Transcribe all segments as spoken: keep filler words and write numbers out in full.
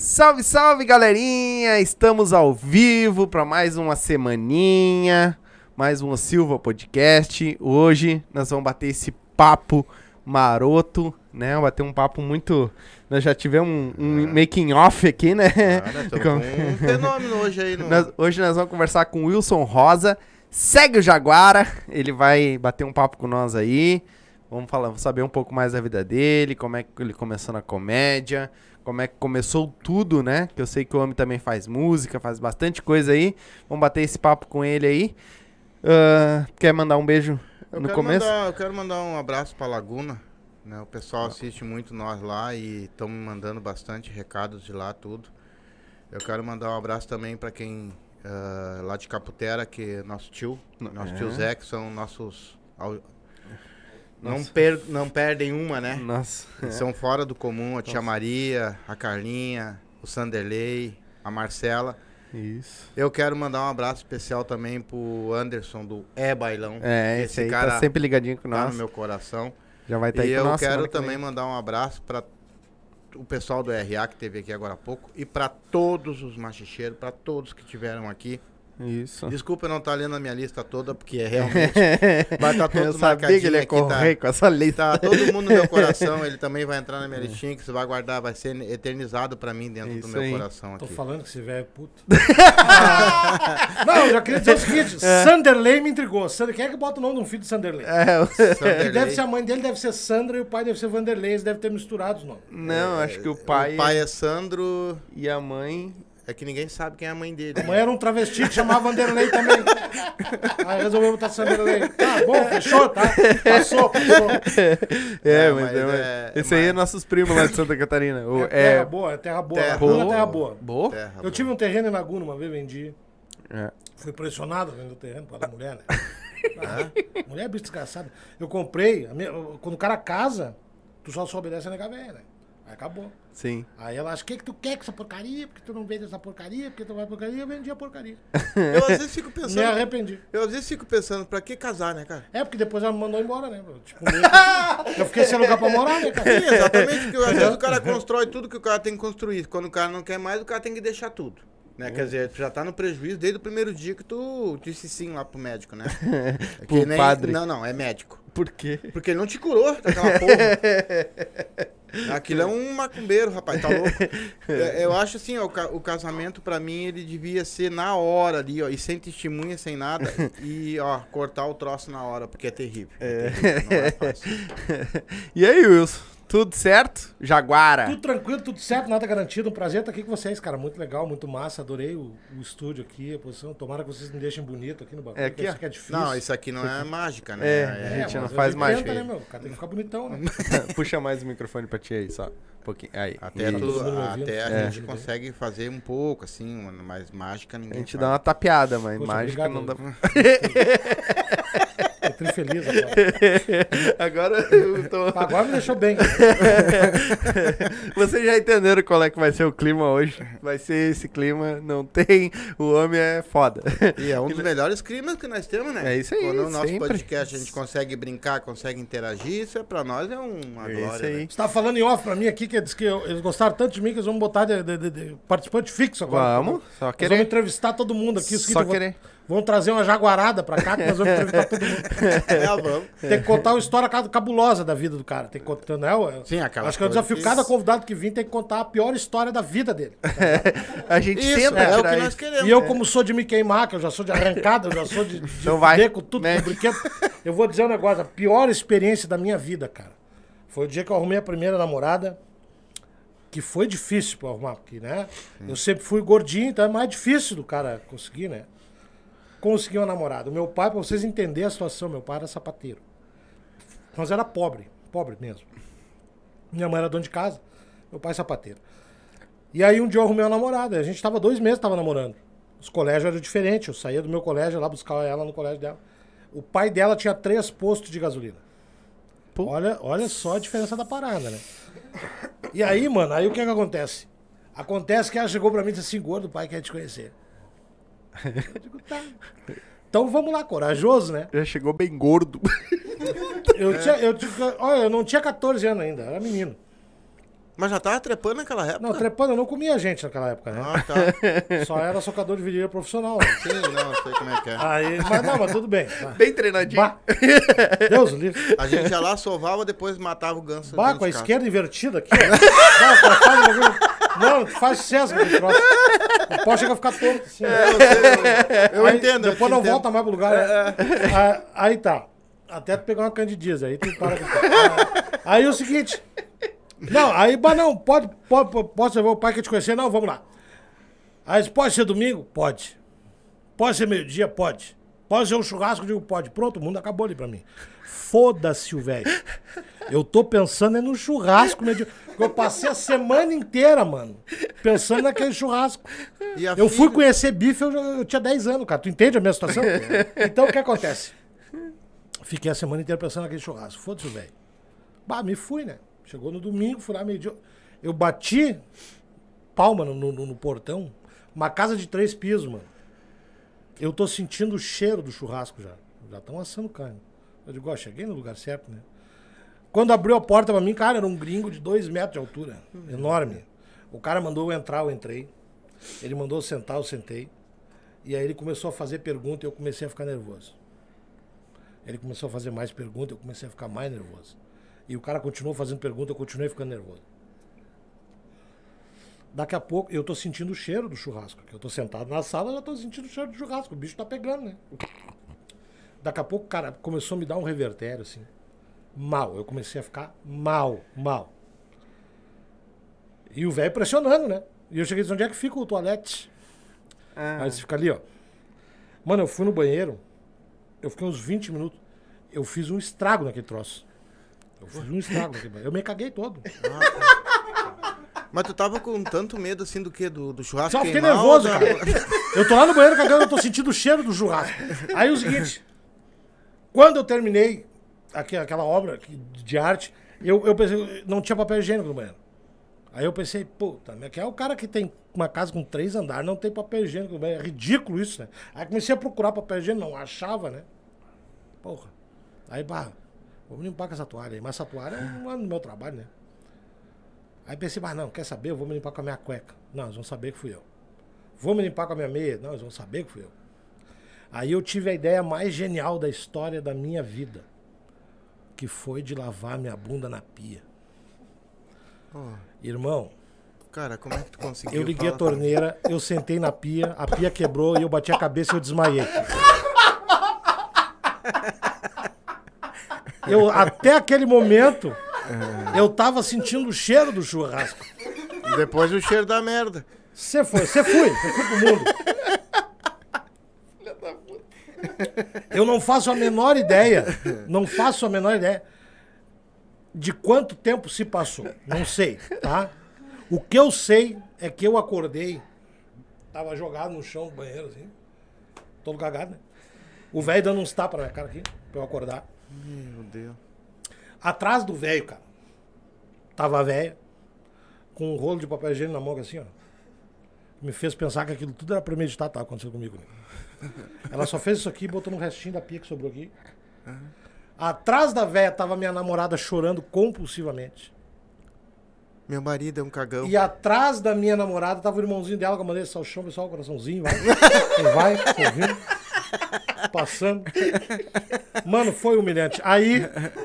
Salve, salve, galerinha! Estamos ao vivo para mais uma semaninha, mais um Silva Podcast. Hoje nós vamos bater esse papo maroto, né? Bater um papo muito... Nós já tivemos um, um é. making off aqui, né? Ah, nós com um fenômeno hoje aí. No... Nós, hoje nós vamos conversar com o Wilson Rosa. Segue o Jaguara, ele vai bater um papo com nós aí. Vamos falar, saber um pouco mais da vida dele, como é que ele começou na comédia, como é que começou tudo, né? Que eu sei que o homem também faz música, faz bastante coisa aí. Vamos bater esse papo com ele aí. Uh, quer mandar um beijo eu no quero começo? Mandar, eu quero mandar um abraço pra Laguna, né? O pessoal assiste muito nós lá e estão me mandando bastante recados de lá, tudo. Eu quero mandar um abraço também pra quem uh, lá de Caputera, que é nosso tio, nosso é. tio Zé, que são nossos... Não, per, não perdem uma, né? Nossa. Eles são fora do comum, a tia Nossa. Maria, a Carlinha, o Sanderley, a Marcela. Isso. Eu quero mandar um abraço especial também pro Anderson do É Bailão. É, esse, esse aí cara tá sempre ligadinho com nós. Tá no meu coração. Já vai estar tá aí com nós. E eu quero também mandar um abraço para o pessoal do R A que teve aqui agora há pouco e para todos os machicheiros, para todos que tiveram aqui. Isso. Desculpa eu não estar lendo a minha lista toda, porque é realmente vai estar todo eu sabia que ele ia correr tá, com essa lista. Tá todo mundo no meu coração, ele também vai entrar na minha listinha, que você vai guardar, vai ser eternizado pra mim dentro Isso do meu aí. coração aqui. Tô falando que esse velho é puto. Não, eu já queria dizer o seguinte, é. Sanderley me intrigou. Sander, quem é que bota o nome de um filho de Sanderley? É, o Sanderley. Deve ser a mãe dele, deve ser Sandra e o pai deve ser Vanderlei, eles devem ter misturado os nomes. Não, é, acho que o pai... O pai é Sandro... E a mãe... É que ninguém sabe quem é a mãe dele. A mãe era um travesti que chamava Vanderlei também. Aí resolveu botar Sanderlei. Tá bom, fechou, tá? Passou, passou. É, é mas, mas é, esse aí é nossos primos lá de Santa Catarina. O, é terra é... boa, é terra boa. Terra Laguna boa. é terra boa. Boa? Terra eu boa. tive um terreno em Laguna uma vez, vendi. É. Fui pressionado vendo o terreno por causa da mulher, né? Ah, mulher é bicho desgraçada. Eu comprei, minha, quando o cara casa, tu só só obedece a nega velha, né? Aí acabou. Sim. Aí ela acha, o que que tu quer com essa porcaria? Porque tu não vende essa porcaria? Porque tu vai porcaria? Eu vendi a porcaria. Eu às vezes fico pensando... Me arrependi. Eu às vezes fico pensando, pra que casar, né, cara? É, porque depois ela me mandou embora, né? Tipo, meio... eu fiquei sem lugar pra morar, né, cara? Sim, exatamente. Porque às vezes o cara constrói tudo que o cara tem que construir. Quando o cara não quer mais, o cara tem que deixar tudo. Né? Hum. Quer dizer, tu já tá no prejuízo desde o primeiro dia que tu disse sim lá pro médico, né? É pro nem... padre. Não, não, é médico. Por quê? Porque ele não te curou daquela porra. Aquilo é um macumbeiro, rapaz, tá louco? Eu acho assim, ó, o casamento pra mim, ele devia ser na hora ali, ó, e sem testemunha, sem nada, e, ó, cortar o troço na hora, porque é terrível. É, é terrível, não é fácil. E aí, Wilson? Tudo certo? Jaguara. Tudo tranquilo, tudo certo, nada garantido. Um prazer estar aqui com vocês, cara. Muito legal, muito massa. Adorei o, o estúdio aqui, a posição. Tomara que vocês me deixem bonito aqui no bagulho. É aqui, isso aqui é difícil. Não, isso aqui não é mágica, né? É, é, a gente é, não faz mágica. Né, meu? O cara tem que ficar bonitão, né? Puxa mais o microfone pra ti aí, só. Um pouquinho. Aí. Até, tu, até a é. gente consegue fazer um pouco, assim, mas mágica ninguém A gente faz. dá uma tapeada, mas Poxa, mágica obrigado, não dá. Tô trifeliz agora. Agora eu tô... Agora me deixou bem. Vocês já entenderam qual é que vai ser o clima hoje. Vai ser esse clima, não tem... O homem é foda. E é um dos melhores climas que nós temos, né? É isso aí, Quando o nosso sempre. podcast a gente consegue brincar, consegue interagir, isso é pra nós é uma É glória. isso aí. Né? Você tá falando em off pra mim aqui, que, diz que eu, eles gostaram tanto de mim que eles vão botar de, de, de, de participante fixo agora. Vamos, só Eles querer. vão entrevistar todo mundo aqui. Os Só querer. Vão, vão trazer uma jaguarada pra cá que nós vamos entrevistar todo mundo. É, vamos. Tem que contar uma história cabulosa da vida do cara. Tem que contar, né? Sim, aquela Acho que é o desafio. Cada convidado que vir tem que contar a pior história da vida dele. A gente Isso, tenta é, tirar o que nós isso. queremos. E eu, como sou de me queimar, que eu já sou de arrancada, eu já sou de, de Então vai, fuder com tudo, né? com brinquedo. Eu vou dizer um negócio, a pior experiência da minha vida, cara, foi o dia que eu arrumei a primeira namorada, que foi difícil pra arrumar, porque, né? Sim. Eu sempre fui gordinho, então é mais difícil do cara conseguir, né? Conseguir uma namorada. O meu pai, pra vocês entenderem a situação, meu pai era sapateiro. Nós era pobre, pobre mesmo. Minha mãe era dona de casa, meu pai sapateiro. E aí um dia eu arrumei uma namorada, a gente tava dois meses, tava namorando. Os colégios eram diferentes, eu saía do meu colégio lá, buscava ela no colégio dela. O pai dela tinha três postos de gasolina. Olha, olha só a diferença da parada, né? E aí, mano, aí o que que acontece? Acontece que ela chegou pra mim e disse assim, gordo, o pai quer te conhecer. Eu digo, tá. Então vamos lá, corajoso, né? Já chegou bem gordo. Eu, tinha, eu, tinha, olha, eu não tinha quatorze anos ainda, era menino. Mas já tava trepando naquela época? Não, trepando, eu não comia gente naquela época, né? Ah, tá. Só era socador de virilha profissional. Né? Sim, não, sei como é que é. Aí, mas não, mas tudo bem. Tá. Bem treinadinho. Bah. Deus o livre. A gente ia lá, sovava, depois matava o ganso. Bah, dentro com a de casa. esquerda invertida aqui, ó. Não, cara, faz um bagulho. Não, faz sucesso com esse troço. O pau chega a ficar torto assim. É, eu, sei, eu, eu Aí, entendo. eu Depois te não entendo. volta mais pro lugar. Né? Aí, aí tá. Até tu pegar uma candidíase, aí tu para. Aí, aí o seguinte. Não, aí, bah, não, pode, pode, pode, pode ser o pai que te conhecer? Não, vamos lá. Aí, pode ser domingo? Pode. Pode ser meio-dia? Pode. Pode ser um churrasco? Eu digo, pode. Pronto, o mundo acabou ali pra mim. Foda-se o velho. Eu tô pensando é no churrasco, meu Deus. Eu passei a semana inteira, mano, pensando naquele churrasco. E a Eu fui filha? conhecer bife, eu, já- eu tinha dez anos, cara. Tu entende a minha situação? Então, o que acontece? Fiquei a semana inteira pensando naquele churrasco. Foda-se o velho. Bah, me fui, né? Chegou no domingo, fui lá meio-dia. Eu bati palma no, no, no portão. Uma casa de três pisos, mano. Eu tô sentindo o cheiro do churrasco já. Já estão assando carne. Eu digo, ó, cheguei no lugar certo, né? Quando abriu a porta pra mim, cara, era um gringo de dois metros de altura. Enorme. O cara mandou eu entrar, eu entrei. Ele mandou eu sentar, eu sentei. E aí ele começou a fazer pergunta e eu comecei a ficar nervoso. Ele começou a fazer mais perguntas, eu comecei a ficar mais nervoso. E o cara continuou fazendo pergunta, eu continuei ficando nervoso. Daqui a pouco, eu tô sentindo o cheiro do churrasco. Que eu tô sentado na sala, eu já tô sentindo o cheiro do churrasco. O bicho tá pegando, né? Daqui a pouco, cara, começou a me dar um revertério, assim. Mal. Eu comecei a ficar mal, mal. E o velho pressionando, né? E eu cheguei e disse, onde é que fica o toalete? Ah. Aí você fica ali, ó. Mano, eu fui no banheiro, eu fiquei uns vinte minutos, eu fiz um estrago naquele troço. Eu fiz um estrago naquele banheiro. Eu me caguei todo. Mas tu tava com tanto medo assim do quê? Do, do churrasco Só fiquei queimar nervoso, ou da- cara. Eu tô lá no banheiro cagando, eu tô sentindo o cheiro do churrasco. Aí o seguinte, quando eu terminei aqui, aquela obra aqui de arte, eu, eu pensei, não tinha papel higiênico no banheiro. Aí eu pensei, puta, que é o cara que tem uma casa com três andares, não tem papel higiênico no banheiro. É ridículo isso, né? Aí comecei a procurar papel higiênico, não achava, né? Porra. Aí, bah, vou me limpar com essa toalha aí. Mas essa toalha é um ano do meu trabalho, né? Aí pensei, mas não, quer saber? Eu vou me limpar com a minha cueca. Não, eles vão saber que fui eu. Vou me limpar com a minha meia. Não, eles vão saber que fui eu. Aí eu tive a ideia mais genial da história da minha vida. Que foi de lavar minha bunda na pia. Oh, Irmão, cara, como é que tu conseguiu? eu liguei a Fala torneira, eu sentei na pia, a pia quebrou e eu bati a cabeça e eu desmaiei. Eu, até aquele momento, eu tava sentindo o cheiro do churrasco. comigo. Depois o cheiro da merda. Você foi, você foi, você foi pro mundo. Eu não faço a menor ideia, não faço a menor ideia de quanto tempo se passou. Não sei, tá? O que eu sei é que eu acordei, tava jogado no chão do banheiro, assim, todo cagado, né? O velho dando uns tapas na minha cara aqui, pra eu acordar. Meu Deus. Atrás do velho, cara, tava a velha, com um rolo de papel higiênico na mão, assim, ó. Me fez pensar que aquilo tudo era premeditado, tava acontecendo comigo, né? Ela só fez isso aqui e botou no restinho da pia que sobrou aqui. Atrás da véia tava minha namorada chorando compulsivamente. Meu marido é um cagão. E atrás da minha namorada tava o irmãozinho dela, que eu mandei esse salchão, pessoal, coraçãozinho, vai. Quem vai, ouvindo, passando. Mano, foi humilhante. Aí,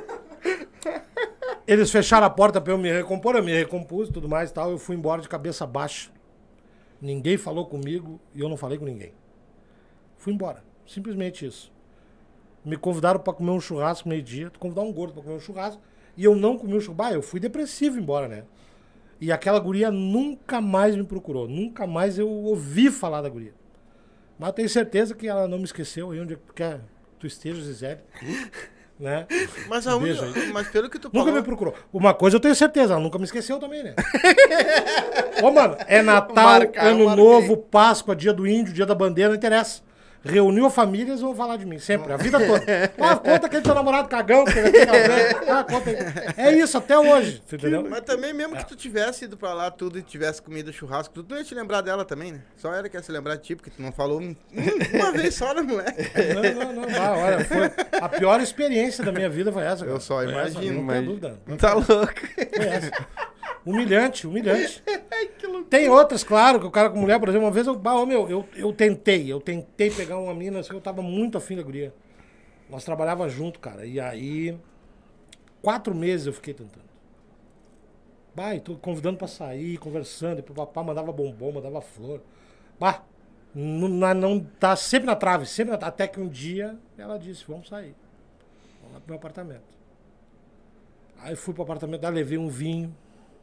eles fecharam a porta pra eu me recompor, eu me recompus e tudo mais e tal. Eu fui embora de cabeça baixa. Ninguém falou comigo e eu não falei com ninguém. Fui embora. Simplesmente isso. Me convidaram pra comer um churrasco meio-dia. Convidar um gordo pra comer um churrasco. E eu não comi o churrasco. Bah, eu fui depressivo embora, né? E aquela guria nunca mais me procurou. Nunca mais eu ouvi falar da guria. Mas eu tenho certeza que ela não me esqueceu. Aí onde quer tu esteja, Zizé. Né? Mas, a Um beijo única- aí. mas pelo que tu Nunca falou... me procurou. Uma coisa eu tenho certeza, ela nunca me esqueceu também, né? Ô, mano, é Natal, Marcar, eu Ano marquei. Novo, Páscoa, Dia do Índio, Dia da Bandeira, não interessa. Reuniu a família, eles vão falar de mim, sempre, a vida toda. Ah, conta aquele teu namorado cagão, que teve aquele cagão. Ah, conta aí. É isso, até hoje, você entendeu? Mas também, mesmo que tu tivesse ido pra lá tudo e tivesse comido churrasco, tu não ia te lembrar dela também, né? Só ela que ia se lembrar de ti, porque tu não falou um- um- uma vez só, né, moleque? Não, não, não. Ah, olha, foi a pior experiência da minha vida foi essa. Eu cara. só Foi essa, imagino, não mas- tenho dúvida. Tá louco. Foi essa. Humilhante, humilhante. Tem outras, claro, que o cara com mulher, por exemplo, uma vez eu, bah, meu, eu, eu tentei, eu tentei pegar uma mina, assim, eu tava muito afim da guria. Nós trabalhávamos junto, cara, e aí, quatro meses eu fiquei tentando. Bah, e tô convidando pra sair, conversando, e pro papá mandava bombom, mandava flor. Bah, não, não tá sempre na trave, sempre na, até que um dia ela disse, vamos sair. Vamos lá pro meu apartamento. Aí fui pro apartamento dela, levei um vinho.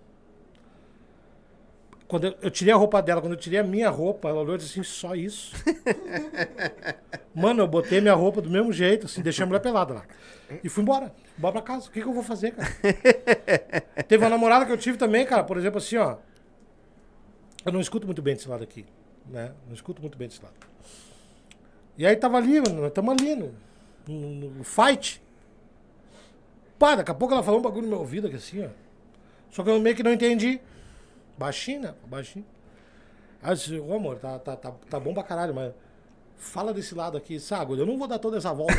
Quando eu, eu tirei a roupa dela, quando eu tirei a minha roupa, ela olhou e disse assim, só isso? Mano, eu botei minha roupa do mesmo jeito, assim, deixei a mulher pelada lá. E fui embora. Embora pra casa. O que, que eu vou fazer, cara? Teve uma namorada que eu tive também, cara, por exemplo, assim, ó. Eu não escuto muito bem desse lado aqui, né? Não escuto muito bem desse lado. E aí tava ali, mano, nós estamos ali no, no, no fight. Pá, daqui a pouco ela falou um bagulho no meu ouvido aqui assim, ó. Só que eu meio que não entendi. Baixinho, né? Baixinho. Aí eu disse, ô amor, tá, tá, tá, tá bom pra caralho, mas fala desse lado aqui, sabe? Eu não vou dar toda essa volta.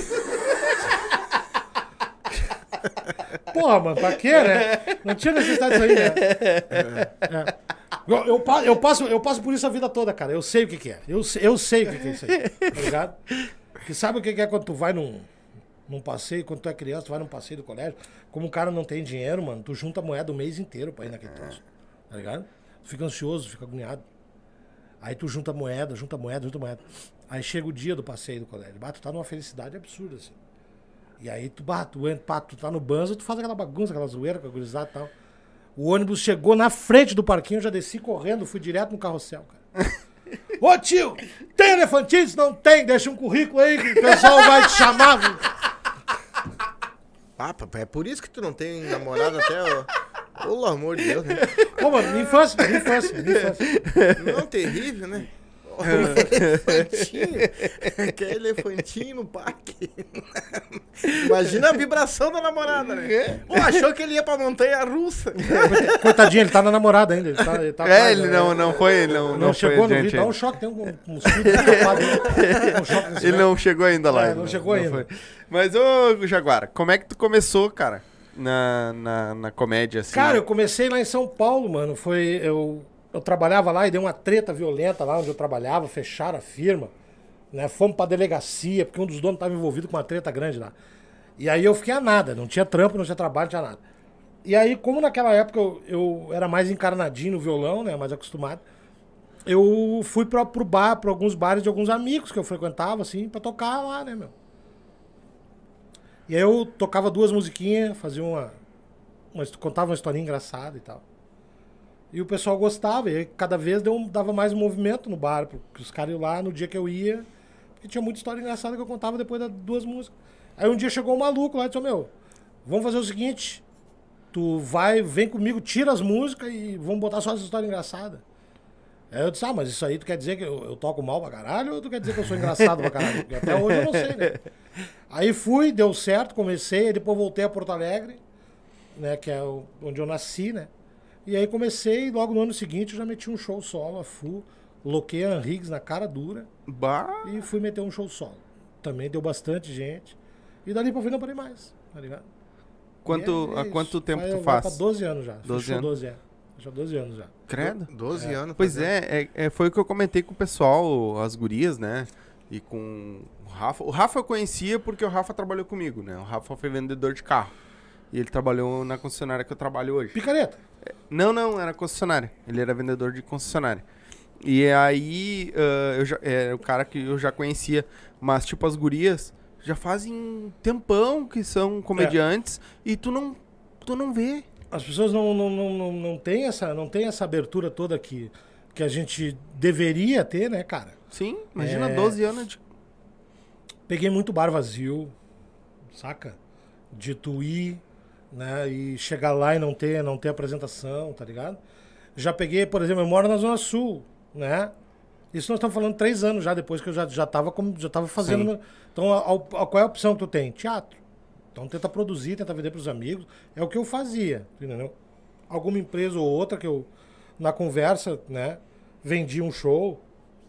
Porra, mano, pra quê, né? Não tinha necessidade disso aí, né? É. Eu, eu, eu, passo, eu passo por isso a vida toda, cara. Eu sei o que, que é. Eu, eu sei o que, que é isso aí. Tá ligado? Que sabe o que, que é quando tu vai num, num passeio, quando tu é criança, tu vai num passeio do colégio. Como o cara não tem dinheiro, mano, tu junta a moeda o mês inteiro pra ir naquele troço. Tá ligado? Tu fica ansioso, fica agoniado. Aí tu junta moeda, junta moeda, junta moeda. Aí chega o dia do passeio do colégio. Bah, tu tá numa felicidade absurda, assim. E aí tu, bah, tu, entra, tu tá no banzo, tu faz aquela bagunça, aquela zoeira com a gurizada e tal. O ônibus chegou na frente do parquinho, eu já desci correndo, fui direto no carrossel, cara. Ô tio, tem elefantinhos? Não tem, deixa um currículo aí que o pessoal vai te chamar. Ah, papai, é por isso que tu não tem namorado até, ó. Pelo amor de Deus, né? Ô, mano, minha infância, minha infância, minha infância. Não, terrível, né? Oh, elefantinho. Quer elefantinho no parque. Imagina a vibração da namorada, né? Pô, achou que ele ia pra montanha russa. Coitadinho, ele tá na namorada ainda. Ele tá, ele tá é, ele não, não foi. Não, não, não chegou foi no vídeo, dá um choque, tem um, um escudo escapado. Um choque nesse ele velho. não chegou ainda lá. É, não chegou não ainda. Foi. Mas, ô, Jaguara, como é que tu começou, cara, na, na, na comédia, assim? Cara, eu comecei lá em São Paulo, mano. Foi. Eu, eu trabalhava lá e deu uma treta violenta lá onde eu trabalhava, fecharam a firma. Né? Fomos pra delegacia, porque um dos donos estava envolvido com uma treta grande lá. E aí eu fiquei a nada, não tinha trampo, não tinha trabalho, não tinha nada. E aí, como naquela época eu, eu era mais encarnadinho no violão, né? Mais acostumado, eu fui pra, pro bar, pra alguns bares de alguns amigos que eu frequentava, assim, pra tocar lá, né, meu? E aí eu tocava duas musiquinhas, fazia uma, uma. Contava uma historinha engraçada e tal. E o pessoal gostava, e aí cada vez deu, dava mais movimento no bar, porque os caras iam lá no dia que eu ia, porque tinha muita história engraçada que eu contava depois das duas músicas. Aí um dia chegou um maluco lá e disse, meu, vamos fazer o seguinte, tu vai, vem comigo, tira as músicas e vamos botar só essa história engraçada. Aí eu disse, ah, mas isso aí tu quer dizer que eu, eu toco mal pra caralho ou tu quer dizer que eu sou engraçado pra caralho? Porque até hoje eu não sei, né? Aí fui, deu certo, comecei, depois voltei a Porto Alegre, né, que é o, onde eu nasci, né? E aí comecei, e logo no ano seguinte eu já meti um show solo, a full, loquei a Henriques na cara dura Bah. e fui meter um show solo. Também deu bastante gente. E dali pra frente não parei mais, tá ligado? Quanto, é há quanto tempo vai, tu vai faz? pra doze anos já. doze Fechou anos. doze, é. Fechou doze anos já. Credo? doze anos. Pois fazendo. é, é, é, foi o que eu comentei com o pessoal, as gurias, né? E com o Rafa. O Rafa eu conhecia porque o Rafa trabalhou comigo, né? O Rafa foi vendedor de carro. E ele trabalhou na concessionária que eu trabalho hoje. Picareta. Não, não, era concessionária. Ele era vendedor de concessionária. E aí, uh, eu já, é o cara que eu já conhecia. Mas, tipo, as gurias já fazem tempão que são comediantes e tu não, tu não vê. As pessoas não, não, não, não, não têm essa, não tem essa abertura toda que, que a gente deveria ter, né, cara? Sim, imagina É. doze anos de... Peguei muito bar vazio, saca? De tu ir, né, e chegar lá e não ter, não ter apresentação, tá ligado? Já peguei, por exemplo, eu moro na Zona Sul, né? Isso nós estamos falando três anos já, depois que eu já, já, tava, como, já tava fazendo... Sim. Meu... Então, a, a, qual é a opção que tu tem? Teatro. Então, tenta produzir, tenta vender pros amigos. É o que eu fazia, entendeu? Alguma empresa ou outra que eu, na conversa, né, vendia um show.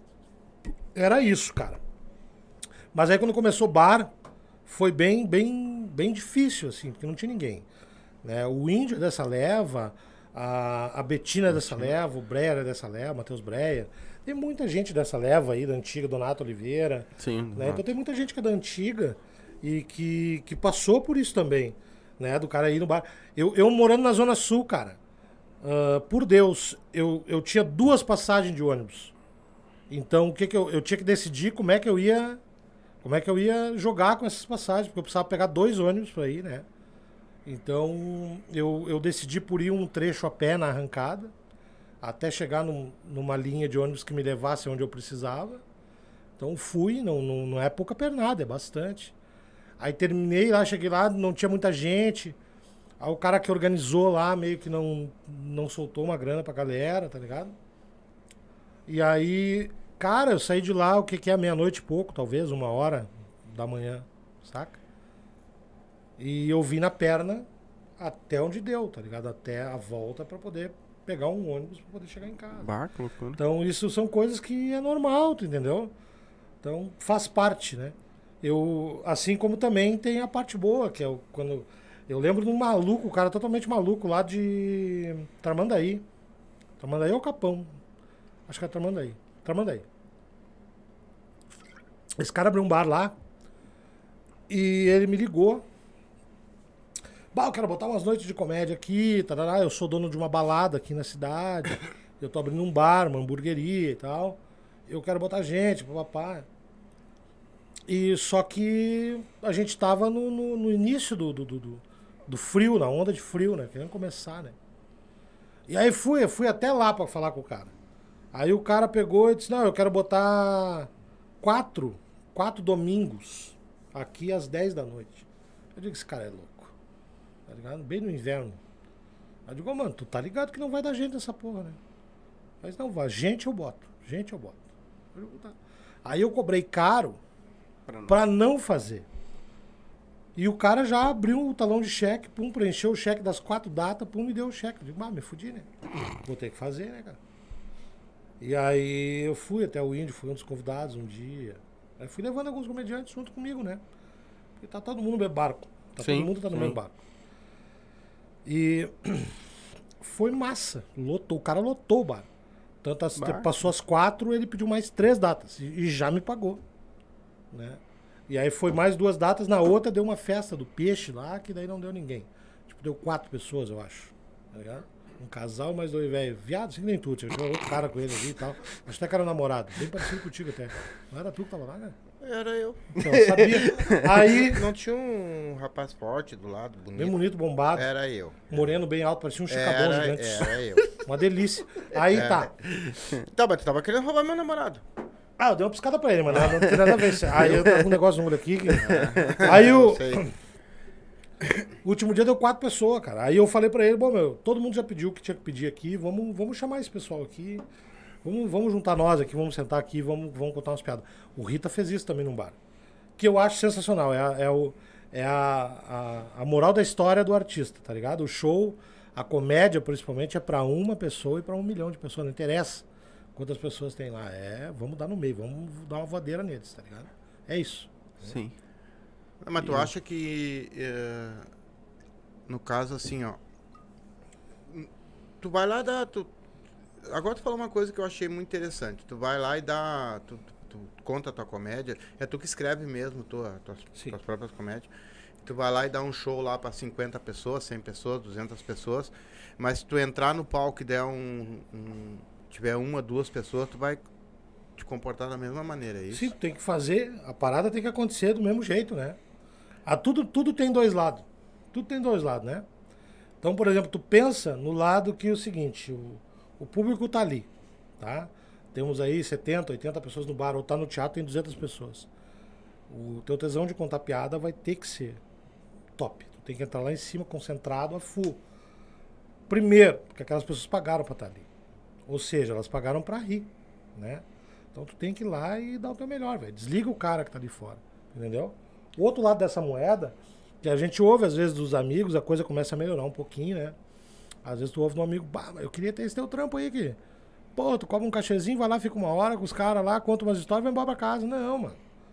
Era isso, cara. Mas aí, quando começou o bar, foi bem, bem, bem difícil, assim, porque não tinha ninguém. Né? O índio dessa leva, a, a Betina dessa leva, o Breia dessa leva, Matheus Breia. Tem muita gente dessa leva aí, da antiga, Donato Oliveira. Sim. Né? Então tem muita gente que é da antiga e que, que passou por isso também, né? Do cara ir no bar. Eu, eu morando na Zona Sul, cara, uh, por Deus, eu, eu tinha duas passagens de ônibus. Então o que que eu, eu tinha que decidir como é que eu ia, como é que eu ia jogar com essas passagens, porque eu precisava pegar dois ônibus para ir, né? Então eu, eu decidi por ir um trecho a pé na arrancada, até chegar num, numa linha de ônibus que me levasse onde eu precisava. Então fui, não, não, não é pouca pernada, é bastante. Aí terminei lá, cheguei lá, não tinha muita gente. Aí o cara que organizou lá meio que não, não soltou uma grana pra galera, tá ligado? E aí, cara, eu saí de lá, o que que é, meia-noite e pouco, talvez, uma hora da manhã, saca? E eu vim na perna até onde deu, tá ligado? Até a volta pra poder pegar um ônibus pra poder chegar em casa. Bah, que loucura. Então isso são coisas que é normal, tu entendeu? Então faz parte, né? Eu, assim como também tem a parte boa, que é o, quando... Eu lembro de um maluco, um cara totalmente maluco lá de Tramandaí. Tramandaí ou Capão? Acho que é Tramandaí. Tramandaí. Esse cara abriu um bar lá e ele me ligou. Bah, eu quero botar umas noites de comédia aqui, tarará. Eu sou dono de uma balada aqui na cidade. Eu tô abrindo um bar, uma hamburgueria e tal. Eu quero botar gente, papapá. E só que a gente tava no, no, no início do, do, do, do frio, na onda de frio, né? Querendo começar, né? E aí fui, eu fui até lá pra falar com o cara. Aí o cara pegou e disse, não, eu quero botar quatro, quatro domingos aqui às dez da noite. Eu digo, esse cara é louco. Tá ligado? Bem no inverno. Aí eu digo, mano, tu tá ligado que não vai dar gente nessa porra, né? Mas não vai, gente eu boto, gente eu boto. Eu digo, tá. Aí eu cobrei caro pra não. pra não fazer. E o cara já abriu o talão de cheque, pum, preencheu o cheque das quatro datas, pum, me deu o cheque. Eu digo, ah, me fudi, né? Vou ter que fazer, né, cara? E aí eu fui até o Índio, fui um dos convidados um dia. Aí fui levando alguns comediantes junto comigo, né? Porque tá todo mundo no mesmo barco. Tá sim, todo mundo tá no sim. mesmo barco. E foi massa. Lotou, o cara lotou o bar. Tanto as, passou as quatro, ele pediu mais três datas. E, e já me pagou. Né? E aí foi mais duas datas. Na outra deu uma festa do peixe lá, que daí não deu ninguém. Tipo, deu quatro pessoas, eu acho. Tá ligado? Um casal, mais dois velhos. Viado, assim que nem tu. Tinha outro cara com ele ali e tal. Acho até que era namorado. Bem parecido contigo até. Não era tu que tava lá, né? Era eu. Então, eu sabia. Aí... Não tinha um rapaz forte do lado, bonito. Bem bonito, bombado. Era eu. Moreno, bem alto, parecia um chicabão era, gigante. Era eu. Uma delícia. Aí é. tá. Tá, mas tu tava querendo roubar meu namorado. Ah, eu dei uma piscada pra ele, mas não, não tem nada a ver. Aí eu tava com um negócio no olho aqui. Que... É. Aí o... O último dia deu quatro pessoas, cara. Aí eu falei pra ele, bom, meu, todo mundo já pediu o que tinha que pedir aqui, vamos, vamos chamar esse pessoal aqui, vamos, vamos juntar nós aqui, vamos sentar aqui, vamos, vamos contar umas piadas. O Rita fez isso também num bar. Que eu acho sensacional, é, a, é, o, é a, a, a moral da história do artista, tá ligado? O show, a comédia principalmente, é pra uma pessoa e pra um milhão de pessoas, não interessa quantas pessoas tem lá. É, vamos dar no meio, vamos dar uma voadeira neles, tá ligado? É isso. Sim. Não, mas tu acha que, é, no caso assim, ó, tu vai lá e dá, tu, agora tu falou uma coisa que eu achei muito interessante, tu vai lá e dá, tu, tu, tu conta a tua comédia, é tu que escreve mesmo tua, tuas, tuas próprias comédias, tu vai lá e dá um show lá pra cinquenta pessoas, cem pessoas, duzentas pessoas, mas se tu entrar no palco e der um, um tiver uma, duas pessoas, tu vai te comportar da mesma maneira, é isso? Sim, tu tem que fazer, a parada tem que acontecer do mesmo jeito, né? Ah, tudo, tudo tem dois lados. Tudo tem dois lados, né? Então, por exemplo, tu pensa no lado que é o seguinte, o, o público tá ali, tá? Temos aí setenta, oitenta pessoas no bar, ou tá no teatro, tem duzentas pessoas. O teu tesão de contar piada vai ter que ser top. Tu tem que entrar lá em cima, concentrado, a full. Primeiro, porque aquelas pessoas pagaram pra estar ali. Ou seja, elas pagaram pra rir, né? Então tu tem que ir lá e dar o teu melhor, velho. Desliga o cara que tá ali fora, entendeu? O outro lado dessa moeda, que a gente ouve às vezes dos amigos, a coisa começa a melhorar um pouquinho, né? Às vezes tu ouve de um amigo, bah, eu queria ter esse teu trampo aí, que... Pô, tu cobra um cachezinho, vai lá, fica uma hora com os caras lá, conta umas histórias e vai embora pra casa. Não, mano.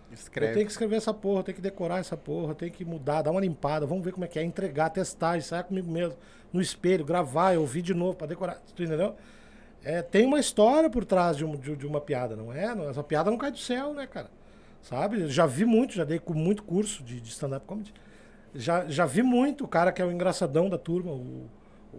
Escreve. Eu tenho que escrever essa porra, eu tenho que decorar essa porra, eu tenho que mudar, dar uma limpada, vamos ver como é que é, entregar, testar, ensaiar comigo mesmo, no espelho, gravar, eu ouvir de novo pra decorar, tu entendeu? É, tem uma história por trás de, um, de, de uma piada, não é? Não, essa piada não cai do céu, né, cara? Sabe? Já vi muito, já dei com muito curso de, de stand-up comedy. Já, já vi muito o cara que é o engraçadão da turma, o, o,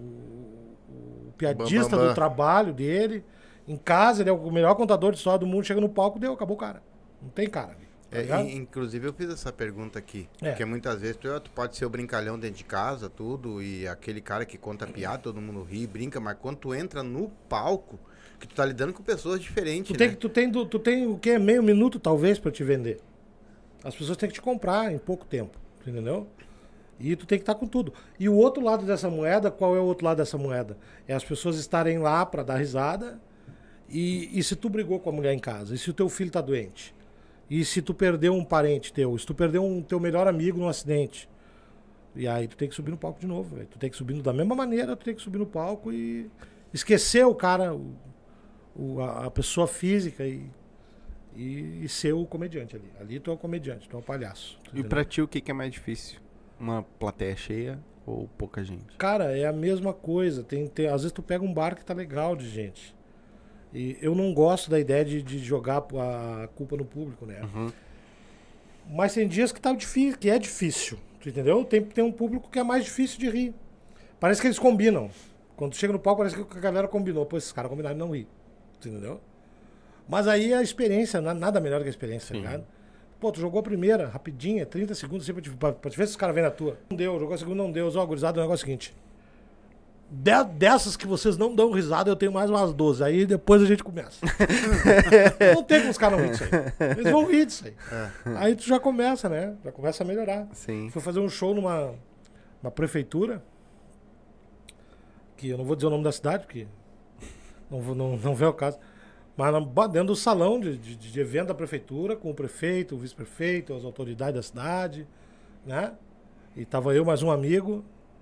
o piadista Bam, bam, bam. do trabalho dele. Em casa, ele é o melhor contador de história do mundo, chega no palco, deu, acabou o cara. Não tem cara ali. Tá É, ligado? in- inclusive eu fiz essa pergunta aqui, É. porque muitas vezes tu, tu pode ser o brincalhão dentro de casa, tudo, e aquele cara que conta piada, todo mundo ri, brinca, mas quando tu entra no palco, que tu tá lidando com pessoas diferentes, Tu né? tem, que- tu, tem, do- tu tem o quê? Meio minuto, talvez, pra te vender. As pessoas têm que te comprar em pouco tempo, entendeu? E tu tem que estar com tudo. E o outro lado dessa moeda, qual é o outro lado dessa moeda? É as pessoas estarem lá pra dar risada. E, e se tu brigou com a mulher em casa? E se o teu filho tá doente? E se tu perdeu um parente teu? E se tu perdeu um teu melhor amigo num acidente? E aí tu tem que subir no palco de novo, velho. Tu tem que subir da mesma maneira, tu tem que subir no palco e esquecer o cara, o, o- a, a pessoa física e, e, e ser o comediante ali. Ali tu é o comediante, tu é o palhaço. tu E entendeu? pra ti, o que, que é mais difícil? Uma plateia cheia ou pouca gente? Cara, é a mesma coisa. Tem, tem, às vezes tu pega um bar que tá legal de gente. E eu não gosto da ideia de, de jogar a culpa no público, né? Uhum. Mas tem dias que, tá difícil, que é difícil, tu entendeu? Tem, tem um público que é mais difícil de rir. Parece que eles combinam. Quando tu chega no palco, parece que a galera combinou. Pô, esses caras combinaram de não rir. Tu entendeu? Mas aí a experiência, na- nada melhor que a experiência, tá Sim. ligado? Pô, tu jogou a primeira, rapidinha, trinta segundos, assim, pra, te, pra, pra te ver se os caras vêm na tua. Não deu, jogou a segunda, não deu. Ó, gurizada, o negócio é o seguinte. De- dessas que vocês não dão risada, eu tenho mais umas doze. Aí depois a gente começa. Não tem como os caras não rir disso aí. Eles vão rir disso aí. Aí tu já começa, né? Já começa a melhorar. Sim. Fui fazer um show numa, numa prefeitura, que eu não vou dizer o nome da cidade, porque não, vou- não, não vem ao caso. Mas na- ba- dentro do salão de, de, de evento da prefeitura, com o prefeito, o vice-prefeito, as autoridades da cidade, né? E tava eu mais um amigo.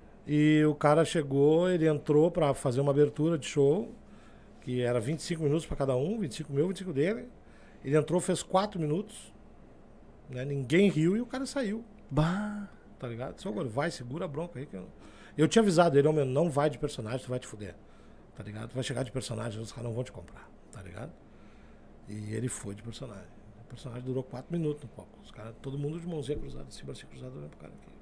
E o cara chegou, ele entrou pra fazer uma abertura de show, que era vinte e cinco minutos pra cada um, vinte e cinco meu, vinte e cinco dele. Ele entrou, fez quatro minutos, né? Ninguém riu e o cara saiu, Bah. tá ligado? Só agora, vai, segura a bronca aí. Que eu... eu tinha avisado ele, homem, não vai de personagem, tu vai te fuder, tá ligado? Tu vai chegar de personagem, os caras não vão te comprar, tá ligado? E ele foi de personagem. O personagem durou quatro minutos no palco. Os caras, todo mundo de mãozinha cruzada, assim, bracinho cruzado, olhando pro cara aqui.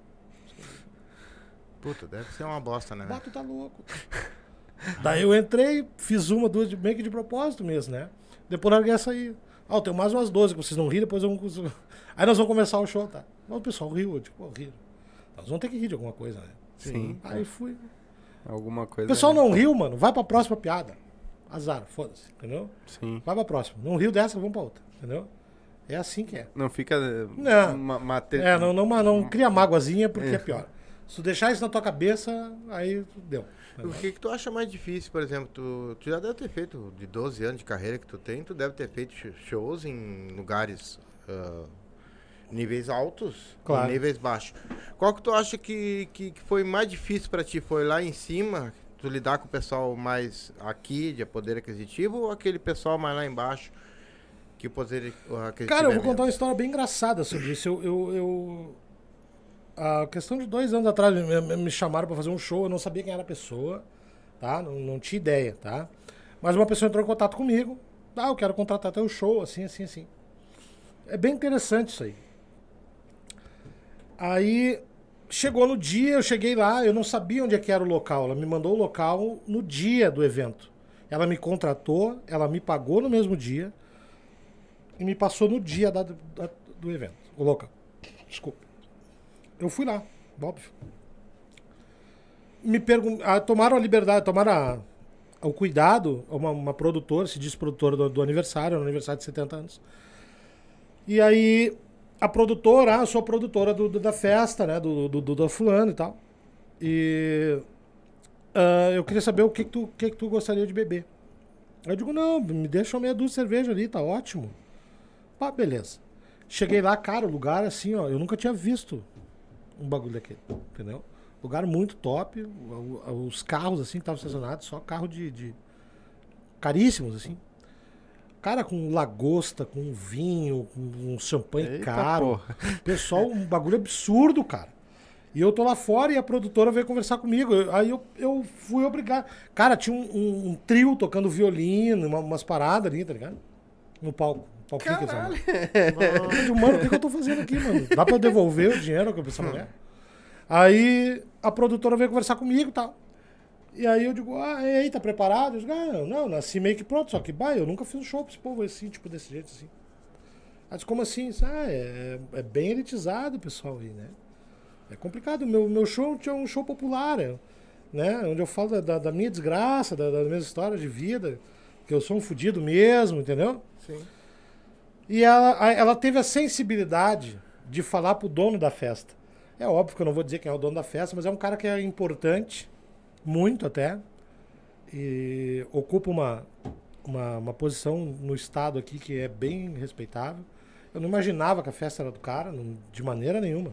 Puta, deve ser uma bosta, né? Bah, tu tá louco. Daí eu entrei, fiz uma, duas, de, meio que de propósito mesmo, né? Depois larguei essa aí. Ah, eu tenho mais umas doze que vocês não riram, depois eu vou... Aí nós vamos começar o show, tá? Mas o pessoal riu, eu tipo, pô, riram. Nós vamos ter que rir de alguma coisa, né? Sim. Aí fui. Alguma O coisa. pessoal não riu, mano, vai pra próxima piada. Azar, foda-se, entendeu? Sim. Vai pra próxima. Não riu dessa, vamos pra outra, entendeu? É assim que é. Não fica. Não. ma- mate- É, não, não, não, não cria mágoazinha porque é pior. Se tu deixar isso na tua cabeça, aí deu. O que, que tu acha mais difícil, por exemplo? Tu, tu já deve ter feito, de doze anos de carreira que tu tem, tu deve ter feito sh- shows em lugares, ah, níveis altos Claro. e níveis baixos. Qual que tu acha que, que, que foi mais difícil pra ti? Foi lá em cima, tu lidar com o pessoal mais aqui, de poder aquisitivo, ou aquele pessoal mais lá embaixo, que o poder aquisitivo Cara, eu é vou contar uma menos? história bem engraçada sobre isso. Eu, eu, eu- a questão de dois anos atrás me, me- me chamaram pra fazer um show, eu não sabia quem era a pessoa, tá? Não, não tinha ideia, tá? Mas uma pessoa entrou em contato comigo. Ah, eu quero contratar teu show, assim, assim, assim. É bem interessante isso aí. Aí chegou no dia, eu cheguei lá, eu não sabia onde é que era o local. Ela me mandou o local no dia do evento. Ela me contratou, ela me pagou no mesmo dia e me passou no dia da- da- do evento. O local. Desculpa. Eu fui lá, óbvio. Me pergun- ah, tomaram a liberdade, tomaram a- o cuidado, uma, uma produtora, se diz produtora do, do aniversário, no aniversário de setenta anos. E aí, a produtora, ah, eu sou a produtora do, do- da festa, né, do, do, do, do fulano e tal. E ah, eu queria saber o que, que, tu, o que, que tu gostaria de beber. Eu digo, não, me deixa uma meia dúzia de cerveja ali, tá ótimo. Pá, beleza. Cheguei lá, cara, o lugar assim, ó, eu nunca tinha visto um bagulho daquele, entendeu? Lugar muito top, o- o- os carros assim que estavam estacionados, só carro de, de caríssimos assim. Cara, com lagosta, com vinho, com um champanhe Eita, caro. porra. Pessoal, um bagulho absurdo, cara. E eu tô lá fora e a produtora veio conversar comigo. Eu- aí eu, eu fui obrigado. Cara, tinha um, um- um trio tocando violino, uma- umas paradas ali, tá ligado? No palco. Um palquinho que eles Caralho. armaram. Eu digo, mano, o que, que eu tô fazendo aqui, mano? Dá pra eu devolver o dinheiro que eu essa mulher? Aí a produtora veio conversar comigo e tal. E aí eu digo, ah, e aí, tá preparado? Eu digo, ah, não, nasci meio que pronto, só que, bah, eu nunca fiz um show pra esse povo assim, tipo, desse jeito, assim. Aí disse, como assim? Eu disse, ah, é, é bem elitizado o pessoal aí, né? É complicado, meu, meu show é um show popular, é, né? Onde eu falo da, da, da minha desgraça, da, das minhas histórias de vida, que eu sou um fudido mesmo, entendeu? Sim. E ela, a- ela teve a sensibilidade de falar pro dono da festa. É óbvio que eu não vou dizer quem é o dono da festa, mas é um cara que é importante, muito até, e ocupa uma, uma, uma posição no estado aqui que é bem respeitável. Eu não imaginava que a festa era do cara, não- de maneira nenhuma.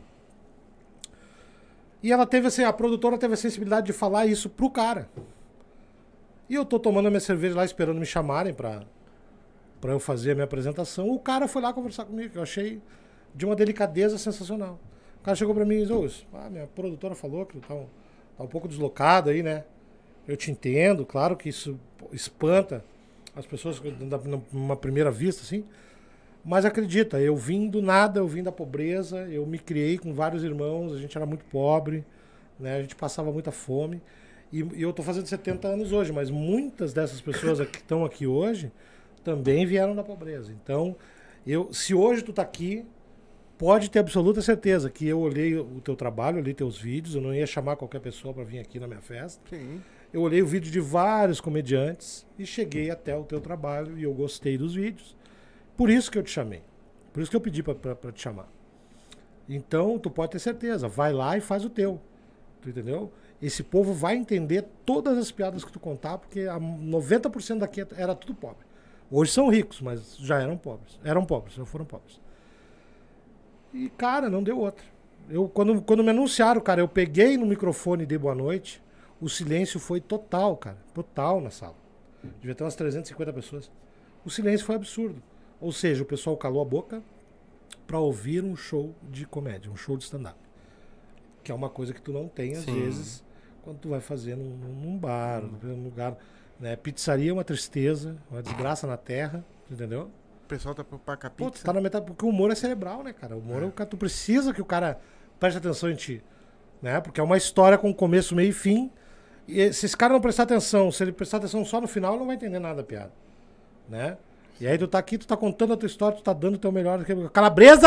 E ela teve assim, a produtora teve a sensibilidade de falar isso pro cara. E eu tô tomando a minha cerveja lá esperando me chamarem pra, pra eu fazer a minha apresentação. O cara foi lá conversar comigo, que eu achei de uma delicadeza sensacional. O cara chegou pra mim e disse, ô, ah, minha produtora falou que tá um, tá um pouco deslocado aí, né? Eu te entendo, claro que isso espanta as pessoas na- numa primeira vista, assim. Mas acredita, eu vim do nada, eu vim da pobreza, eu me criei com vários irmãos, a gente era muito pobre, né? A gente passava muita fome. E, e eu tô fazendo setenta anos hoje, mas muitas dessas pessoas que estão aqui hoje também vieram da pobreza. Então, eu, se hoje tu tá aqui, pode ter absoluta certeza que eu olhei o teu trabalho, olhei teus vídeos, eu não ia chamar qualquer pessoa para vir aqui na minha festa. Sim. Eu olhei o vídeo de vários comediantes e cheguei até o teu trabalho e eu gostei dos vídeos. Por isso que eu te chamei. Por isso que eu pedi pra, pra, pra te chamar. Então, tu pode ter certeza. Vai lá e faz o teu. Tu entendeu? Esse povo vai entender todas as piadas que tu contar, porque a noventa por cento daqui era tudo pobre. Hoje são ricos, mas já eram pobres. Eram pobres, já foram pobres. E, cara, não deu outra. Eu, quando, quando me anunciaram, cara, eu peguei no microfone e dei boa noite. O silêncio foi total, cara. Total na sala. Devia ter umas trezentas e cinquenta pessoas. O silêncio foi absurdo. Ou seja, o pessoal calou a boca pra ouvir um show de comédia, um show de stand-up. Que é uma coisa que tu não tem, às Sim. vezes, quando tu vai fazer num, num bar, num lugar. Né? Pizzaria é uma tristeza, uma desgraça na terra, entendeu? O pessoal tá preocupado com a Pô, tu pizza. tá na metade, porque o humor é cerebral, né, cara? O humor é o cara, tu precisa que o cara preste atenção em ti, né? Porque é uma história com começo, meio e fim. E se esse cara não prestar atenção, se ele prestar atenção só no final, ele não vai entender nada da piada, né? E aí tu tá aqui, tu tá contando a tua história, tu tá dando o teu melhor. Calabresa!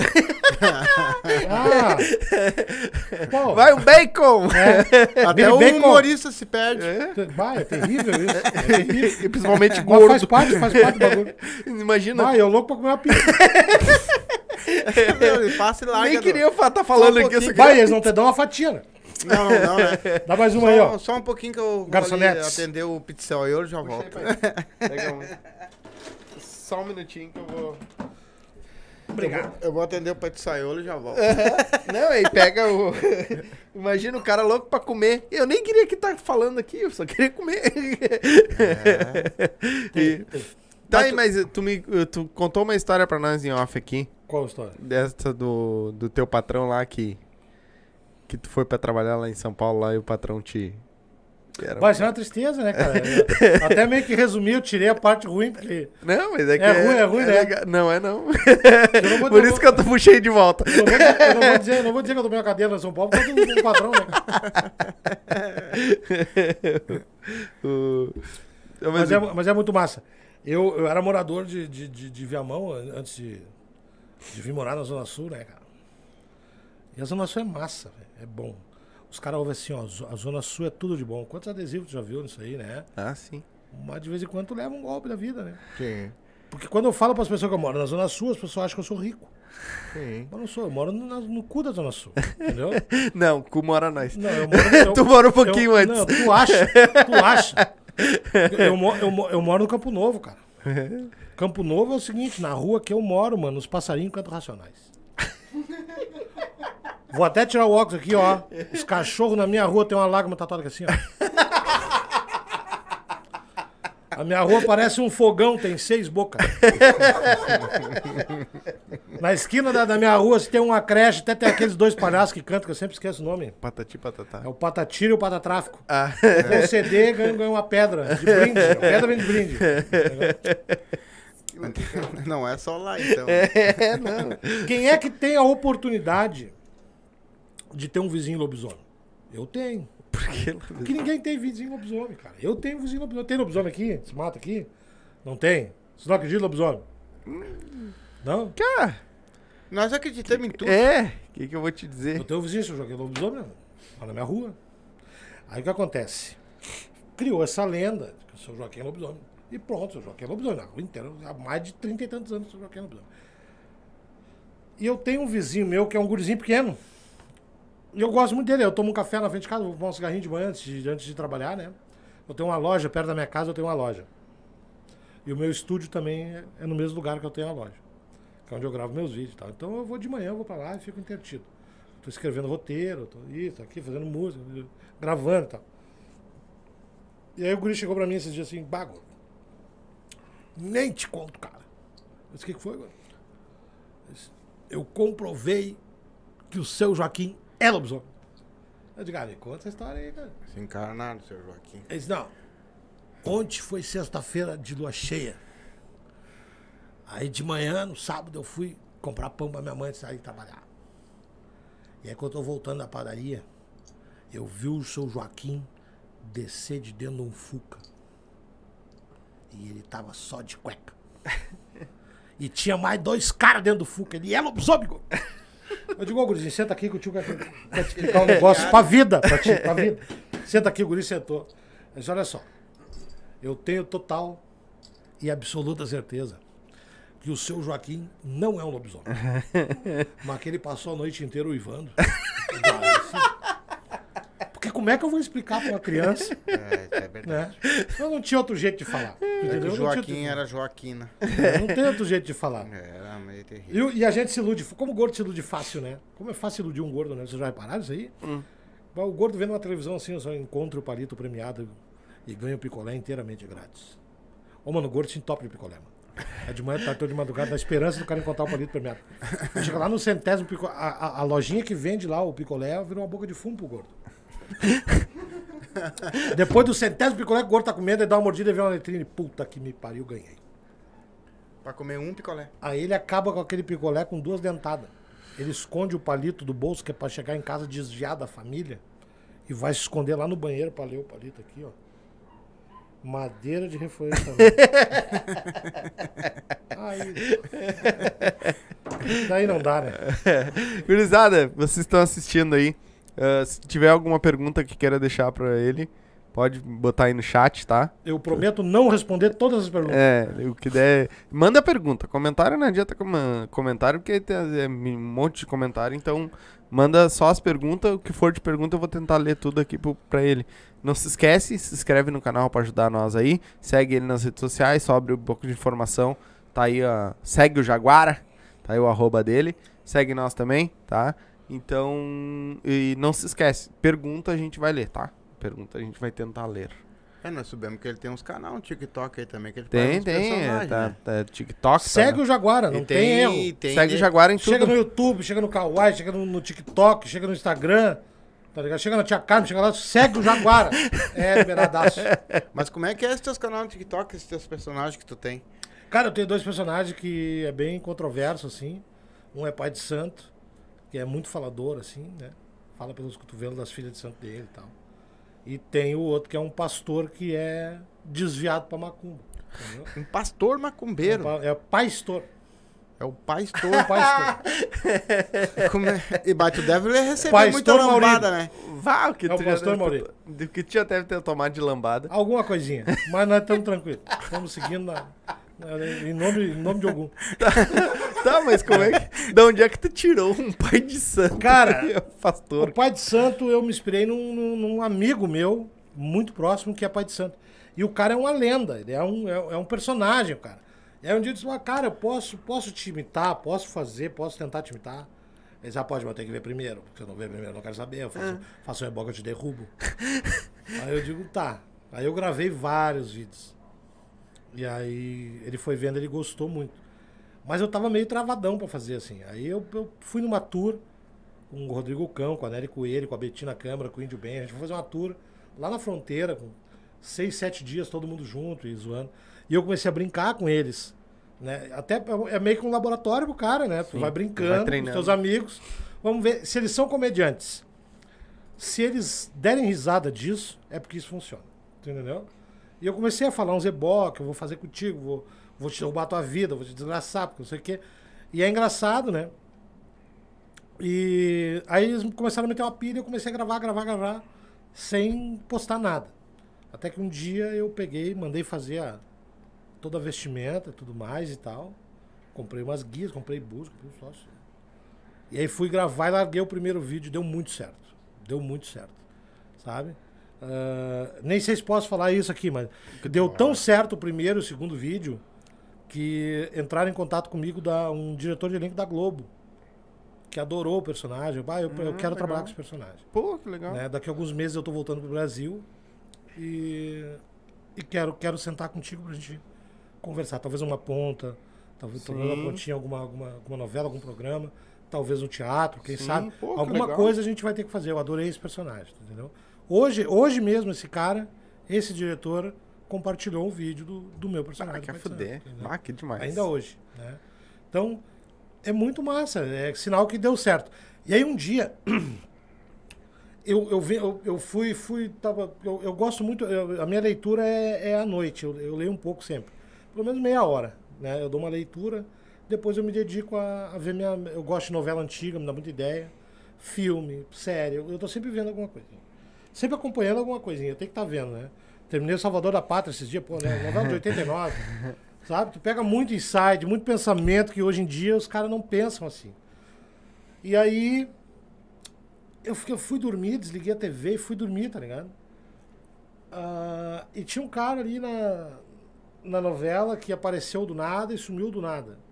ah! Pô, Vai o bacon! é, Até Billy o Bacon. humorista se perde. Vai, é terrível isso. É terrível. E principalmente Mas gordo. faz parte, faz parte do bagulho. Imagina. Vai, eu louco pra comer uma pizza. Meu, ele passa e larga. Nem do- queria estar tá falando Só um aqui. pouquinho. Essa Vai, eles não te dão uma fatia, né? Não, não, né? Dá mais uma aí, ó. Só, só um pouquinho que eu vou ali Garçonetes. atender o pizzel e eu já volto. Pega um. Só um minutinho que eu vou. Obrigado. Eu vou atender o pizzaiolo e já volto. Não, aí pega o. Imagina o cara louco pra comer. Eu nem queria que tá falando aqui, eu só queria comer. E- Tá aí, mas tu, me, tu contou uma história pra nós em off aqui. Qual a história? Dessa do, do teu patrão lá que. Que tu foi pra trabalhar lá em São Paulo lá e o patrão te. Era... Vai ser uma tristeza, né, cara? Eu até meio que resumi, eu tirei a parte ruim, porque. Não, mas é que. É ruim, é ruim, né? legal. Não, é não. Eu não vou, Por eu isso vou- que eu tô puxei de volta. eu não vou, dizer- eu não vou dizer, eu não vou dizer que eu tomei uma cadeira em São Paulo, porque eu tô com um padrão, né? O- Mas, Mas é, mas é muito massa. Eu, eu era morador de, de, de, de Viamão antes de, de vir morar na Zona Sul, né, cara? E a Zona Sul é massa, velho. É bom. Os caras ouvem assim, ó, zo- a Zona Sul é tudo de bom. Quantos adesivos tu já viu nisso aí, né? Ah, sim. Mas de vez em quando tu leva um golpe da vida, né? Sim, Porque quando eu falo pras pessoas que eu moro na Zona Sul, as pessoas acham que eu sou rico. sim. Mas não sou, eu moro no, no cu da Zona Sul, entendeu? Não, cu mora nós. Não, eu moro... Eu, Tu mora um pouquinho eu, antes. Não, tu acha, tu acha. Eu, eu, mo- eu, mo- eu moro no Campo Novo, cara. Campo Novo é o seguinte, na rua que eu moro, mano, os passarinhos cantam Racionais. Vou até tirar o óculos aqui, ó. Os cachorros na minha rua tem uma lágrima tatuada aqui assim, ó. A minha rua parece um fogão, tem seis bocas. Na esquina da, da minha rua, se tem uma creche, até tem aqueles dois palhaços que cantam, que eu sempre esqueço o nome. Patati patatá. É o Patatira e o Patatráfico. Ah. Com o C D, ganha, ganha uma pedra de brinde. A pedra vem de brinde. Não é só lá, então. É, não. Quem é que tem a oportunidade de ter um vizinho lobisomem? Eu tenho. Por que? Porque ninguém tem vizinho lobisomem, cara. Eu tenho vizinho lobisomem. Tem lobisomem aqui? Se mata aqui? Não tem? Você não acredita em lobisomem? Não? Cara, Nós acreditamos em tudo. é. O que, que eu vou te Eu dizer? tenho um vizinho, seu Joaquim lobisomem, lá na minha rua. Aí o que acontece? Criou essa lenda de que o seu Joaquim é lobisomem. E pronto, o seu Joaquim é lobisomem. Na rua inteira, há mais de trinta e tantos anos o seu Joaquim é lobisomem. E eu tenho um vizinho meu que é um gurizinho pequeno. E eu gosto muito dele. Eu tomo um café na frente de casa, vou fumar um cigarrinho de manhã antes de, antes de trabalhar, né? Eu tenho uma loja, perto da minha casa eu tenho uma loja. E o meu estúdio também é, é no mesmo lugar que eu tenho a loja. Que é onde eu gravo meus vídeos e tal. Então eu vou de manhã, eu vou pra lá e fico entretido. Tô escrevendo roteiro, tô isso, aqui, fazendo música, gravando e tal. E aí o guri chegou pra mim esses dias assim, bago. Nem te conto, cara. Eu disse, o que que foi, agora? Eu comprovei que o seu Joaquim é lobisomem. Eu digo, ah, me conta essa história aí, cara. Se encarnado, seu Joaquim. Ele disse, não. Ontem foi sexta-feira de lua cheia. Aí de manhã, no sábado, eu fui comprar pão pra minha mãe e sair trabalhar. E aí quando eu tô voltando da padaria, eu vi o seu Joaquim descer de dentro de um Fuca. E ele tava só de cueca. E tinha mais dois caras dentro do Fuca. Ele é lobisomem. Eu digo, ô, gurizinho, senta aqui que o tio quer, quer te explicar um negócio pra vida, pra ti, pra vida. Senta aqui, o guri sentou. Eu disse, olha só, eu tenho total e absoluta certeza que o seu Joaquim não é um lobisomem. Mas que ele passou a noite inteira uivando. Porque como é que eu vou explicar pra uma criança? É, é verdade. Né? Eu não tinha outro jeito de falar. É que Entendeu? o Eu não tinha Joaquim outro- era Joaquina. eu não tem outro jeito de falar. Era meio terrível. E, e a gente se ilude, como o gordo se ilude fácil, né? Como é fácil iludir um gordo, né? Vocês já repararam isso aí? Hum. O gordo vendo uma televisão assim, eu só encontra o palito premiado e ganha o picolé inteiramente grátis. Ô, mano, o gordo se entope de picolé, mano. É de manhã, tarde, de madrugada, na esperança do cara encontrar o palito premiado. Chega lá no centésimo picolé, a, a, a lojinha que vende lá o picolé virou uma boca de fumo pro gordo. Depois do centésimo picolé, o gordo tá com medo, ele dá uma mordida e vê uma letrina e puta que me pariu, ganhei. Pra comer um picolé. Aí ele acaba com aquele picolé com duas dentadas. Ele esconde o palito do bolso, que é pra chegar em casa desviar da família, e vai se esconder lá no banheiro pra ler o palito aqui, ó. Madeira de reflorestamento. Aí. Daí não dá, né? Gurizada, vocês estão assistindo aí. Uh, se tiver alguma pergunta que queira deixar pra ele, pode botar aí no chat, tá? Eu prometo não responder todas as perguntas. É, o que der. Manda pergunta. Comentário não adianta com- comentário, porque tem é, um monte de comentário. Então, manda só as perguntas. O que for de pergunta, eu vou tentar ler tudo aqui pro, pra ele. Não se esquece, se inscreve no canal pra ajudar nós aí. Segue ele nas redes sociais, sobre um pouco de informação. Tá aí, ó. Segue o Jaguara. Tá aí o arroba dele. Segue nós também, tá? Então, e não se esquece. Pergunta a gente vai ler, tá? Pergunta a gente vai tentar ler. É, nós soubemos que ele tem uns canais, um TikTok aí também, que ele Tem, faz uns tem. É, personagens, tá, né? tá, TikTok. Segue tá, o Jaguara, não E tem, erro. tem Segue de- o Jaguara em tudo. Chega no YouTube, chega no Kawaii, chega no, no TikTok, chega no Instagram, tá ligado? Chega na Tia Carmen, chega lá, segue o Jaguara. É, liberadaço. Mas como é que é esses teus canais no TikTok, esses teus personagens que tu tem? Cara, eu tenho dois personagens que é bem controverso, assim. Um é pai de santo, que é muito falador, assim, né? Fala pelos cotovelos das filhas de santo dele e tal. E tem o outro que é um pastor que é desviado pra macumba. Entendeu? Um pastor macumbeiro. É o pastor. É o pastor. Pastor. Como é? E bate o Devil ele recebeu Pastor muita lambada, Maurílio. né? Vá, o que É o tu pastor já deve Maurício. ter, do que tu já deve ter tomado de lambada. Alguma coisinha. Mas nós estamos tranquilos. Estamos seguindo na, na- em, nome, em nome de algum. Tá, mas como é que. Da onde é que tu tirou um pai de santo? Cara, O pastor. pai de santo, eu me inspirei num, num- num amigo meu, muito próximo, que é pai de santo. E o cara é uma lenda, ele é um, é, é um personagem, cara. E aí um dia eu disse, ah, cara, eu posso, posso te imitar, posso fazer, posso tentar te imitar. Ele disse, ah, pode, mas tem que ver primeiro. Porque se eu não ver primeiro, eu não quero saber. Eu faço, faço um reboque, eu te derrubo. Aí eu digo, tá. Aí eu gravei vários vídeos. E aí ele foi vendo, ele gostou muito. Mas eu tava meio travadão pra fazer, assim. Aí eu, eu fui numa tour com o Rodrigo Cão, com a Nery Coelho, com a Betina Câmara, com o Índio Bem. A gente foi fazer uma tour lá na fronteira, com seis, sete dias, todo mundo junto e zoando. E eu comecei a brincar com eles. Né? Até é meio que um laboratório pro cara, né? Tu Sim, vai brincando vai com os teus amigos. Vamos ver se eles são comediantes. Se eles derem risada disso, é porque isso funciona. Tu entendeu? E eu comecei a falar uns ebó que eu vou fazer contigo, vou, vou te roubar a tua vida, vou te desgraçar, porque não sei o quê. E é engraçado, né? E aí eles começaram a meter uma pilha, eu comecei a gravar, gravar, gravar, sem postar nada. Até que um dia eu peguei, mandei fazer a, toda a vestimenta, tudo mais e tal. Comprei umas guias, comprei bus, comprei um sócio. E aí fui gravar e larguei o primeiro vídeo, deu muito certo. Deu muito certo, sabe? Uh, nem sei se posso falar isso aqui, mas deu tão certo o primeiro e o segundo vídeo que entraram em contato comigo da, um diretor de elenco da Globo, que adorou o personagem. Ah, eu, hum, eu quero legal. trabalhar com esse personagem. Pô, que legal. Né? Daqui a alguns meses eu tô voltando pro Brasil e, e quero, quero sentar contigo pra gente conversar. Talvez uma ponta, talvez, talvez uma pontinha, alguma, alguma, alguma novela, algum programa. Talvez no teatro, quem Sim, sabe. pô, Alguma coisa a gente vai ter que fazer. Eu adorei esse personagem, entendeu? Hoje, hoje mesmo, esse cara, esse diretor, compartilhou um vídeo do, do meu personagem. Ah, quer fuder. Ah, que demais. Ainda hoje, né? Então, é muito massa. É sinal que deu certo. E aí, um dia, eu, eu, vi, eu, eu fui... fui tava, eu, eu gosto muito... Eu, a minha leitura é, é à noite. Eu, eu leio um pouco sempre. Pelo menos meia hora, né? Eu dou uma leitura... Depois eu me dedico a, a ver minha... Eu gosto de novela antiga, me dá muita ideia. Filme, série. Eu, eu tô sempre vendo alguma coisinha. Sempre acompanhando alguma coisinha. Eu tenho que estar tá vendo, né? Terminei o Salvador da Pátria esses dias, pô, né? Novela de oitenta e nove. Sabe? Tu pega muito insight, muito pensamento que hoje em dia os caras não pensam assim. E aí... Eu, fiquei, eu fui dormir, desliguei a T V e fui dormir, tá ligado? Uh, e tinha um cara ali na, na novela que apareceu do nada e sumiu do nada.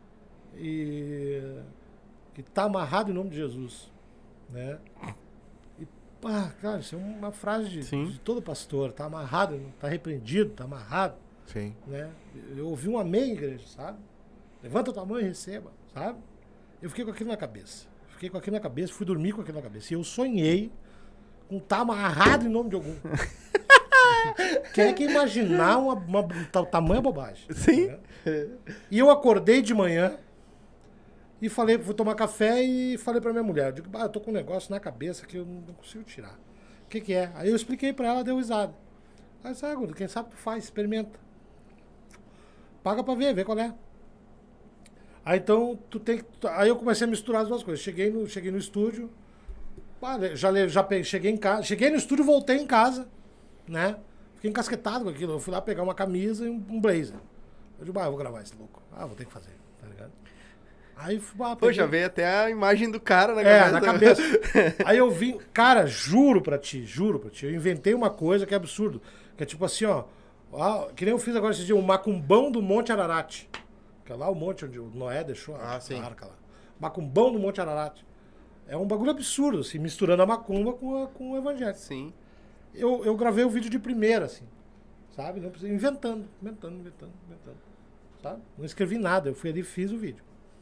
E que tá amarrado em nome de Jesus, né? E pá, cara, isso é uma frase de, de todo pastor, tá amarrado, tá repreendido, tá amarrado. Sim. Né? Eu ouvi um amém, igreja, sabe? Levanta tua mão e receba, sabe? Eu fiquei com aquilo na cabeça. Fiquei com aquilo na cabeça, fui dormir com aquilo na cabeça. E eu sonhei com tá amarrado em nome de algum. Quem é que imaginar uma, uma, uma tamanha bobagem? Sim. Né? E eu acordei de manhã e falei, fui tomar café e falei pra minha mulher, eu digo, ah, eu tô com um negócio na cabeça que eu não consigo tirar. O que que é? Aí eu expliquei pra ela, deu risada. Aí disse, ah, Guto, quem sabe tu faz, experimenta. Paga pra ver, vê qual é. Aí então, tu tem que... Aí eu comecei a misturar as duas coisas. Cheguei no, cheguei no estúdio, já, já peguei, cheguei em casa, cheguei no estúdio, voltei em casa, né? Fiquei encasquetado com aquilo. Eu fui lá pegar uma camisa e um, um blazer. Eu digo, ah, eu vou gravar esse louco. Ah, vou ter que fazer, tá ligado? Aí, ah, Pô, já veio até a imagem do cara na é, cabeça. na cabeça. Aí eu vim, cara, juro pra ti, juro pra ti, eu inventei uma coisa que é absurdo. Que é tipo assim, ó, ó que nem eu fiz agora esses dias, o macumbão do Monte Ararat. Que é lá o monte onde o Noé deixou a, ah, sim. a arca lá. Macumbão do Monte Ararat. É um bagulho absurdo, assim, misturando a macumba com, a, com o evangelho. Sim. Eu, eu gravei o vídeo de primeira, assim, sabe? Não precisei, inventando, inventando, inventando, inventando, sabe? Não escrevi nada, eu fui ali e fiz o vídeo.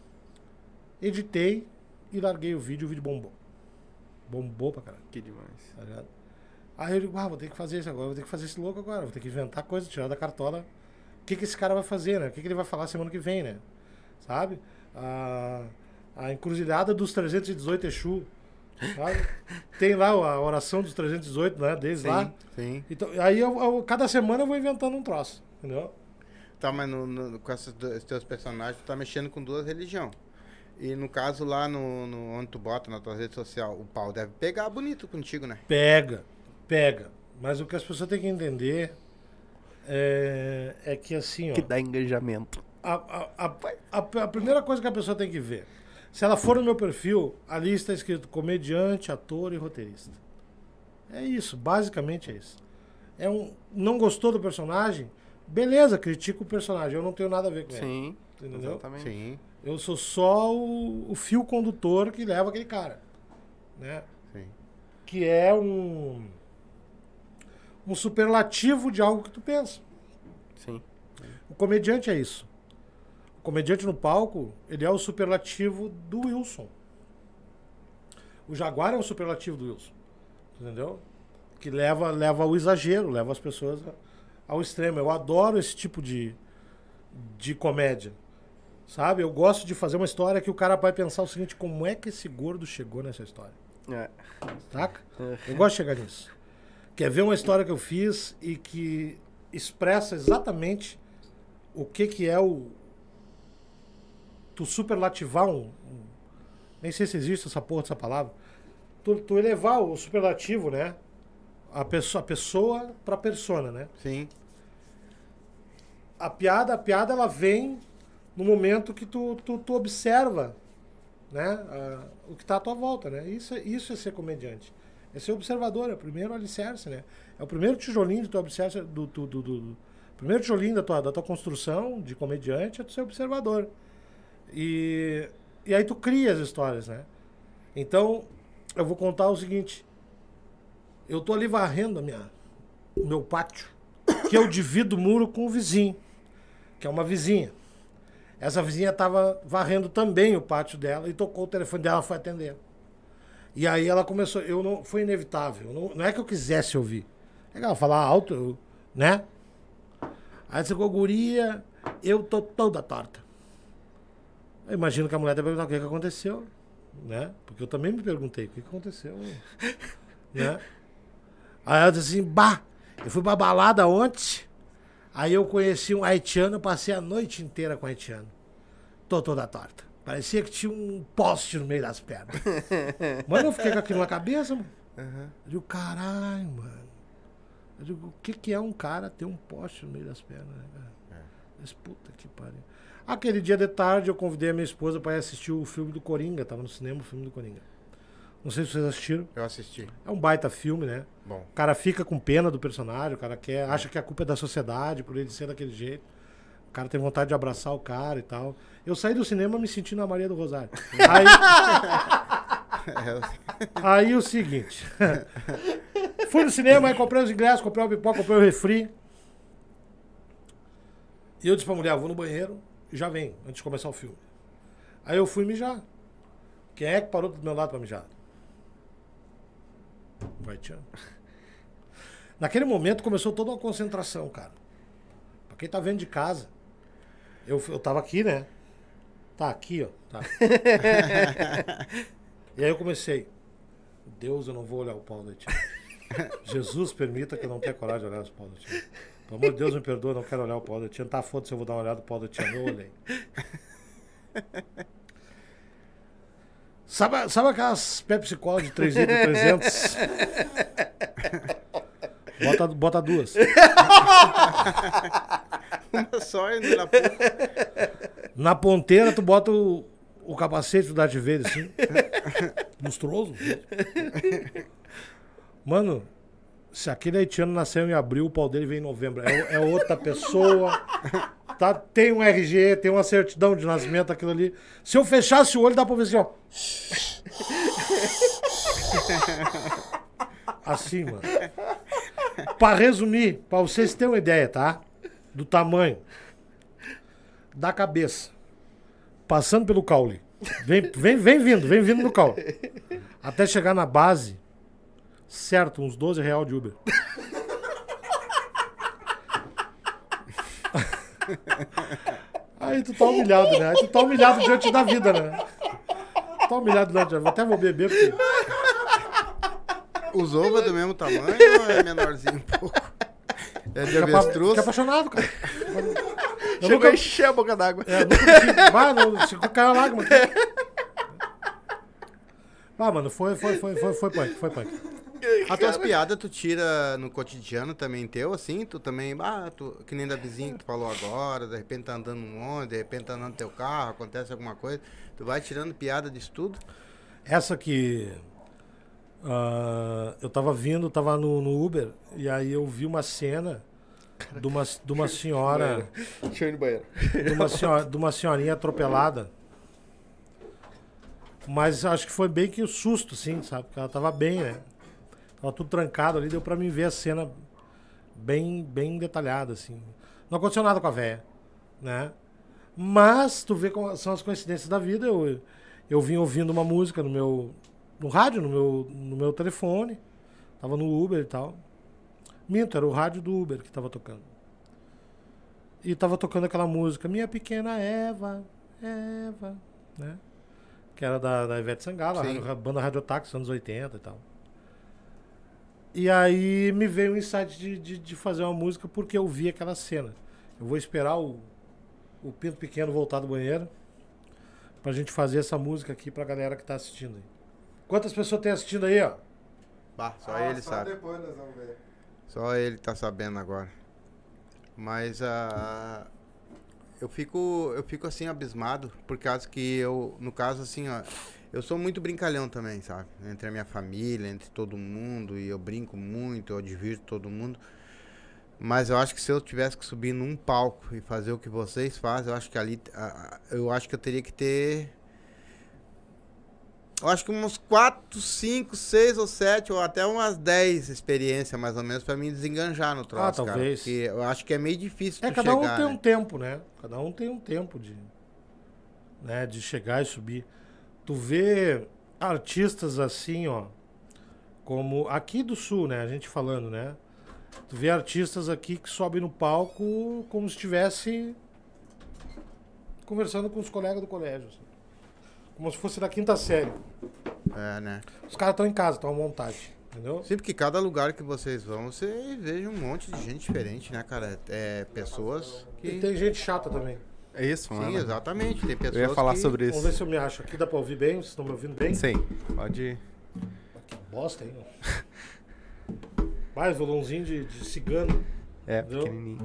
Editei e larguei o vídeo, o vídeo bombou. Bombou pra caralho. Que demais. Tá ligado? Aí eu digo, ah, vou ter que fazer isso agora, vou ter que fazer esse louco agora, vou ter que inventar coisa, tirar da cartola. O que que esse cara vai fazer, né? O que que ele vai falar semana que vem, né? Sabe? A, a encruzilhada dos trezentos e dezoito Exu. Sabe? Tem lá a oração dos trezentos e dezoito, né? Deles sim, lá. Sim. Então, aí eu, eu, cada semana eu vou inventando um troço, entendeu? Tá, mas no, no, com esses, esses teus personagens, tu tá mexendo com duas religiões. E no caso lá no, no onde tu bota na tua rede social, o pau deve pegar bonito contigo, né? Pega, pega. Mas o que as pessoas têm que entender é, é que assim, ó. Que dá engajamento. A, a, a, a, a primeira coisa que a pessoa tem que ver. Se ela for no meu perfil, ali está escrito comediante, ator e roteirista. É isso, basicamente é isso. É um, não gostou do personagem? Beleza, critica o personagem. Eu não tenho nada a ver com ele. Sim, entendeu? Exatamente. Sim. Eu sou só o, o fio condutor que leva aquele cara, né? Sim. Que é um um superlativo de algo que tu pensa. Sim. O comediante é isso. O comediante no palco, ele é o superlativo do Wilson. O Jaguar é o superlativo do Wilson. Entendeu? Que leva, leva ao exagero, leva as pessoas ao extremo. Eu adoro esse tipo de, de comédia. Sabe? Eu gosto de fazer uma história que o cara vai pensar o seguinte: como é que esse gordo chegou nessa história? É. Saca? Eu gosto de chegar nisso. Quer ver uma história que eu fiz e que expressa exatamente o que que é o... Tu superlativar um... um nem sei se existe essa porra dessa palavra. Tu, tu elevar o superlativo, né? A pessoa, a pessoa pra persona, né? Sim. A piada, a piada, ela vem no momento que tu, tu, tu observa, né? A, o que tá à tua volta, né? Isso, é- isso é ser comediante. É ser observador, é o primeiro alicerce, né? É o primeiro tijolinho do teu alicerce, do, do, do, do- do- primeiro tijolinho da tua, da tua construção de comediante é tu ser observador. E, e aí tu cria as histórias, né? Então, eu vou contar o seguinte. Eu tô ali varrendo a minha, o meu pátio, que eu divido o muro com o vizinho, que é uma vizinha. Essa vizinha tava varrendo também o pátio dela e tocou o telefone dela, foi atender. E aí ela começou, eu não, foi inevitável, não, não é que eu quisesse ouvir. É que ela falar alto, eu, né? Aí você chegou, guria, eu tô toda torta. Eu imagino que a mulher deve perguntar o que que aconteceu, né? Porque eu também me perguntei, o que que aconteceu, né? Aí ela disse assim, bah, eu fui pra balada ontem, aí eu conheci um haitiano, eu passei a noite inteira com o haitiano. Tô toda torta. Parecia que tinha um poste no meio das pernas. Mano, eu fiquei com aquilo na cabeça, mano. Uhum. Eu digo, caralho, mano. Eu digo, o que que é um cara ter um poste no meio das pernas, né, cara? Mas puta que pariu. Aquele dia de tarde eu convidei a minha esposa pra ir assistir o filme do Coringa. Tava no cinema o filme do Coringa. Não sei se vocês assistiram. Eu assisti. É um baita filme, né? Bom. O cara fica com pena do personagem, o cara quer, acha que a culpa é da sociedade por ele ser daquele jeito. O cara tem vontade de abraçar o cara e tal. Eu saí do cinema me sentindo a Maria do Rosário. Aí, aí o seguinte. Fui no cinema, aí comprei os ingressos, comprei o pipoca, comprei o refri. E eu disse pra mulher, eu vou no banheiro e já venho, antes de começar o filme. Aí eu fui mijar. Quem é que parou do meu lado pra mijar? Vai, tchau. Naquele momento começou toda uma concentração, cara. Pra quem tá vendo de casa. Eu, eu tava aqui, né? Tá aqui, ó. Tá. E aí eu comecei. Deus, eu não vou olhar o pau da tia. Jesus permita que eu não tenha coragem de olhar os pau da tia. Pelo amor de Deus, me perdoa, eu não quero olhar o pau da tia. Tá, foda-se, eu vou dar uma olhada no pau da tia. Eu olhei. Sabe, sabe aquelas Pepsi Cola de três litros e trezentos? Bota, bota duas. Uma só e na ponta. Na ponteira, tu bota o, o capacete do Darth Vader, assim. Lustroso. Mano, se aquele haitiano nasceu em abril, o pau dele vem em novembro. É, é outra pessoa. Tá? Tem um R G, tem uma certidão de nascimento, aquilo ali. Se eu fechasse o olho, dá pra ver assim, ó. Assim, mano. Pra resumir, pra vocês terem uma ideia, tá? Do tamanho da cabeça. Passando pelo caule. Vem, vem, vem vindo, vem vindo no caule. Até chegar na base, certo, uns doze real de Uber. Aí tu tá humilhado, né? Aí tu tá humilhado diante da vida, né? Tá humilhado diante da vida. Até vou beber porque... Os ovos é do mesmo tamanho ou é menorzinho um pouco? É de avestruz? Fiquei apaixonado, cara. Eu Chegou nunca- a encher a boca d'água. É, nunca mexi. Bah, não, se caiu a lágrima aqui. Ah, mano, foi, foi, foi, foi, foi punk, foi punk. As tuas piadas tu tira no cotidiano também teu, assim? Tu também, ah, tu, que nem da vizinha que tu falou agora, de repente tá andando um monte, de repente tá andando no teu carro, acontece alguma coisa, tu vai tirando piada disso tudo? Essa que... ah, eu tava vindo, tava no, no Uber, e aí eu vi uma cena de uma, de uma senhora... Deixa eu ir no banheiro. de uma, senhora, de uma senhorinha atropelada. Mas acho que foi bem que o susto, assim, sabe? Porque ela tava bem, né? Tava tudo trancado ali, deu pra mim ver a cena bem, bem detalhada, assim. Não aconteceu nada com a véia, né? Mas, tu vê como são as coincidências da vida. Eu, eu vim ouvindo uma música no meu... No rádio, no meu, no meu telefone. Tava no Uber e tal. Minto, era o rádio do Uber que tava tocando. E tava tocando aquela música, Minha Pequena Eva, Eva, né? Que era da, da Ivete Sangalo, a, a banda Radiotáxi, anos oitenta e tal. E aí me veio o insight de, de, de fazer uma música porque eu vi aquela cena. Eu vou esperar o, o Pinto Pequeno voltar do banheiro pra gente fazer essa música aqui pra galera que tá assistindo aí. Quantas pessoas tem assistindo aí, ó? Bah, só Ah, ele só sabe. depois nós vamos ver. Só ele tá sabendo agora. Mas uh, eu fico eu fico assim abismado por causa que eu, no caso assim, ó, eu sou muito brincalhão também, sabe? Entre a minha família, entre todo mundo, e eu brinco muito, eu divirto todo mundo. Mas eu acho que se eu tivesse que subir num palco e fazer o que vocês fazem, eu acho que ali uh, eu acho que eu teria que ter eu acho que uns quatro, cinco, seis ou sete, ou até umas dez experiências, mais ou menos, pra me desenganjar no troço, Ah, talvez. cara. Porque eu acho que é meio difícil É, tu cada chegar, um tem né? um tempo, né? Cada um tem um tempo de, né, de chegar e subir. Tu vê artistas assim, ó, como aqui do Sul, né? A gente falando, né? Tu vê artistas aqui que sobem no palco como se estivesse conversando com os colegas do colégio, assim. Como se fosse da quinta série. É, né? Os caras estão em casa, estão à vontade, entendeu? Sempre que cada lugar que vocês vão, você veja um monte de gente diferente, né, cara? É, pessoas que... E tem gente chata também. É isso, mano? Sim, exatamente. Tem pessoas Eu ia falar que... sobre Vamos ver isso. se eu me acho. Aqui dá pra ouvir bem? Vocês estão me ouvindo bem? Sim, pode... Que bosta, hein? Mais violãozinho de, de cigano. É, Entendeu? pequenininho.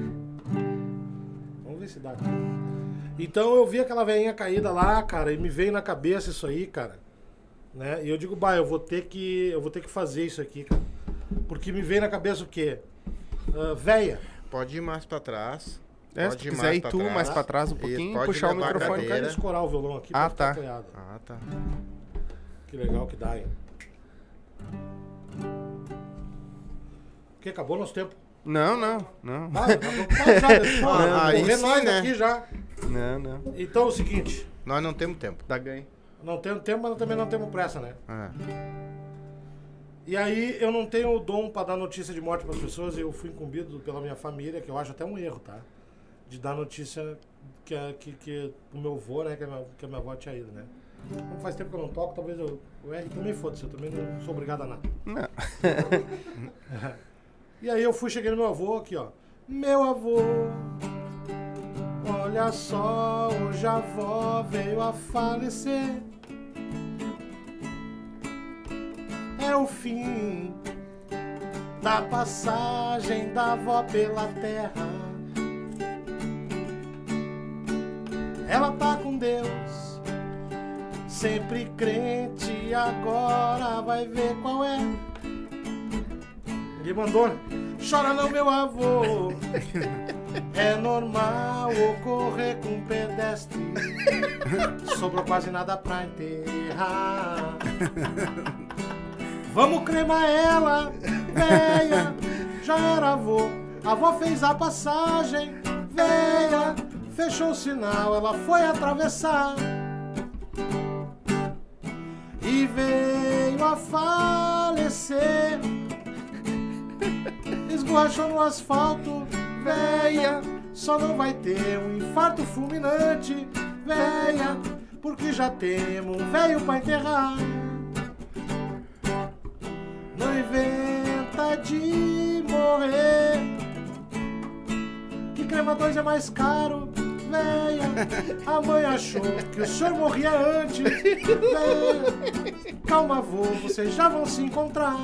Vamos ver se dá aqui. Então eu vi aquela velhinha caída lá, cara, e me veio na cabeça isso aí, cara. Né? E eu digo, bah, eu vou ter que, eu vou ter que fazer isso aqui, cara. Porque me veio na cabeça o quê? Uh, véia. Pode ir mais pra trás. É, se pode tu quiser ir tu mais pra trás um Isso, pouquinho e pode puxar o levar a Eu microfone. quero cadeira. escorar o violão aqui Ah, pra ficar tá. apoiado. Ah, tá. Que legal que dá, hein? Que acabou nosso tempo. Não, não, não. Ah, acabou. Ah, já, pô, Ah, aí correr sim, nós né? aqui já. Não, não. Então é o seguinte, Nós não temos tempo. Dá ganho. não temos tempo, mas também não temos pressa, né? É. E aí eu não tenho o dom pra dar notícia de morte pras pessoas, e eu fui incumbido pela minha família, que eu acho até um erro, tá? De dar notícia que, a- que, que o meu avô, né, que a minha, que a minha avó tinha ido, né? Como faz tempo que eu não toco, talvez eu, eu erre também, foda-se, eu também não sou obrigado a nada. Não. E aí eu fui, cheguei no meu avô aqui, ó. Meu avô, olha só, hoje a avó veio a falecer. É o fim da passagem da avó pela terra. Ela tá com Deus, sempre crente, agora vai ver qual é. Ele mandou, né? Chora não, meu avô. É normal ocorrer com pedestre. Sobrou quase nada pra enterrar. Vamos cremar ela, véia. Já era avô. A avó fez a passagem, véia. Fechou o sinal, ela foi atravessar. E veio a falecer. Esborrachou no asfalto, véia. Só não vai ter um infarto fulminante, véia, porque já temos um velho pra enterrar. Não inventa de morrer, que crema dois é mais caro, véia. A mãe achou que o senhor morria antes, véia. Calma, vô, vocês já vão se encontrar.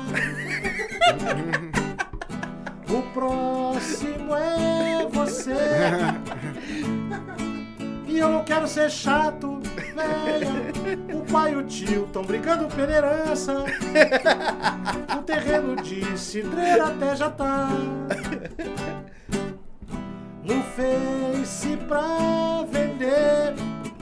O próximo é você. E eu não quero ser chato, véia. O pai e o tio tão brigando pela herança. O terreno de cidreira até já tá no Face pra vender.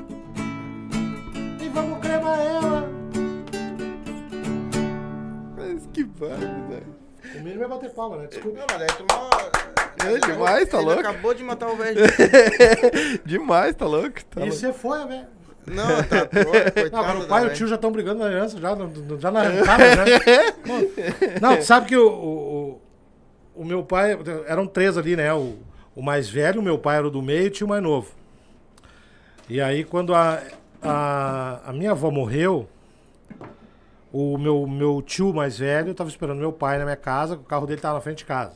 E vamos cremar ela. Mas que barba, velho. O mínimo é bater palma, né? Desculpa. Não, mas daí tu mal... É demais, tá Ele louco? acabou de matar o velho. Demais, tá louco? Tá E louco. você foi, velho. Não, tá doido, coitado. Não, agora o da pai e o velha. tio já estão brigando na herança, já, não- não- já na arrancada, né? Não, tu sabe que o, o, o- o meu pai, eram três ali, né? O, o mais velho, o meu pai era o do meio e o tio mais novo. E aí, quando a, a, a minha avó morreu, o meu, meu tio mais velho tava esperando meu pai na minha casa, o carro dele tava na frente de casa.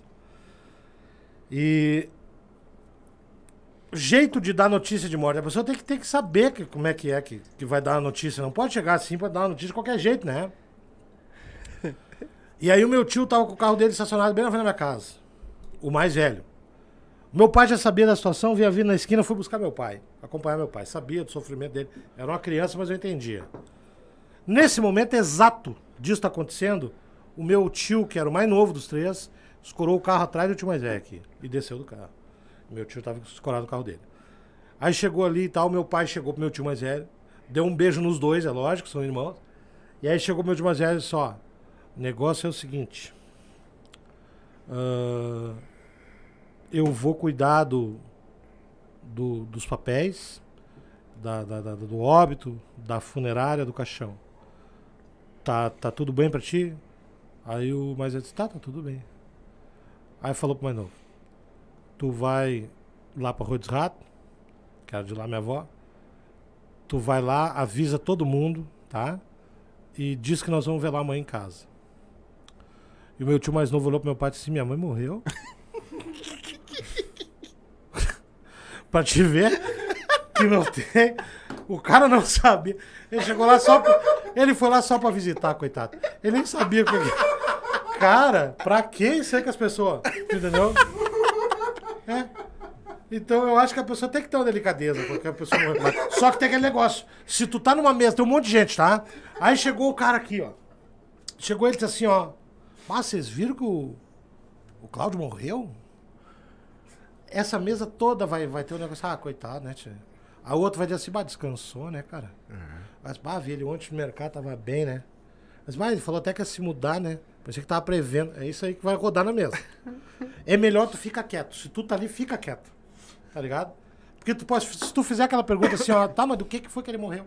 E o jeito de dar notícia de morte, a pessoa tem que, tem que saber que, como é que é que, que vai dar a notícia. Não pode chegar assim pra dar uma notícia de qualquer jeito, né? E aí o meu tio tava com o carro dele estacionado bem na frente da minha casa. O mais velho. Meu pai já sabia da situação, via vir na esquina, fui buscar meu pai, acompanhar meu pai. Sabia do sofrimento dele. Era uma criança, mas eu entendia. Nesse momento exato disso tá acontecendo, o meu tio, que era o mais novo dos três, escorou o carro atrás do tio mais velho aqui e desceu do carro. Meu tio tava escorado o carro dele. Aí chegou ali e tal, meu pai chegou pro meu tio mais velho, deu um beijo nos dois, é lógico, são irmãos. E aí chegou meu tio mais velho e disse, ó, o negócio é o seguinte, ah, eu vou cuidar do, do- dos papéis, da, da- da- do óbito, da funerária, do caixão. Tá, tá tudo bem pra ti? Aí o mais velho disse, tá, tá tudo bem. Aí falou pro mais novo, tu vai lá pra Rua dos Ratos, que era de lá minha avó, tu vai lá, avisa todo mundo, tá? E diz que nós vamos velar amanhã em casa. E o meu tio mais novo olhou pro meu pai e disse, minha mãe morreu? Pra te ver que não tem. O cara não sabia. Ele chegou lá só pra... Ele foi lá só pra visitar, coitado. Ele nem sabia o que... Cara, pra que isso aí que as pessoas... Entendeu? É. Então eu acho que a pessoa tem que ter uma delicadeza, porque a pessoa morreu. Mas- Só que tem aquele negócio. Se tu tá numa mesa, tem um monte de gente, tá? Aí chegou o cara aqui, ó. Chegou ele e disse assim, ó. Mas vocês viram que o, o Cláudio morreu? Essa mesa toda vai, vai ter um negócio. Ah, coitado, né, tia? A outra vai dizer assim, bah, descansou, né, cara? Mas, bah, vi ele ontem no mercado, tava bem, né? Mas, bah, ele falou até que ia se mudar, né? Pensei que tava prevendo. É isso aí que vai rodar na mesa. É melhor tu ficar quieto. Se tu tá ali, fica quieto. Tá ligado? Porque tu pode, se tu fizer aquela pergunta assim, ó, tá, mas do que que foi que ele morreu?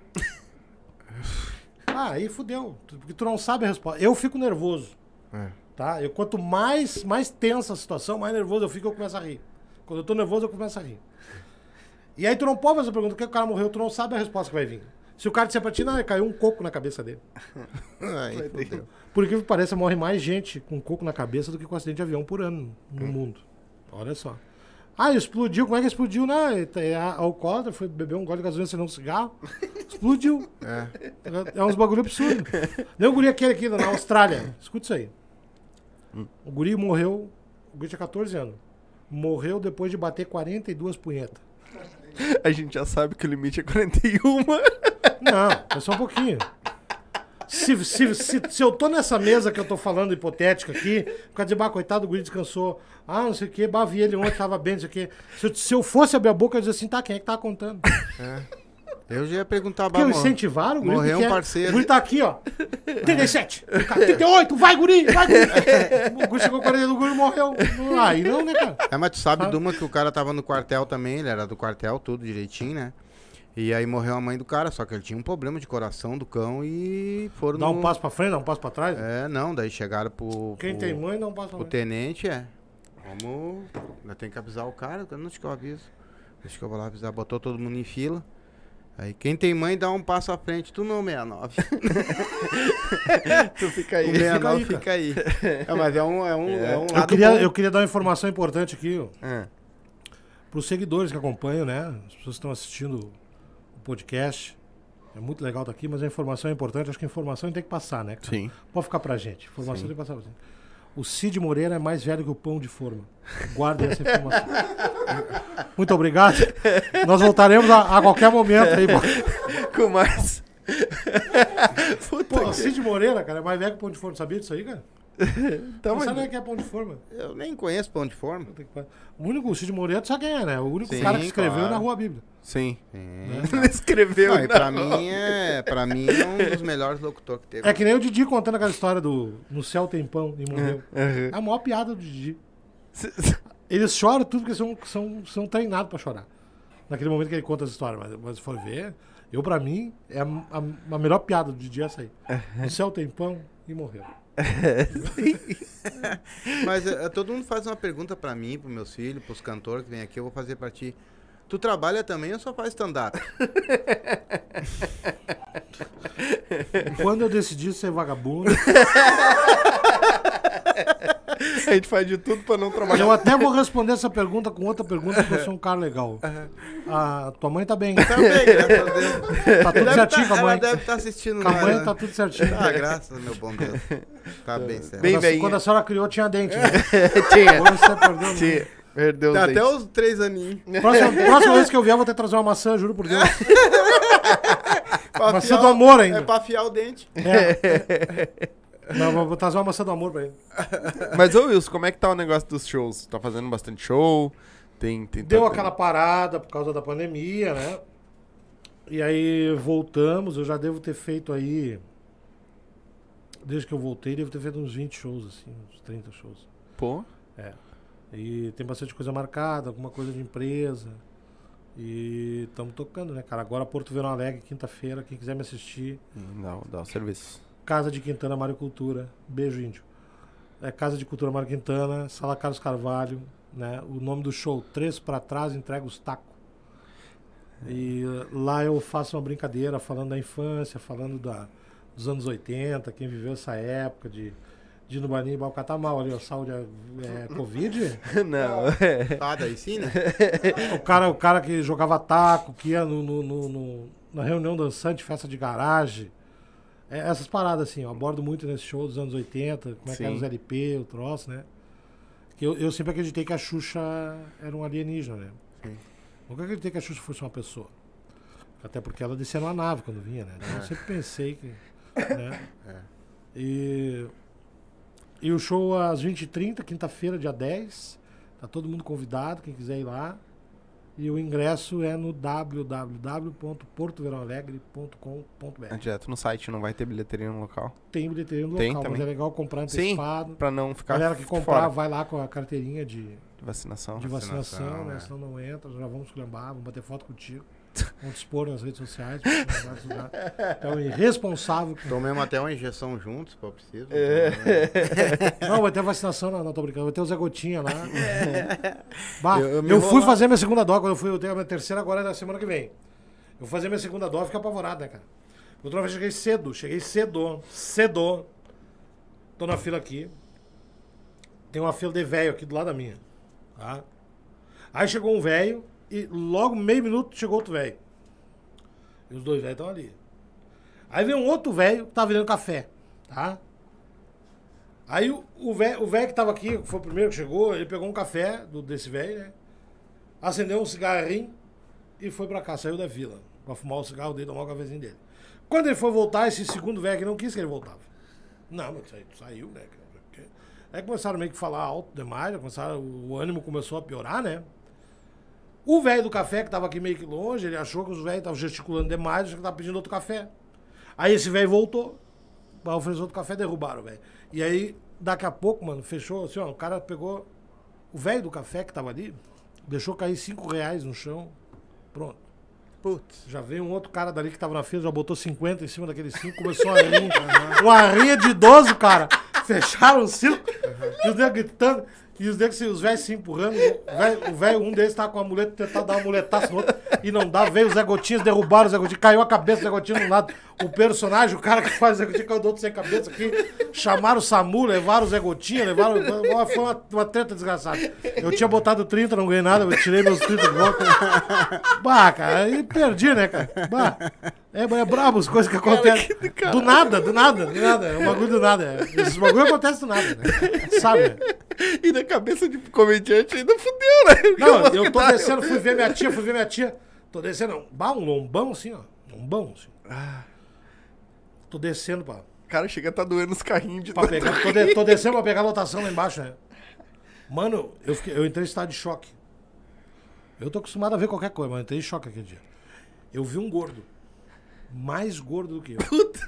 Ah, aí fudeu. Porque tu não sabe a resposta. Eu fico nervoso. É. Tá? Eu, quanto mais, mais tensa a situação, mais nervoso eu fico, eu começo a rir. Quando eu tô nervoso, eu começo a rir. E aí tu não pode fazer a pergunta, por que o cara morreu? Tu não sabe a resposta que vai vir. Se o cara disser pra ti, não, caiu um coco na cabeça dele. Aí, fudeu. Por incrível que pareça, morre mais gente com coco na cabeça do que com acidente de avião por ano no mundo. Olha só. Ah, explodiu. Como é que explodiu? Não, é alcoólatra, foi beber um gole de gasolina sem um cigarro. Explodiu. É. É uns bagulho absurdo. Nem o guri aquele aqui na Austrália. Escuta isso aí. O guri morreu, o guri tinha catorze anos. Morreu depois de bater quarenta e duas punhetas. A gente já sabe que o limite é quarenta e um. Não, é só um pouquinho. Se, se, se, se eu tô nessa mesa que eu tô falando hipotética aqui, o cara dizer, bah, coitado, o guri descansou. Ah, não sei o que, bah, vi ele ontem, tava bem, não sei o que. Se eu, se eu fosse abrir a boca, eu ia dizer assim, tá, quem é que tava contando? É. Eu já ia perguntar, Porque eu incentivaram o guri. morreu porque um é- parceiro. O guri tá aqui, ó. trinta e sete, trinta e oito, vai, guri, vai, guri. O guri chegou quarenta e dois, o guri morreu. Aí não, né, cara? É, mas tu sabe Ah. de uma que o cara tava no quartel também, ele era do quartel, tudo direitinho, né? E aí morreu a mãe do cara, só que ele tinha um problema de coração do cão e foram Dá no... um passo pra frente, dá um passo pra trás. É, não, daí chegaram pro... Quem pro, tem mãe, dá um passo pra O frente. tenente, é. Vamos... Ainda tem que avisar o cara, eu não acho que eu aviso. Deixa que eu vou lá avisar, botou todo mundo em fila. Aí quem tem mãe dá um passo à frente, tu não, sessenta e nove. Tu fica aí. O sessenta e nove Fica fica aí. É, mas é um, é um, é. um Eu lado queria, bom. eu queria dar uma informação importante aqui, ó. Ah, Para os seguidores que acompanham, né? As pessoas que estão assistindo o podcast. É muito legal estar aqui, mas a informação é importante. Acho que a informação tem que passar, né? cara? sim. Pode ficar pra gente. Informação Sim. tem que passar pra gente. O Cid Moreira é mais velho que o pão de forma. Guardem essa informação. Muito obrigado. Nós voltaremos a, a qualquer momento aí. Com mais. Pô, o Cid Moreira, cara, é mais velho que o pão de forma. Sabia disso aí, cara? Então, Não mas... sabe nem o que é pão de forma. Eu nem conheço pão de forma. O único, o Cid Moreira, tu sabe quem é, né? O único Sim, cara que escreveu claro. na Rua Bíblia. Sim. Sim. Ele escreveu. Não, e não. pra mim é, pra mim é um dos melhores locutores que teve. É que nem o Didi contando aquela história do No Céu Tem Pão e morreu. Uhum. É a maior piada do Didi. Eles choram tudo porque são, são, são treinados pra chorar. Naquele momento que ele conta as histórias. Mas, mas se for ver, eu pra mim, é a, a, a melhor piada do Didi essa aí. No Céu Tem Pão e morreu. Mas é, todo mundo faz uma pergunta pra mim, pros meus filhos, pros cantores que vêm aqui, eu vou fazer pra ti. Tu trabalha também ou só faz stand-up? Quando eu decidi ser vagabundo, A gente faz de tudo pra não trabalhar. eu até vou responder essa pergunta com outra pergunta, porque eu sou um cara legal. A tua mãe tá bem. Também, graças a Deus. Tá tudo Deve certinho tá- com a mãe. Ela deve estar assistindo. Com a lá, mãe né? tá tudo certinho. Ah, graças ao meu bom Deus. Tá bem certo. Bem Quando a- velhinha. Quando a senhora criou, tinha dente. Né? Tinha. Hoje você perdeu. né? Tinha. Perdeu Tá os até dentes. os três aninhos. Próxima, próxima vez que eu vier, eu vou ter que trazer uma maçã, juro por Deus. Pra Maçã afiar do o- amor ainda. É pra afiar o dente. É. Não, vou vou trazer uma maçã do amor pra ele. Mas, ô Wilson, como é que tá o negócio dos shows? Tá fazendo bastante show? Tem, tem Deu tá- aquela parada por causa da pandemia, né? E aí voltamos, eu já devo ter feito aí. Desde que eu voltei, devo ter feito uns vinte shows, assim, uns trinta shows. Pô, É. E tem bastante coisa marcada, alguma coisa de empresa. E estamos tocando, né, cara? Agora Porto Verão Alegre, quinta-feira, quem quiser me assistir. dá, dá o serviço. Casa de Quintana, Mário Cultura. Beijo, índio. É Casa de Cultura, Mário Quintana, Sala Carlos Carvalho, né? O nome do show, Três pra Trás, entrega os tacos. E uh, lá eu faço uma brincadeira falando da infância, falando da, dos anos oitenta, quem viveu essa época de, de ir no Baninho e Balcatar mal ali, ó, saúde, é, Covid. Não, é. Ah, daí sim, né? O cara, o cara que jogava taco, que ia no, no- no- no- na reunião dançante, festa de garagem. É, essas paradas, assim, eu abordo muito nesse show dos anos oitenta, como é que Sim. era os L P, o troço, né? Que eu, eu sempre acreditei que a Xuxa era um alienígena, né? Sim. Nunca acreditei que a Xuxa fosse uma pessoa. Até porque ela descia numa nave quando vinha, né? Então eu sempre pensei que. Né? É. E, e o show às vinte e trinta, quinta-feira, dia dez. Tá todo mundo convidado, quem quiser ir lá. E o ingresso é no w w w ponto porto verão alegre ponto com ponto b É r. direto no site, não vai ter bilheteria no local. Tem bilheteria no Tem local, mas também. é legal comprar Sim, antecipado. pra não A ficar galera que fora comprar vai lá com a carteirinha de, de vacinação. de vacinação, Vacinação, né? é. Senão não entra, já vamos esculhambar, vamos bater foto contigo. Vamos te expor nas redes sociais. pra te mandar esse lugar. Então, irresponsável. com- Tomemos até uma injeção juntos, se for preciso. Não, vai ter vacinação, não, não tô brincando. Vai ter o Zé Gotinha lá. Bah, Eu- eu eu me fui enrolar. fazer minha segunda dose, quando eu fui, eu tenho a minha terceira agora é na semana que vem. Eu vou fazer minha segunda dose, fico apavorado, né, cara? Outra vez eu cheguei cedo, cheguei cedo, cedo. Tô na fila aqui. Tem uma fila de velho aqui do lado da minha. Tá? Aí chegou um velho e logo meio minuto chegou outro velho. E os dois velhos estão ali. Aí veio um outro velho que tava vendendo café, tá? Aí o- o velho o velho que tava aqui, que foi o primeiro que chegou, ele pegou um café do, desse velho, né? Acendeu um cigarrinho e foi pra cá, saiu da vila. Pra fumar o cigarro dele, tomar o cafezinho dele. Quando ele foi voltar, esse segundo velho que não quis que ele voltava. Não, mas saiu, saiu né? Porque- Aí começaram meio que falar alto demais, já começaram, o ânimo começou a piorar, né? O velho do café, que tava aqui meio que longe, ele achou que os velhos estavam gesticulando demais, achou que tava pedindo outro café. Aí esse velho voltou pra oferecer outro café, derrubaram o velho. E aí, daqui a pouco, mano, fechou assim, ó, o cara pegou o velho do café que tava ali, deixou cair cinco reais no chão, pronto. Putz. Já veio um outro cara dali que tava na fila, já botou cinquenta em cima daqueles cinco, começou uma rinha, uma rinha de idoso, cara. Fecharam o circo, e os negros gritando, e os negros, os velhos se empurrando. O velho- O velho, um deles tava com a muleta, tentando dar uma muletaça no outro, e não dá. Veio o Zé Gotinhas, derrubaram o Zé Gotinhas, caiu a cabeça do Zé Gotinhas de um lado. O personagem, o cara que faz o Zé Gotinhas, caiu do outro sem cabeça aqui. Chamaram o SAMU, levaram o Zé Gotinhas, levaram. Foi uma, uma treta desgraçada. Eu tinha botado trinta, não ganhei nada, eu tirei meus trinta de volta. Bah, cara, aí perdi, né, cara? Bah, é, é brabo as coisas que acontecem. Do nada, do nada, do nada. É um bagulho do nada. Esses bagulho acontece do nada, né? Sabe? E na cabeça de comediante ainda fudeu, né? Não, eu tô descendo, fui ver minha tia, fui ver minha tia. Tô descendo, bah, um lombão assim, ó. Lombão, assim. Tô descendo pra, Cara, chega a tá doendo os carrinhos de Pra pegar, tô, de, tô descendo pra pegar a lotação lá embaixo, né? Mano, eu, fiquei, eu entrei em estado de choque. Eu tô acostumado a ver qualquer coisa, mas eu entrei em choque aquele dia. Eu vi um gordo. Mais gordo do que eu. Puta.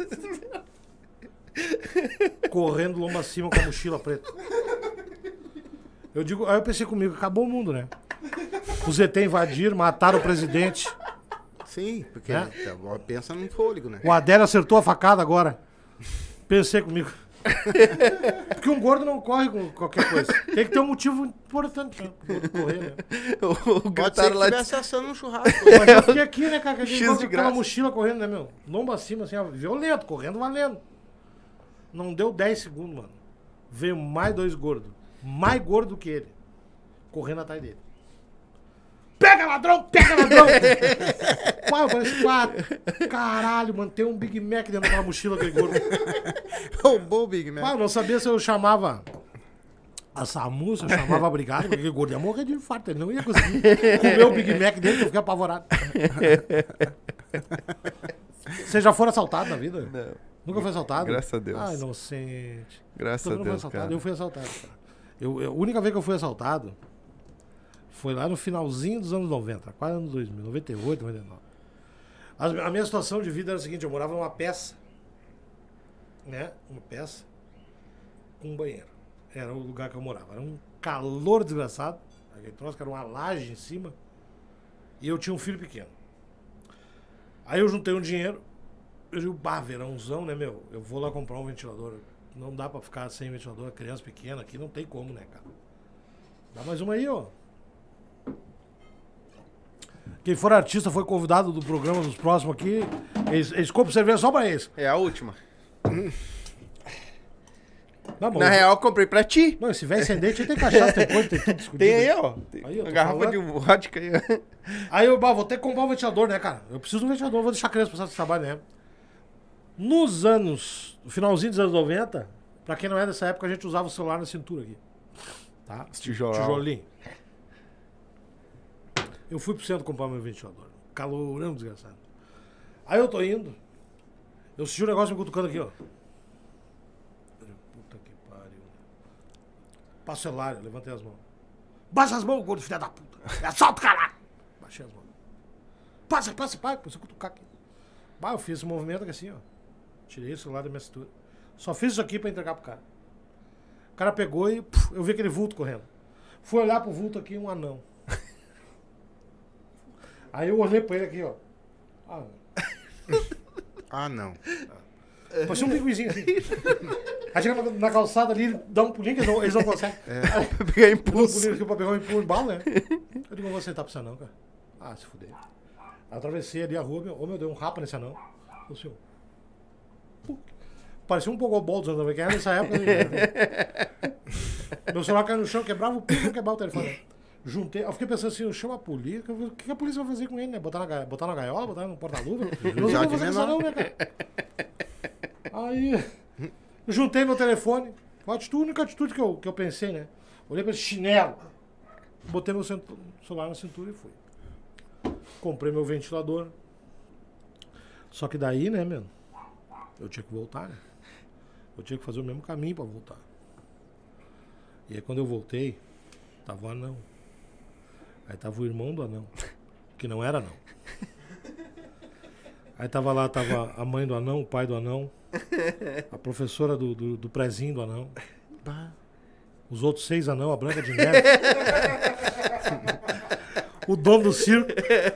Correndo lomba acima com a mochila preta. Eu digo, aí eu pensei comigo, acabou o mundo, né? Os Z T invadiram, mataram o presidente. Sim, porque É? pensa num fôlego, né? O Adélio acertou a facada agora. Pensei comigo. Porque um gordo não corre com qualquer coisa. Tem que ter um motivo importante pra correr, né? O, o Pode ser que lá de... estivesse assando um churrasco. Mas eu fiquei aqui, né, cara? X X de de aquela graça. mochila correndo, né, meu? Lomba acima, assim, ó, violento, correndo, valendo. Não deu dez segundos, mano. Veio mais dois gordos. Mais gordo que ele. Correndo atrás dele. Pega, ladrão! Pega, ladrão! Pá, eu falei, pá, caralho, mano, tem um Big Mac dentro daquela mochila aquele gordo. Roubou o Big Mac. Pá, eu não sabia se eu chamava a SAMU, se eu chamava a brigada, porque aquele gordo ia morrer de infarto, ele não ia conseguir comer o Big Mac dele, que eu fiquei apavorado. Vocês já foram assaltados na vida? Não. Nunca foi assaltado? Graças a Deus. Ah, inocente. Graças Todo a mundo foi Deus, assaltado. cara. Eu fui assaltado, cara. Eu, eu- a única vez que eu fui assaltado foi lá no finalzinho dos anos noventa, quase anos dois mil, noventa e oito, noventa e nove. A, a minha situação de vida era a seguinte, eu morava numa peça, né? Uma peça com um banheiro. Era o lugar que eu morava. Era um calor desgraçado. Aquele troço que era uma laje em cima. E eu tinha um filho pequeno. Aí eu juntei um dinheiro. Eu digo, bah, verãozão, né, meu? Eu vou lá comprar um ventilador. Não dá pra ficar sem ventilador. Criança pequena aqui, não tem como, né, cara? Dá mais uma aí, ó. Quem for artista foi convidado do programa dos próximos aqui. Eles, eles compram cerveja só pra eles. É a última. Não, Na real, eu comprei pra ti. Não, esse velho ascendente aí tem cachaça, tem coisa, tem tudo escondido. Tem aí, ó. Tem Aí, eu uma tô garrafa falando. de vodka aí, ó. Aí eu bah, vou ter que comprar um ventilador, né, cara? Eu preciso de um ventilador, vou deixar a criança passar esse trabalho, né? Nos anos, no finalzinho dos anos noventa, pra quem não é dessa época, a gente usava o celular na cintura aqui. Tá? Tijolão. Tijolinho. Eu fui pro centro comprar meu ventilador. Calorão desgraçado. Aí eu tô indo. Eu senti um negócio me cutucando aqui, ó. Eu digo, puta que pariu. Passa o celular, eu levantei as mãos. Baixa as mãos, gordo filho da puta. É assalto, caralho. Baixei as mãos. Passa, passa, pai. Começou a cutucar aqui. Bah, eu fiz esse movimento aqui assim, ó. Tirei o celular da minha cintura. Só fiz isso aqui pra entregar pro cara. O cara pegou e puf, eu vi aquele vulto correndo. Fui olhar pro vulto aqui, um anão. Aí eu olhei pra ele aqui, ó. Ah, Ah, não. parecia um pinguizinho assim. Aí chega na, na calçada ali, ele dá um pulinho que eles não, eles não conseguem. Pra pegar Pula um impulso. pulinho aqui pra pegar um empurro embalo, né? Eu digo, não vou sentar pra esse anão, cara. Ah, se fuder. Atravessei ali a rua, meu, oh meu Deus, um rapa nesse anão. O senhor. Parecia um pogobol dos anos noventa, que era nessa época. Né? Meu celular caiu no chão, quebrava o pino, quebrava o telefone. Juntei, eu fiquei pensando assim, eu chamo a polícia, o que a polícia vai fazer com ele, né? Botar na, ga- botar na gaiola, botar no porta-luva? Eu não sei o que eu vou fazer com isso não, né, cara? Aí, eu juntei meu telefone, a atitude, a única atitude que eu, que eu pensei, né? Olhei pra esse chinelo, botei meu cent- celular na cintura e fui. Comprei meu ventilador. Só que daí, né, meu? Eu tinha que voltar, né? Eu tinha que fazer o mesmo caminho pra voltar. E aí quando eu voltei, tava o anão. Aí tava o irmão do anão, que não era anão. Aí tava lá, tava a mãe do anão, o pai do anão, a professora do, do, do prezinho do anão, os outros seis anão, a Branca de Neve, o dono do circo.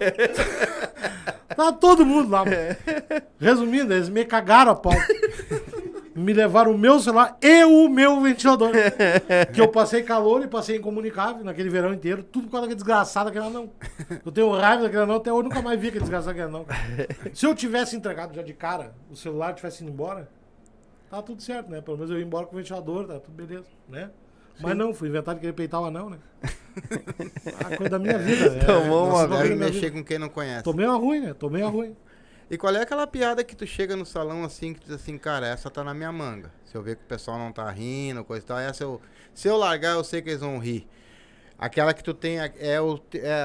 Tava todo mundo lá, mano. Resumindo, eles me cagaram a pau. Me levaram o meu celular e o meu ventilador. Que eu passei calor e passei incomunicável naquele verão inteiro. Tudo por causa daquele desgraçado daquele anão. Eu tenho raiva daquele anão, até hoje nunca mais vi aquele desgraçado daquele anão, cara. Se eu tivesse entregado já de cara, o celular tivesse ido embora, tava tudo certo, né? Pelo menos eu ia embora com o ventilador, tá tudo beleza, né? Mas não, fui inventado de querer peitar o anão, né? A coisa da minha vida. É, Tomou nossa, uma bagulho Deve da minha mexer vida. com quem não conhece. Tomei uma ruim, né? Tomei uma ruim. E qual é aquela piada que tu chega no salão assim, que tu diz assim, cara, essa tá na minha manga. Se eu ver que o pessoal não tá rindo, coisa e tal, essa eu, se eu largar, eu sei que eles vão rir. Aquela que tu tem é, o, é,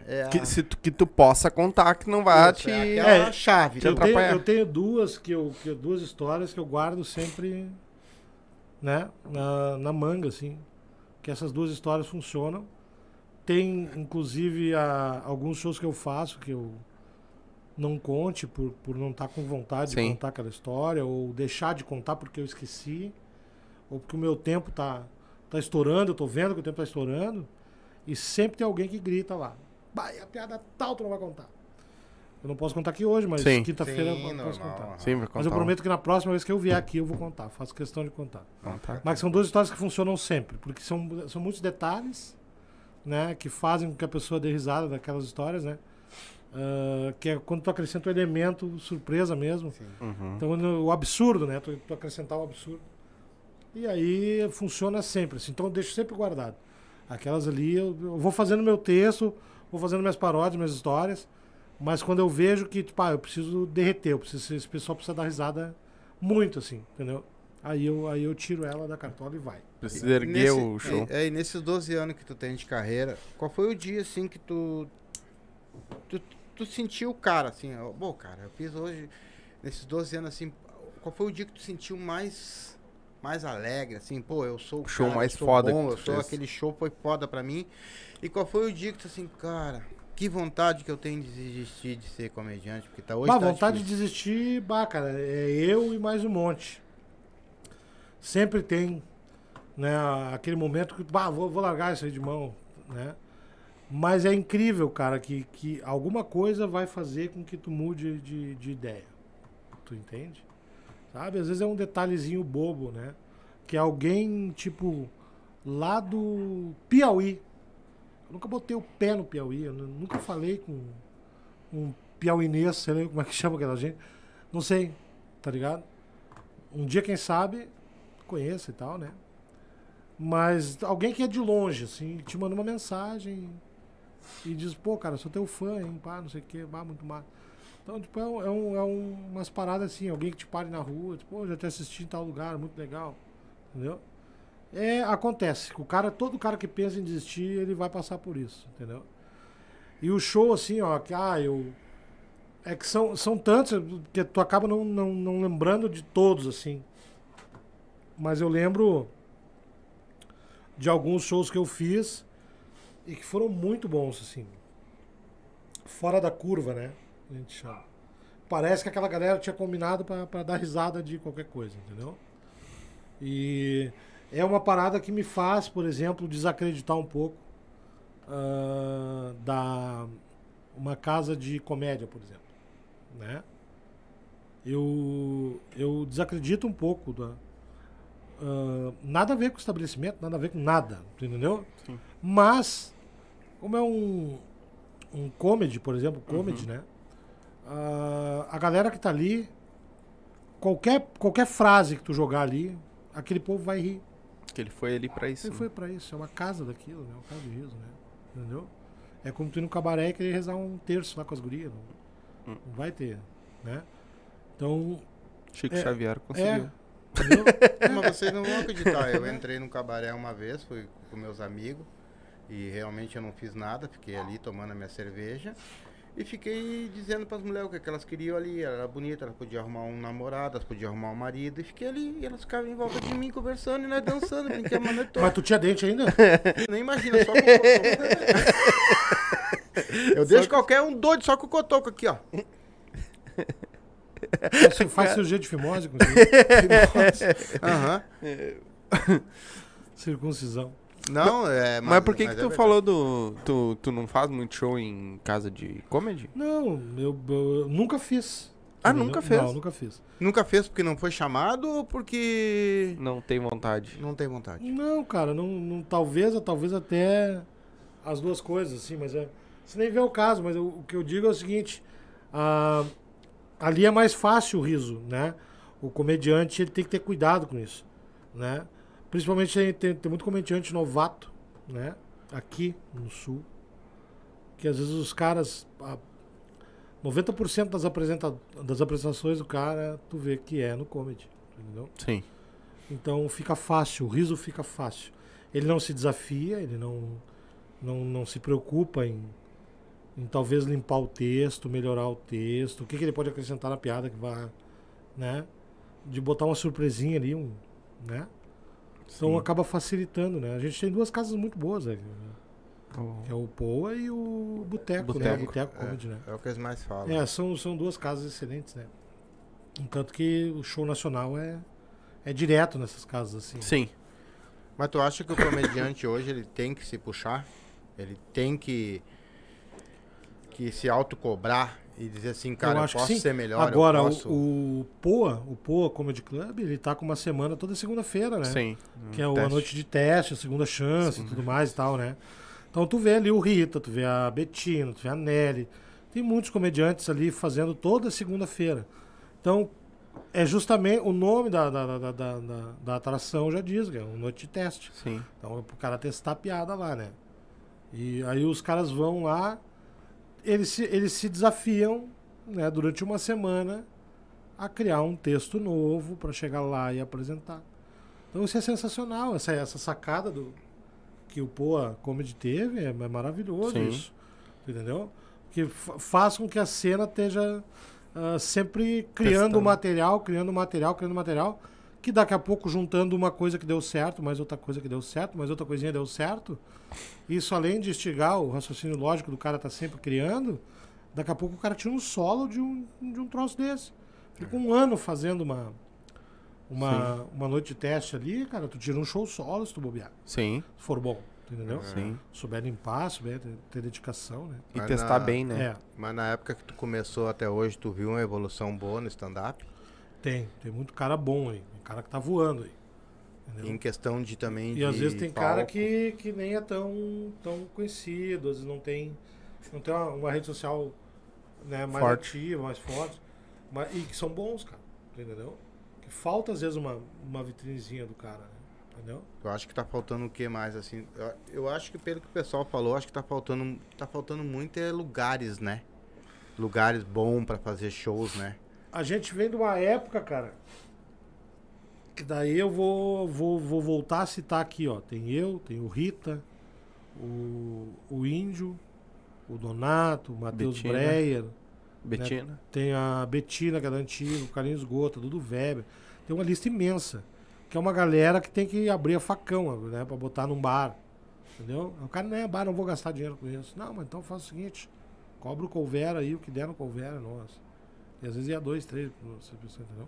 É a, Que, se tu, que tu possa contar que não vai isso, te... é aquela É, chave. te Eu tenho, atrapalhar. eu tenho duas, que eu, que, duas histórias que eu guardo sempre, né, na, na manga, assim. Que essas duas histórias funcionam. Tem, inclusive, a, alguns shows que eu faço que eu não conte por, por não estar com vontade Sim. de contar aquela história, ou deixar de contar porque eu esqueci, ou porque o meu tempo tá, tá estourando, eu tô vendo que o tempo tá estourando, e sempre tem alguém que grita lá. Bah, e a piada tal tu não vai contar. Eu não posso contar aqui hoje, mas Sim. quinta-feira Sim, eu posso normal, contar. aham. Sim, vai contar. Mas eu prometo que na próxima vez que eu vier aqui eu vou contar, faço questão de contar. Não, tá. Mas são duas histórias que funcionam sempre, porque são, são muitos detalhes, né, que fazem com que a pessoa dê risada daquelas histórias, né? Ah, que é quando tu acrescenta o elemento surpresa mesmo. Sim. Uhum. Então no- o absurdo, né? Tu, tu acrescentar o absurdo. E aí funciona sempre, assim. Então eu deixo sempre guardado. Aquelas ali, eu, eu vou fazendo meu texto, vou fazendo minhas paródias, minhas histórias. Mas quando eu vejo que, tipo, ah, eu preciso derreter, eu preciso, esse pessoal precisa dar risada muito, assim, entendeu? Aí eu, aí eu tiro ela da cartola e vai. Precisa E erguer nesse- o show. É, é, e nesses doze anos que tu tem de carreira, qual foi o dia, assim, que tu... Tu, tu sentiu o cara, assim, ó, bom, cara, eu fiz hoje, nesses doze anos, assim, qual foi o dia que tu sentiu mais... mais alegre, assim, pô, eu sou o show cara, mais eu sou foda bom, que eu tu sou fez. aquele show foi foda pra mim. E qual foi o dia que tu assim, cara, que vontade que eu tenho de desistir de ser comediante, porque tá hoje Bah, tá vontade de difícil. desistir, bah, cara, é eu e mais um monte. Sempre tem, né, aquele momento que, bah, vou, vou largar isso aí de mão, né? Mas é incrível, cara, que, que alguma coisa vai fazer com que tu mude de, de ideia. Tu entende? Sabe? Às vezes é um detalhezinho bobo, né? Que é alguém, tipo, lá do Piauí. Eu nunca botei o pé no Piauí, eu nu- nunca falei com um piauinês, sei lá como é que chama aquela gente. Não sei, tá ligado? Um dia, quem sabe, conheça e tal, né? Mas alguém que é de longe, assim, te manda uma mensagem e diz, pô, cara, sou teu fã, hein, pá, não sei o que, pá, muito massa. Então, tipo, é, um, é, um, é um- umas paradas assim, alguém que te pare na rua, tipo, pô, já te assisti em tal lugar, muito legal, entendeu? É, acontece, o cara, todo cara que pensa em desistir, ele vai passar por isso, entendeu? E o show, assim, ó, que, ah, eu... É que são, são tantos, que tu acaba não, não, não lembrando de todos, assim. Mas eu lembro de alguns shows que eu fiz e que foram muito bons, assim. Fora da curva, né? A gente chama. Parece que aquela galera tinha combinado pra, pra dar risada de qualquer coisa, entendeu? E é uma parada que me faz, por exemplo, desacreditar um pouco ah, da uma casa de comédia, por exemplo, né? Eu, eu desacredito um pouco da, ah, nada a ver com o estabelecimento, nada a ver com nada, entendeu? Sim. Mas, como é um, um comedy, por exemplo, comedy, né? Ah, a galera que tá ali, qualquer, qualquer frase que tu jogar ali, aquele povo vai rir. Que ele foi ali pra isso. Ele foi pra isso, é uma casa daquilo, né? Uma casa de riso, né? Entendeu? É como tu ir no cabaré e querer rezar um terço lá com as gurias. Não, Hum. não vai ter, né? Então, Chico É, Xavier conseguiu. entendeu? Mas vocês não vão acreditar, eu entrei num cabaré uma vez, fui com meus amigos, e realmente eu não fiz nada, fiquei ali tomando a minha cerveja, e fiquei dizendo pras mulheres o que, que elas queriam ali, ela era bonita, elas podiam arrumar um namorado, elas podiam arrumar um marido, e fiquei ali, e elas ficavam em volta de mim conversando, e nós dançando, brincando a noite toda. Mas tu tinha dente ainda? Nem imagina, só com o cotoco. Eu deixo qualquer um doido só com o cotoco aqui, ó. Faz, faz cirurgia de fimose com isso? Aham. Circuncisão. Não, é... Mas por que que é tu verdade. falou do... Tu, tu não faz muito show em casa de comedy? Não, eu, eu nunca fiz. Ah, entendeu? nunca fez? Não, nunca fiz. Nunca fez porque não foi chamado ou porque Não tem vontade. não tem vontade? Não, cara, não, não, talvez, talvez até as duas coisas, assim, mas é. Você nem vê o caso, mas eu- o que eu digo é o seguinte: ah, ali é mais fácil o riso, né? O comediante ele tem que ter cuidado com isso, né? Principalmente tem, tem, tem muito comediante novato, né? Aqui no sul, que às vezes os caras, ah, noventa por cento das, apresenta, das apresentações do cara, tu vê que é no comedy, entendeu? Sim. Então fica fácil, o riso fica fácil. Ele não se desafia, ele não, não, não se preocupa em, em talvez limpar o texto, melhorar o texto, o que, que ele pode acrescentar na piada que vai, né? De botar uma surpresinha ali, um, né? Então Sim. acaba facilitando, né? A gente tem duas casas muito boas, né? Oh. Que é o Poa e o Boteco, né? Boteco. O Boteco Comedy, né? É o que eles mais falam. É, são, são duas casas excelentes, né? Enquanto que o show nacional é, é direto nessas casas, assim. Sim. Mas tu acha que o comediante hoje ele tem que se puxar? Ele tem que, que se autocobrar e dizer assim, cara, eu, acho que posso sim. ser melhor, Agora, eu posso... o, o Poa, o Poa Comedy Club, ele tá com uma semana toda segunda-feira, né? Sim. Que é Um a teste. noite de teste, a segunda chance e Sim. tudo mais e tal, né? Então tu vê ali o Rita, tu vê a Betina, tu vê a Nelly. Tem muitos comediantes ali fazendo toda segunda-feira. Então, é justamente o nome da, da, da, da, da, da atração já diz, que é uma noite de teste. Sim. Então é pro cara testar a piada lá, né? E aí os caras vão lá, eles se, eles se desafiam, né, durante uma semana a criar um texto novo para chegar lá e apresentar. Então isso é sensacional, essa, essa sacada do que o Poa Comedy teve é, é maravilhoso. Sim. Isso, entendeu? Que fa- faz com que a cena esteja ah, sempre criando Testando. material, criando material, criando material, que daqui a pouco juntando uma coisa que deu certo, mais outra coisa que deu certo, mais outra coisinha deu certo. Isso além de instigar o raciocínio lógico do cara tá sempre criando, daqui a pouco o cara tira um solo de um, de um troço desse. Fica um ano fazendo uma, uma, uma noite de teste ali, cara, tu tira um show solo se tu bobear. Sim. Se for bom, entendeu? Sim. Souber limpar, souber ter, ter dedicação, né? E Mas testar na- bem, né? É, Mas na época que tu começou até hoje, tu viu uma evolução boa no stand-up? tem. Tem muito cara bom aí. Tem cara que tá voando aí. Entendeu? Em questão de também E de às vezes tem cara palco. que, que nem é tão, tão conhecido, às vezes não tem, não tem uma, uma rede social, né, mais Forte. ativa, mais forte. Mas, e que são bons, cara. Entendeu? Que falta às vezes uma, uma vitrinezinha do cara, né? Entendeu? Eu acho que tá faltando o que mais, assim? Eu, eu acho que pelo que o pessoal falou, acho que tá faltando, tá faltando muito é lugares, né? Lugares bons pra fazer shows, né? A gente vem de uma época, cara, que daí eu vou, vou, vou voltar a citar aqui, ó. Tem eu, tem o Rita, o, o Índio, o Donato, o Matheus Betina. Breyer, Betina. tem a Betina, que é da antiga, o Carlinhos Gota, Dudu Weber. Tem uma lista imensa. Que é uma galera que tem que abrir a facão, né? Pra botar num bar. Entendeu? O cara, não é bar, não vou gastar dinheiro com isso. Não, mas então faz o seguinte: cobra o couvera aí, o que der no couvera é nosso. E às vezes ia dois, três, você entendeu?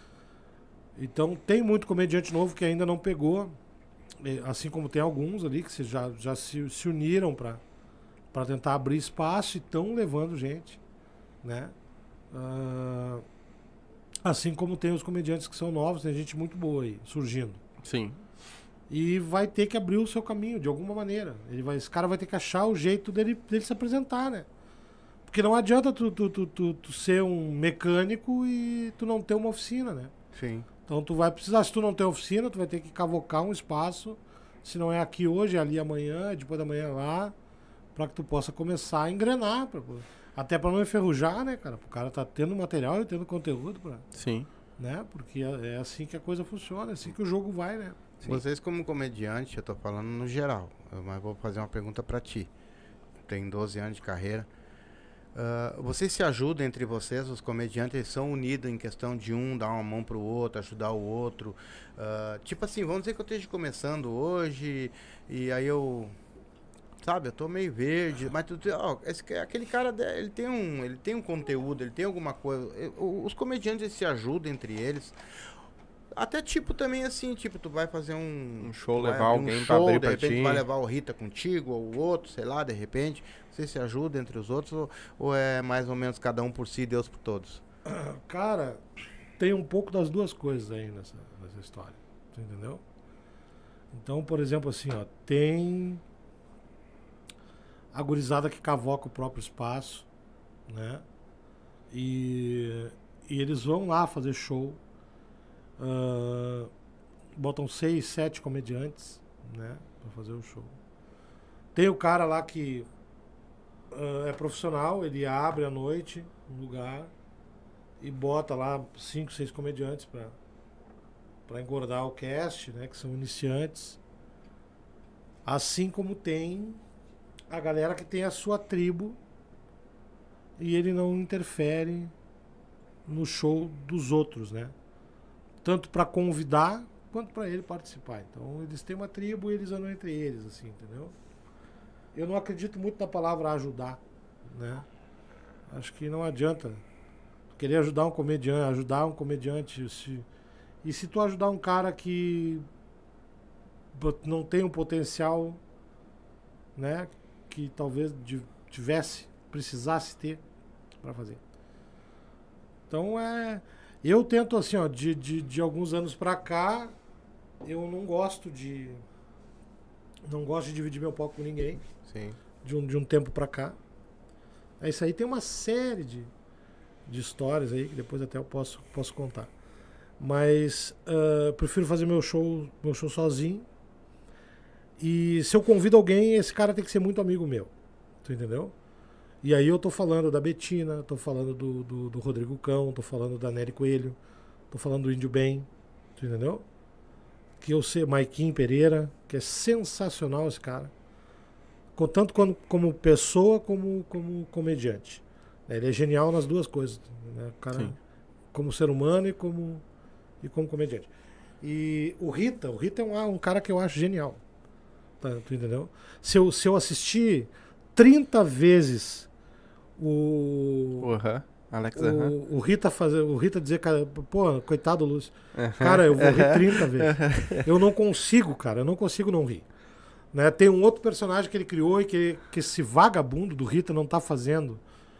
Então tem muito comediante novo que ainda não pegou. eh, Assim como tem alguns ali que se já, já se, se uniram pra, pra tentar abrir espaço e estão levando gente, né? Ah, assim como tem os comediantes que são novos, tem gente muito boa aí, surgindo. Sim. E vai ter que abrir o seu caminho, de alguma maneira. Ele vai, esse cara vai ter que achar o jeito dele, dele se apresentar, né? Porque não adianta tu, tu, tu, tu, tu ser um mecânico e tu não ter uma oficina, né? Sim. Então tu vai precisar, se tu não tem oficina, tu vai ter que cavocar um espaço, se não é aqui hoje, é ali amanhã, é depois da manhã lá, pra que tu possa começar a engrenar. Pra, até pra não enferrujar, né, cara? O cara tá tendo material e tendo conteúdo, pra, Sim. né? Porque é, é assim que a coisa funciona, é assim que o jogo vai, né? Sim. Vocês como comediante, eu tô falando no geral, eu- mas vou fazer uma pergunta pra ti. Tem doze anos de carreira. Ah, vocês se ajudam entre vocês, os comediantes, eles são unidos em questão de um dar uma mão pro outro, ajudar o outro. Ah, tipo assim, vamos dizer que eu esteja começando hoje e aí eu, sabe, eu tô meio verde, mas tu, tu- ó, esse, ca- aquele cara, de- ele tem um, ele tem um conteúdo, ele tem alguma coisa. Eu- o- os comediantes eles se ajudam entre eles. Até tipo também assim, tipo, tu vai fazer um, Um show, vai levar abrir alguém pra abrir de pra repente ti. vai levar o Rita contigo, ou o outro, sei lá, de repente. Você se ajuda entre os outros, ou, ou é mais ou menos cada um por si, Deus por todos? Cara, tem um pouco das duas coisas aí nessa, nessa história. Tu entendeu? Então, por exemplo, assim, ó, tem a gurizada que cavoca o próprio espaço, né? E, e eles vão lá fazer show. ah, botam seis, sete comediantes, né? Pra fazer o show. Tem o cara lá que ah, é profissional, ele abre à noite um lugar e bota lá cinco, seis comediantes pra, pra engordar o cast, né? Que são iniciantes. Assim como tem a galera que tem a sua tribo, e ele não interfere no show dos outros, né? Tanto para convidar quanto para ele participar. Então eles têm uma tribo e eles andam entre eles, assim, entendeu? Eu não acredito muito na palavra ajudar, né? Acho que não adianta querer ajudar um comediante, ajudar um comediante. Se, e se tu ajudar um cara que não tem um potencial, né, que talvez tivesse, precisasse ter para fazer. Então é, eu tento assim, ó, de, de, de alguns anos para cá, eu não gosto de não gosto de dividir meu palco com ninguém. Sim. De um, de um tempo para cá. É isso aí, tem uma série de, de histórias aí que depois até eu posso, posso contar. Mas uh, prefiro fazer meu show, meu show sozinho. E se eu convido alguém, esse cara tem que ser muito amigo meu. Tu entendeu? E aí eu tô falando da Betina, tô falando do, do, do Rodrigo Cão, tô falando da Nery Coelho, tô falando do Índio Bem. Tu entendeu? Que eu sei, Maiquinho Pereira, que é sensacional esse cara. Tanto como, como pessoa, como, como comediante. Ele é genial nas duas coisas. Né? O cara, sim, como ser humano e como, e como comediante. E o Rita, o Rita é um, um cara que eu acho genial. Tá, tu entendeu? Se eu, se eu assistir trinta vezes o. Uhum. Alex, o, uhum. o Rita fazer, o Rita dizer, cara, pô, coitado Lúcio. Uhum. Cara, eu vou rir trinta vezes. Eu não consigo, cara, eu não consigo não rir. Né? Tem um outro personagem que ele criou e que, que esse vagabundo do Rita não tá fazendo.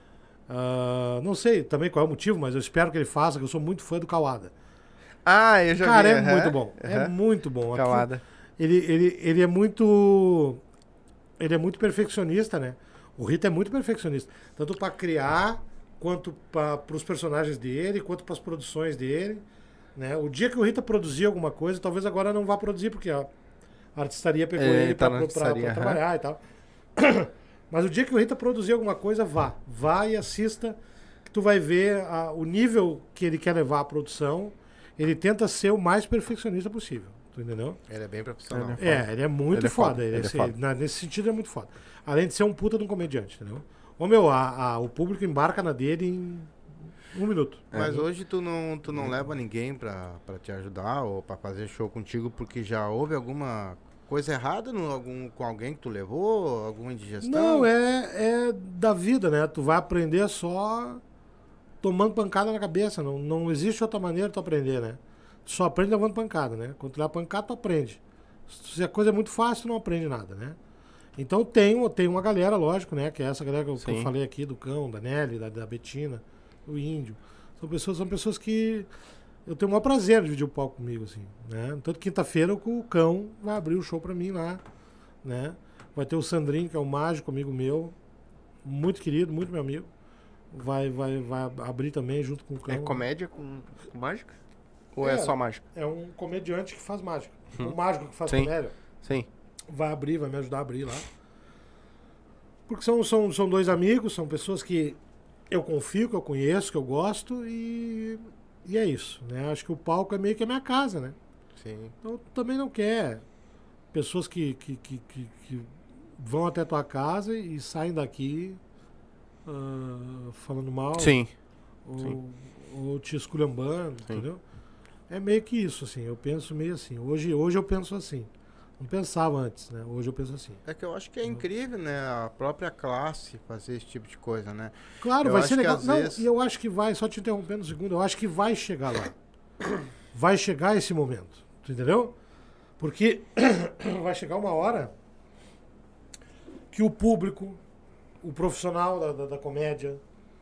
Uh, não sei também qual é o motivo, mas eu espero que ele faça, que eu sou muito fã do Kawada. Ah, eu já Cara, vi. é uhum. muito bom. Uhum. É muito bom. Kawada. Aqui, ele, ele, ele é muito. Ele é muito perfeccionista, né? O Rita é muito perfeccionista. Tanto para criar, quanto para os personagens dele, quanto para as produções dele. Né? O dia que o Rita produzir alguma coisa, talvez agora não vá produzir, porque ó, a artistaria pegou é, ele tá para uhum. trabalhar e tal. Mas o dia que o Rita produzir alguma coisa, vá. Vá e assista, que tu vai ver a, o nível que ele quer levar a produção. Ele tenta ser o mais perfeccionista possível. Tu entendeu? Ele é bem profissional. Ele é, é, ele é muito ele é foda. foda. Ele ele é, é foda. Na, nesse sentido, é muito foda. Além de ser um puta de um comediante, entendeu? Ô, meu, a, a, o público embarca na dele em um minuto. Mas é. hoje tu não, tu não leva ninguém pra, pra te ajudar ou pra fazer show contigo porque já houve alguma coisa errada no, algum, com alguém que tu levou? Alguma indigestão? Não, é, é da vida, né? Tu vai aprender só tomando pancada na cabeça. Não, não existe outra maneira de tu aprender, né? Tu só aprende levando pancada, né? Quando tu leva pancada, tu aprende. Se a coisa é muito fácil, tu não aprende nada, né? Então tem, tem uma galera, lógico, né? Que é essa galera que eu, que eu falei aqui, do Cão, da Nelly, da, da Betina, do Índio. São pessoas, são pessoas que eu tenho o maior prazer de dividir o palco comigo, assim, né? Tanto quinta-feira o Cão vai abrir o show pra mim lá, né? Vai ter o Sandrinho, que é um mágico amigo meu, muito querido, muito meu amigo. Vai, vai, vai abrir também junto com o Cão. É comédia com, com mágica? Ou é, é só mágica? É um comediante que faz mágica. Hum. Um mágico que faz Sim. comédia. Sim. Vai abrir, vai me ajudar a abrir lá. Porque são, são, são dois amigos, são pessoas que eu confio, que eu conheço, que eu gosto e, e é isso, né? Acho que o palco é meio que a minha casa, né? Sim. Então também não quer pessoas que, que, que, que, que vão até a tua casa e saem daqui uh, falando mal. Sim. Ou, Sim. ou te esculhambando, Sim. entendeu? É meio que isso, assim. Eu penso meio assim. Hoje, hoje eu penso assim. Não pensava antes, né? Hoje eu penso assim. É que eu acho que é incrível, né? A própria classe fazer esse tipo de coisa, né? Claro, eu vai ser legal. Não, vezes... e eu acho que vai, só te interrompendo um segundo, eu acho que vai chegar lá. Vai chegar esse momento. Tu entendeu? Porque vai chegar uma hora que o público, o profissional da, da, da comédia,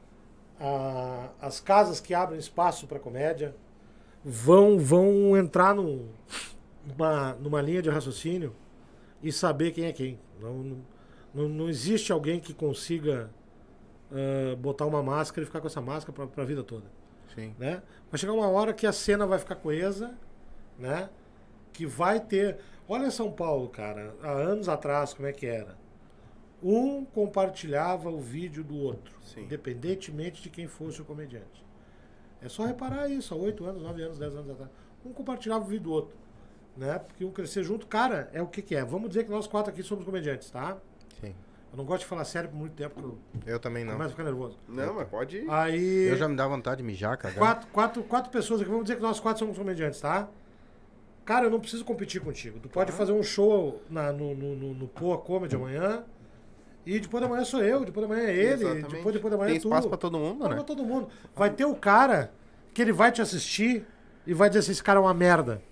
a, as casas que abrem espaço para comédia vão, vão entrar num, numa, numa linha de raciocínio e saber quem é quem. Não, não, não existe alguém que consiga uh, botar uma máscara e ficar com essa máscara para a vida toda. Sim. Né? Vai chegar uma hora que a cena vai ficar coesa, né? Que vai ter... Olha São Paulo, cara, há anos atrás, como é que era? Um compartilhava o vídeo do outro, Sim. independentemente de quem fosse o comediante. É só reparar isso, há oito anos, nove anos, dez anos atrás. Um compartilhava o vídeo do outro, né? Porque um crescer junto, cara, é o que que é? Vamos dizer que nós quatro aqui somos comediantes, tá? Sim. Eu não gosto de falar sério por muito tempo, porque eu Eu também não. começo a ficar nervoso. Não, mas pode ir. Aí, Eu já me dá vontade de mijar, cara. quatro, quatro, quatro pessoas aqui, vamos dizer que nós quatro somos comediantes, tá? Cara, eu não preciso competir contigo. Tu pode fazer um show na, no, no, no, no Poa Comedy amanhã, e depois da manhã sou eu, depois da manhã é ele, Exatamente. depois, depois da manhã Tem é tu. espaço pra todo mundo, Não, né? pra todo mundo. Vai ter o cara que ele vai te assistir e vai dizer assim, esse cara é uma merda.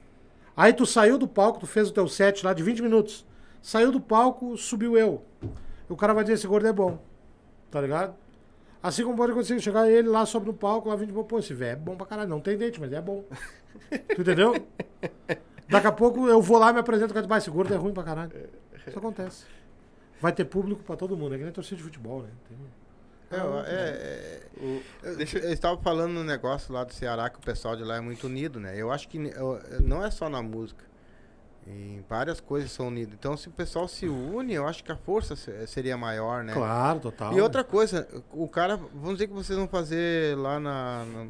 Aí tu saiu do palco, tu fez o teu set lá de vinte minutos. Saiu do palco, subiu eu. O cara vai dizer, esse gordo é bom. Tá ligado? Assim como pode acontecer, chegar ele lá, sobe no palco, lá vinte minutos, pô, esse velho é bom pra caralho. Não tem dente, mas é bom. Tu entendeu? Daqui a pouco eu vou lá e me apresento com esse gordo é ruim pra caralho. Isso acontece. Vai ter público pra todo mundo. É que nem torcida de futebol, né? Tem... É, é, é, eu, deixa, eu estava falando no negócio lá do Ceará que o pessoal de lá é muito unido, né? Eu acho que eu, não é só na música. Em várias coisas são unidos. Então, se o pessoal se une, eu acho que a força se- seria maior, né? Claro, total. E outra coisa, o cara, vamos dizer que vocês vão fazer lá na, na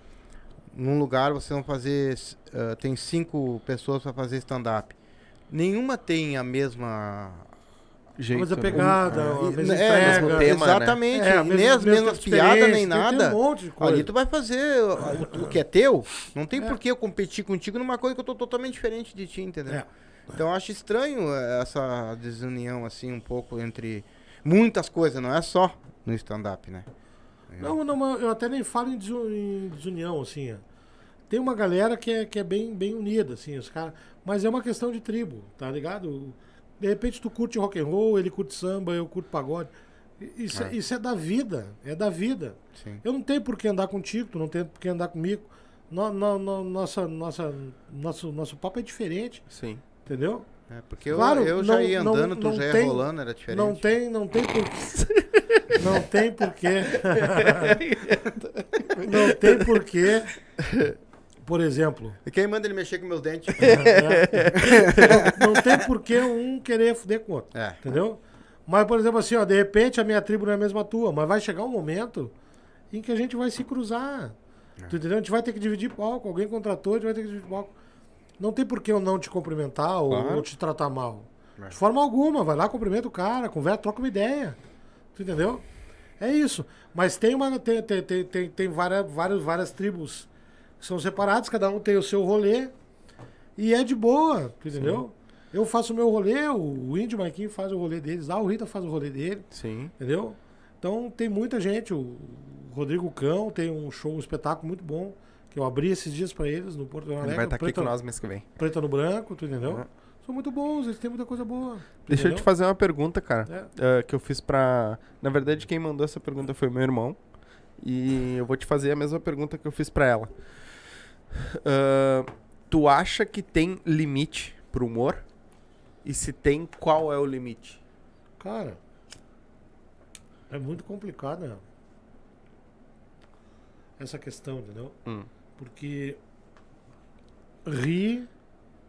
num lugar, vocês vão fazer, uh, tem cinco pessoas para fazer stand-up. Nenhuma tem a mesma Jeito, Mas a né? pegada, Ah, a e- mesma é, entrega. mesmo tema, né? exatamente, É, a nem mesma- as mesma mesmas experiência, piadas, nem tem- tem nada. um monte de coisa. Ali tu vai fazer o, o que é teu. Não tem É. por que eu competir contigo numa coisa que eu tô totalmente diferente de ti, entendeu? É. Então eu acho estranho essa desunião, assim, um pouco entre muitas coisas, não é só no stand-up, né? Não, não, eu até nem falo em, desu- em desunião, assim. ó. Tem uma galera que é, que é bem, bem unida, assim, os caras. Mas é uma questão de tribo, tá ligado? De repente tu curte rock and roll, ele curte samba, eu curto pagode. I- Isso é. É. isso é da vida, é da vida. Sim. Eu não tenho por que andar contigo, tu não tem por que andar comigo. No, no- no- nossa, nossa, nosso, nosso papo é diferente, Sim. entendeu? É, porque eu, Claro, eu já não- ia não- andando, tu não já ia tem- rolando, era diferente. Não tem, não tem por Não tem porquê. Não tem porquê. Por exemplo, E quem manda ele mexer com meus dentes? não, não tem porquê um querer fuder com o outro. É. Entendeu? Mas, por exemplo, assim, ó, de repente a minha tribo não é a mesma tua, mas vai chegar um momento em que a gente vai se cruzar. Tu entendeu? A gente vai ter que dividir palco. Alguém contratou, a gente vai ter que dividir palco. Não tem por que eu não te cumprimentar ou, Claro. ou te tratar mal. É. De forma alguma. Vai lá, cumprimenta o cara, conversa, troca uma ideia. Tu entendeu? É isso. Mas tem uma tem, tem, tem, tem, tem várias, várias, várias tribos que são separadas, cada um tem o seu rolê. E é de boa, tu entendeu? Eu faço o meu rolê, o, o Índio Marquinhos faz o rolê deles, ah, o Rita faz o rolê dele, Sim. entendeu? Então tem muita gente, o Rodrigo Cão tem um show, um espetáculo muito bom, que eu abri esses dias pra eles no Porto Alegre. Ele vai estar aqui Preta- com nós mês que vem. Preta no Branco, tu entendeu? Uhum. São muito bons, eles têm muita coisa boa. Deixa eu entendeu? te fazer uma pergunta, cara. É. eh, que eu fiz pra. Na verdade, quem mandou essa pergunta foi meu irmão. E eu vou te fazer a mesma pergunta que eu fiz pra ela. Ah, tu acha que tem limite pro humor? E se tem, qual é o limite? Cara, é muito complicado, né? Essa questão, entendeu? Hum. Porque rir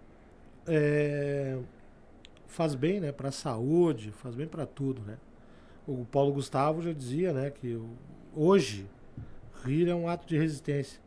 é, faz bem, né? Pra saúde, faz bem pra tudo, né? O Paulo Gustavo já dizia, né? Que o- hoje rir é um ato de resistência.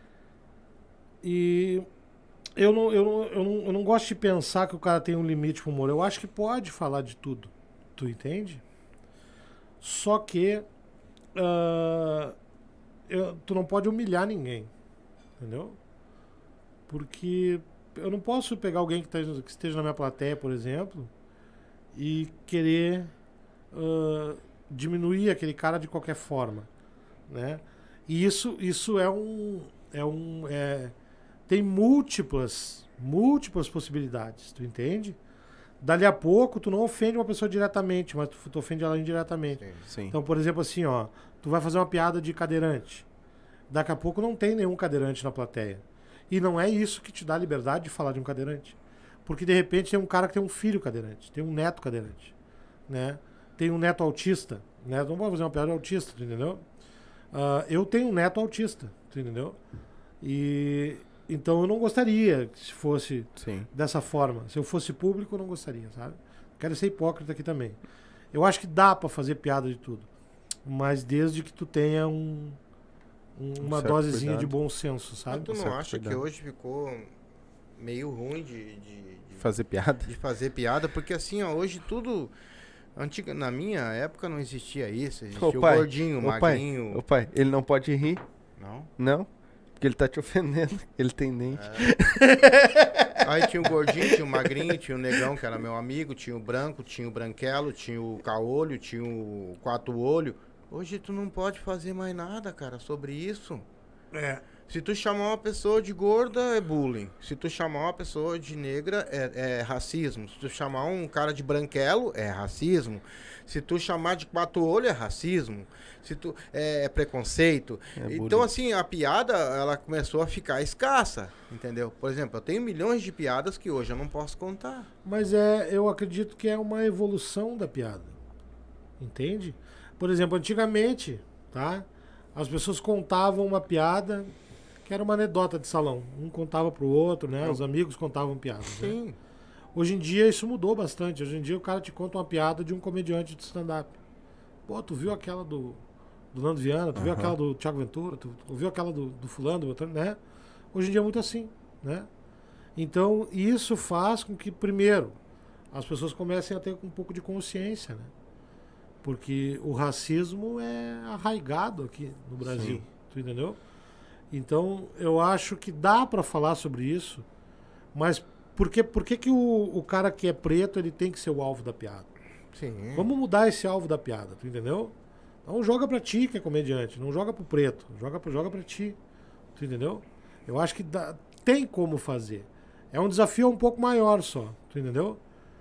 E eu não, eu, não, eu, não, eu não gosto de pensar que o cara tem um limite pro humor. Eu acho que pode falar de tudo. Tu entende? Só que ah, eu- tu não pode humilhar ninguém. Entendeu? Porque eu não posso pegar alguém que, tá, que esteja na minha plateia, por exemplo, e querer ah, diminuir aquele cara de qualquer forma, né? E isso, isso é um, é um, é, tem múltiplas, múltiplas possibilidades, tu entende? Dali a pouco tu não ofende uma pessoa diretamente, mas tu, tu ofende ela indiretamente. Sim. Sim. Então, por exemplo, assim, ó, tu vai fazer uma piada de cadeirante. Daqui a pouco não tem nenhum cadeirante na plateia. E não é isso que te dá liberdade de falar de um cadeirante. Porque de repente tem um cara que tem um filho cadeirante, tem um neto cadeirante, né? Tem um neto autista, né? Não pode fazer uma piada de autista, tu entendeu? Ah, eu tenho um neto autista, tu entendeu? E então eu não gostaria que se fosse Sim. dessa forma. Se eu fosse público, eu não gostaria, sabe? Quero ser hipócrita aqui também. Eu acho que dá pra fazer piada de tudo, mas desde que tu tenha um, um- uma certo dosezinha cuidado. de bom senso, Mas sabe? tu não Certo, acha que cuidado. hoje ficou meio ruim de, de, de- Fazer piada? de fazer piada? Porque assim, ó, hoje tudo... Antiga, na minha época não existia isso. Existia Ô, o pai, gordinho, o ô, pai, magrinho. ô, pai, ele não pode rir, Não? não? Porque ele tá te ofendendo. Ele tem dente. É. Aí tinha o gordinho, tinha o magrinho, tinha o negão, que era meu amigo, tinha o branco, tinha o branquelo, tinha o caolho, tinha o quatro olho. Hoje tu não pode fazer mais nada, cara, sobre isso. É. Se tu chamar uma pessoa de gorda, é bullying. Se tu chamar uma pessoa de negra, é, é racismo. Se tu chamar um cara de branquelo, é racismo. Se tu chamar de quatro olhos, é racismo. Se tu é, é preconceito. É então, bullying. assim, a piada, ela começou a ficar escassa, entendeu? Por exemplo, eu tenho milhões de piadas que hoje eu não posso contar. Mas é, eu acredito que é uma evolução da piada. Entende? Por exemplo, antigamente, tá? As pessoas contavam uma piada que era uma anedota de salão. Um contava pro outro, né? Os amigos contavam piadas. Né? Sim. Hoje em dia isso mudou bastante. Hoje em dia o cara te conta uma piada de um comediante de stand-up. Pô, tu viu aquela do, do Nando Viana, tu viu aquela do Thiago Ventura, tu, tu viu aquela do, do fulano, do, né? Hoje em dia é muito assim, né? Então isso faz com que, primeiro, as pessoas comecem a ter um pouco de consciência, né? Porque o racismo é arraigado aqui no Brasil, Sim. tu entendeu? Então eu acho que dá pra falar sobre isso, mas por que, por que, que o, o cara que é preto ele tem que ser o alvo da piada? Sim. Vamos mudar esse alvo da piada, tu entendeu? Então joga pra ti que é comediante, não joga pro preto, joga pra, joga pra ti, tu entendeu? Eu acho que dá, tem como fazer. É um desafio um pouco maior só, tu entendeu?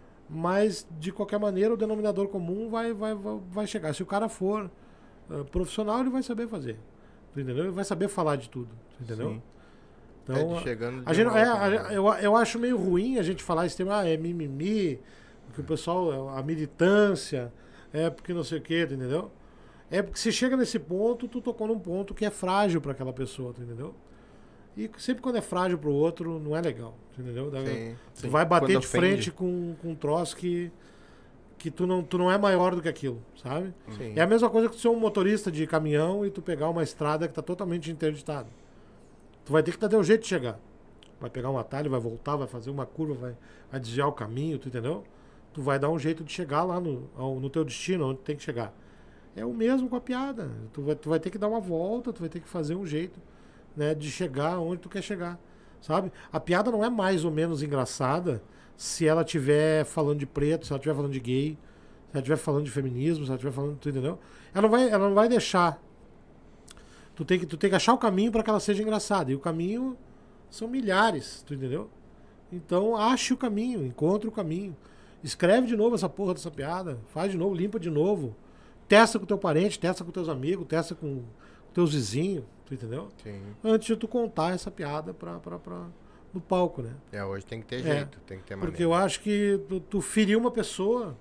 Mas, de qualquer maneira, o denominador comum vai, vai, vai, vai chegar. Se o cara for uh, profissional, ele vai saber fazer. Tu entendeu? Ele vai saber falar de tudo. Tu entendeu? Sim. Então, É, de chegando a de gente, volta, é, a- né? eu, eu acho meio ruim a gente falar esse tema, ah, é mimimi, porque o pessoal, a militância, é porque não sei o quê, tu entendeu? É porque se chega nesse ponto, tu tocou num ponto que é frágil pra aquela pessoa, tu entendeu? E sempre quando é frágil pro outro, não é legal, tu entendeu? Da- Sim. Tu Sim. vai bater Quando de ofende. frente com, com um troço que, que tu, não, tu não é maior do que aquilo, sabe? Sim. É a mesma coisa que tu ser um motorista de caminhão e tu pegar uma estrada que tá totalmente interditada. Tu vai ter que dar um jeito de chegar. Vai pegar um atalho, vai voltar, vai fazer uma curva, vai, vai desviar o caminho, tu entendeu? Tu vai dar um jeito de chegar lá no, ao- no teu destino, onde tem que chegar. É o mesmo com a piada. Tu vai, tu vai ter que dar uma volta, tu vai ter que fazer um jeito, né, de chegar onde tu quer chegar, sabe? A piada não é mais ou menos engraçada se ela estiver falando de preto, se ela estiver falando de gay, se ela estiver falando de feminismo, se ela estiver falando, tu entendeu? Ela não vai, ela não vai deixar. Tu tem que, tu tem que achar o caminho para que ela seja engraçada. E o caminho são milhares, tu entendeu? Então ache o caminho, encontre o caminho. Escreve de novo essa porra dessa piada, faz de novo, limpa de novo. Testa com teu parente, testa com teus amigos, testa com teus vizinhos, tu entendeu? Sim. Antes de tu contar essa piada pra, pra, pra, no palco, né? É, hoje tem que ter É, jeito, tem que ter Porque maneira. eu acho que tu, tu ferir uma pessoa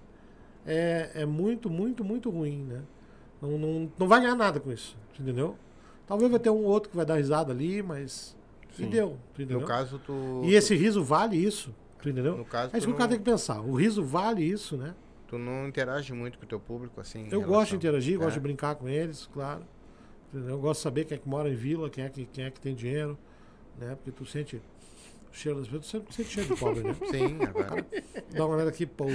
é, é muito, muito, muito ruim, né? Não, não, não vai ganhar nada com isso, tu entendeu? Talvez vai ter um outro que vai dar risada ali, mas... E Sim. deu, tu entendeu? No caso, tu... E esse riso vale isso, tu entendeu? No caso, É isso tu que o cara não- tem que pensar. O riso vale isso, né? Tu não interage muito com o teu público, assim? em Eu relação- gosto de interagir, É. gosto de brincar com eles, claro. Entendeu? Eu gosto de saber quem é que mora em vila, quem é que, quem é que tem dinheiro, né? Porque tu sente o cheiro das pessoas, tu sempre sente cheiro de pobre, né? Sim, agora. Dá uma olhada aqui, porra.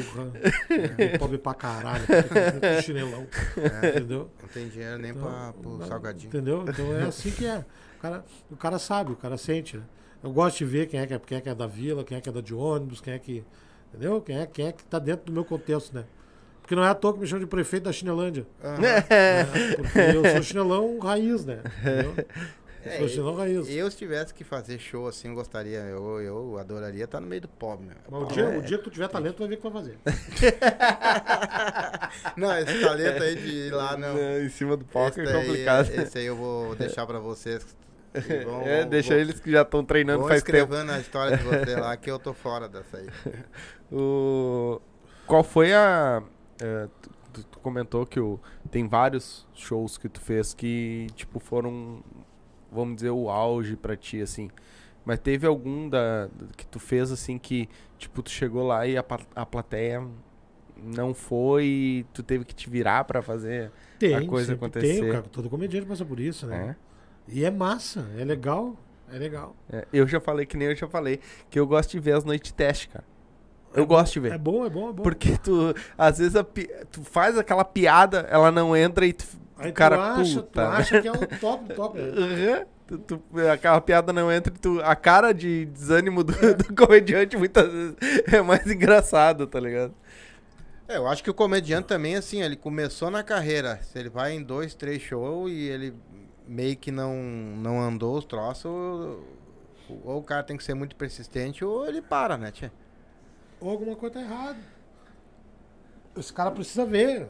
É, pobre pra caralho, com chinelão. Entendeu? Não tem dinheiro nem Então, pra, pro não, salgadinho. Entendeu? Então é assim que é. O cara, o cara sabe, o cara sente, né? Eu gosto de ver quem é que é, quem é que é da vila, quem é que é da de ônibus, quem é que. Entendeu? Quem é, quem é que tá dentro do meu contexto, né? Porque não é à toa que me chamam de prefeito da Chinelândia. Aham. Né? Porque eu sou chinelão raiz, né? Entendeu? Eu É, sou chinelão raiz. Eu, se tivesse que fazer show assim, eu gostaria, eu, eu adoraria estar no meio do pobre, né? Mas o dia, o dia que tu tiver talento, tu vai ver o que tu vai fazer. Não, esse talento aí de ir lá, não. Em cima do palco Esse é aí, complicado. esse aí eu vou deixar pra vocês. E vão- é, vão- deixa vão- eles que já estão treinando Vão faz tempo. escrevendo a história de você lá, que eu tô fora dessa aí. O... Qual foi a... é, tu, tu- tu comentou que o... tem vários shows que tu fez que, tipo, foram, vamos dizer, o auge pra ti, assim. Mas teve algum da, que tu fez, assim, que, tipo, tu chegou lá e a, pa- a plateia não foi e tu teve que te virar pra fazer Tem, a coisa sempre acontecer? Tem, cara, todo comediante passa por isso, né? É? E é massa, é legal, é legal. É, eu já falei, que nem eu já falei, que eu gosto de ver as noites teste, cara. Eu gosto de ver. É bom, é bom, é bom. Porque tu, às vezes, a pi- tu faz aquela piada, ela não entra e tu, Aí o cara, tu acha, tu puta. acha que é o top do top. Né? Uhum. Tu, tu, aquela piada não entra e tu, a cara de desânimo do, do comediante muitas vezes é mais engraçado, tá ligado? É, eu acho que o comediante também, assim, ele começou na carreira. Se ele vai em dois, três shows e ele meio que não, não andou os troços, ou, ou o cara tem que ser muito persistente, ou ele para, né, tia? Ou alguma coisa tá errada. Esse cara precisa ver.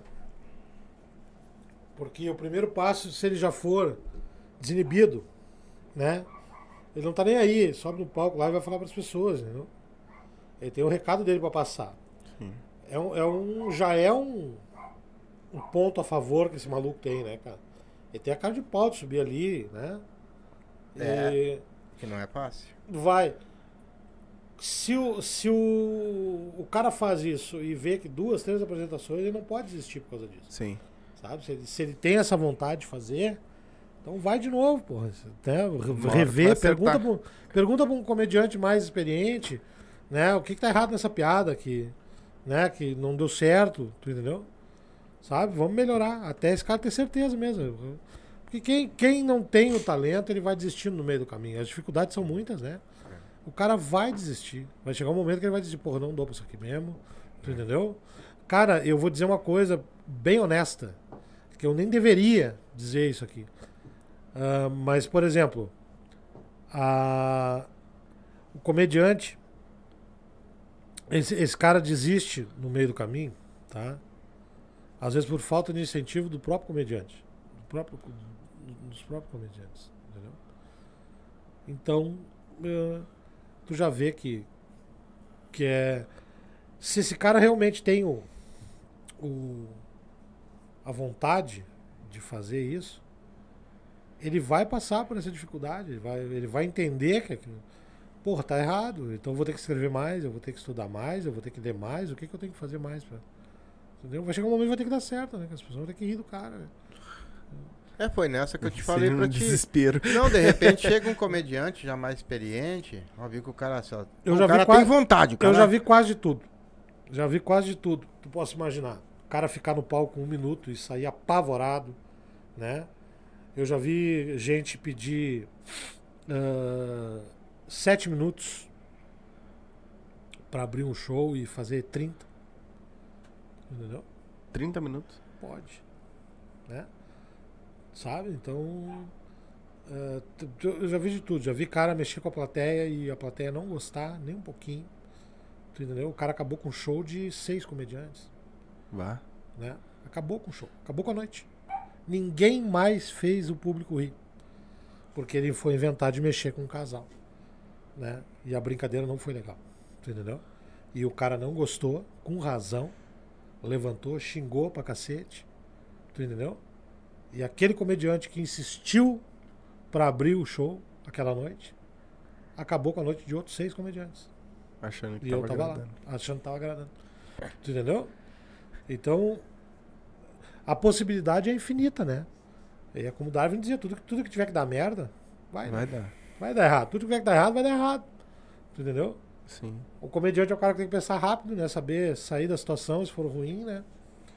Porque o primeiro passo, se ele já for desinibido, né? Ele não tá nem aí, sobe no palco lá e vai falar para as pessoas, entendeu? Ele tem o recado dele para passar. Sim. É um, é um, já é um, um ponto a favor que esse maluco tem, né, cara? Ele tem a cara de pau de subir ali, né? É. E Que não é fácil. vai. Se, o, se o, o cara faz isso e vê que duas, três apresentações, ele não pode desistir por causa disso. Sim. Sabe? Se ele, se ele tem essa vontade de fazer, então vai de novo, porra. Né? Uma hora tu vai Rever, acertar. pergunta pra, um- pergunta pra um comediante mais experiente, né? O que, que tá errado nessa piada que, né? Que não deu certo, tu entendeu? Sabe? Vamos melhorar. Até esse cara ter certeza mesmo. Porque quem, quem não tem o talento, ele vai desistindo no meio do caminho. As dificuldades são muitas, né? O cara vai desistir. Vai chegar um momento que ele vai dizer, porra, não dou pra isso aqui mesmo. Tu entendeu? Cara, eu vou dizer uma coisa bem honesta, que eu nem deveria dizer isso aqui. Ah, mas, por exemplo, a- o comediante, esse, esse cara desiste no meio do caminho, tá? Às vezes por falta de incentivo do próprio comediante, do próprio, dos próprios comediantes, entendeu? Então, eh, tu já vê que, que é... Se esse cara realmente tem o, o, a vontade de fazer isso, ele vai passar por essa dificuldade, ele vai, ele vai entender que aquilo, porra, tá errado, então eu vou ter que escrever mais, eu vou ter que estudar mais, eu vou ter que ler mais, o que, que eu tenho que fazer mais pra... Entendeu? Vai chegar um momento que vai ter que dar certo, né? Que as pessoas vão ter que rir do cara, né? É, foi nessa que eu te falei Seria pra um ti. desespero. Não, de repente chega um comediante já mais experiente, ó, viu que o cara, assim, ó, Eu o já vi cara quase- tem vontade, o cara... Eu já vi quase de tudo. Já vi quase de tudo. Tu posso imaginar. O cara ficar no palco um minuto e sair apavorado, né? Eu já vi gente pedir ah, sete minutos pra abrir um show e fazer trinta. Entendeu? trinta minutos. Pode. Né? Sabe? Então. ah, t- t- eu já vi de tudo. Já vi cara mexer com a plateia e a plateia não gostar nem um pouquinho. Tu entendeu? O cara acabou com um show de seis comediantes. Vá. Né? Acabou com o show. Acabou com a noite. Ninguém mais fez o público rir. Porque ele foi inventar de mexer com um casal. Né? E a brincadeira não foi legal. Tu entendeu? E o cara não gostou, com razão. Levantou, xingou pra cacete. Tu entendeu? E aquele comediante que insistiu pra abrir o show aquela noite, acabou com a noite de outros seis comediantes. Achando que E tava eu tava agradando. lá, achando que tava agradando. Tu entendeu? Então, a possibilidade é infinita, né? E é como Darwin dizia, tudo, que- tudo que tiver que dar merda, vai, Vai vai. dar. vai dar errado. Tudo que tiver que dar errado, vai dar errado. Tu entendeu? Sim. O comediante é o cara que tem que pensar rápido, né? Saber sair da situação se for ruim, né?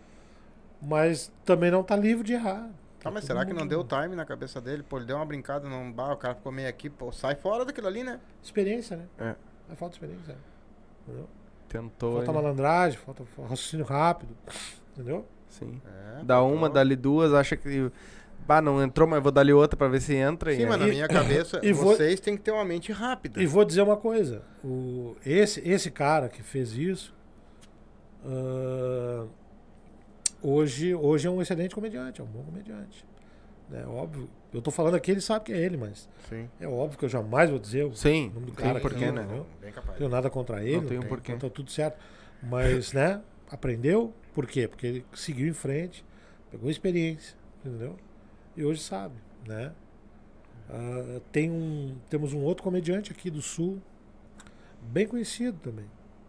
Mas também não tá livre de errar. Tá, mas todo será que não mundo- deu time na cabeça dele? Pô, ele deu uma brincada num bar, o cara ficou meio aqui, pô, sai fora daquilo ali, né? Experiência, né? É. É falta de experiência. né? Entendeu? Tentou. Falta ele- malandragem, falta raciocínio rápido. Entendeu? Sim. É, Dá uma, tentou. dá-lhe duas, acha que. Bah, não entrou, mas vou dar-lhe outra pra ver se entra. Sim, e mas aí- na minha cabeça, e vou- vocês têm que ter uma mente rápida. E vou dizer uma coisa. O, esse, esse cara que fez isso, ah, hoje, hoje é um excelente comediante, é um bom comediante. É óbvio. Eu tô falando aqui, ele sabe que é ele, mas Sim. é óbvio que eu jamais vou dizer o Sim, nome do tem cara um porquê, aqui, né? entendeu? Bem Não capaz. tenho nada contra ele, tem um tem, porquê. então tá tudo certo. Mas, né, aprendeu, por quê? Porque ele seguiu em frente, pegou experiência, entendeu? E hoje sabe, né? Ah, tem um, temos um outro comediante aqui do Sul, bem conhecido também.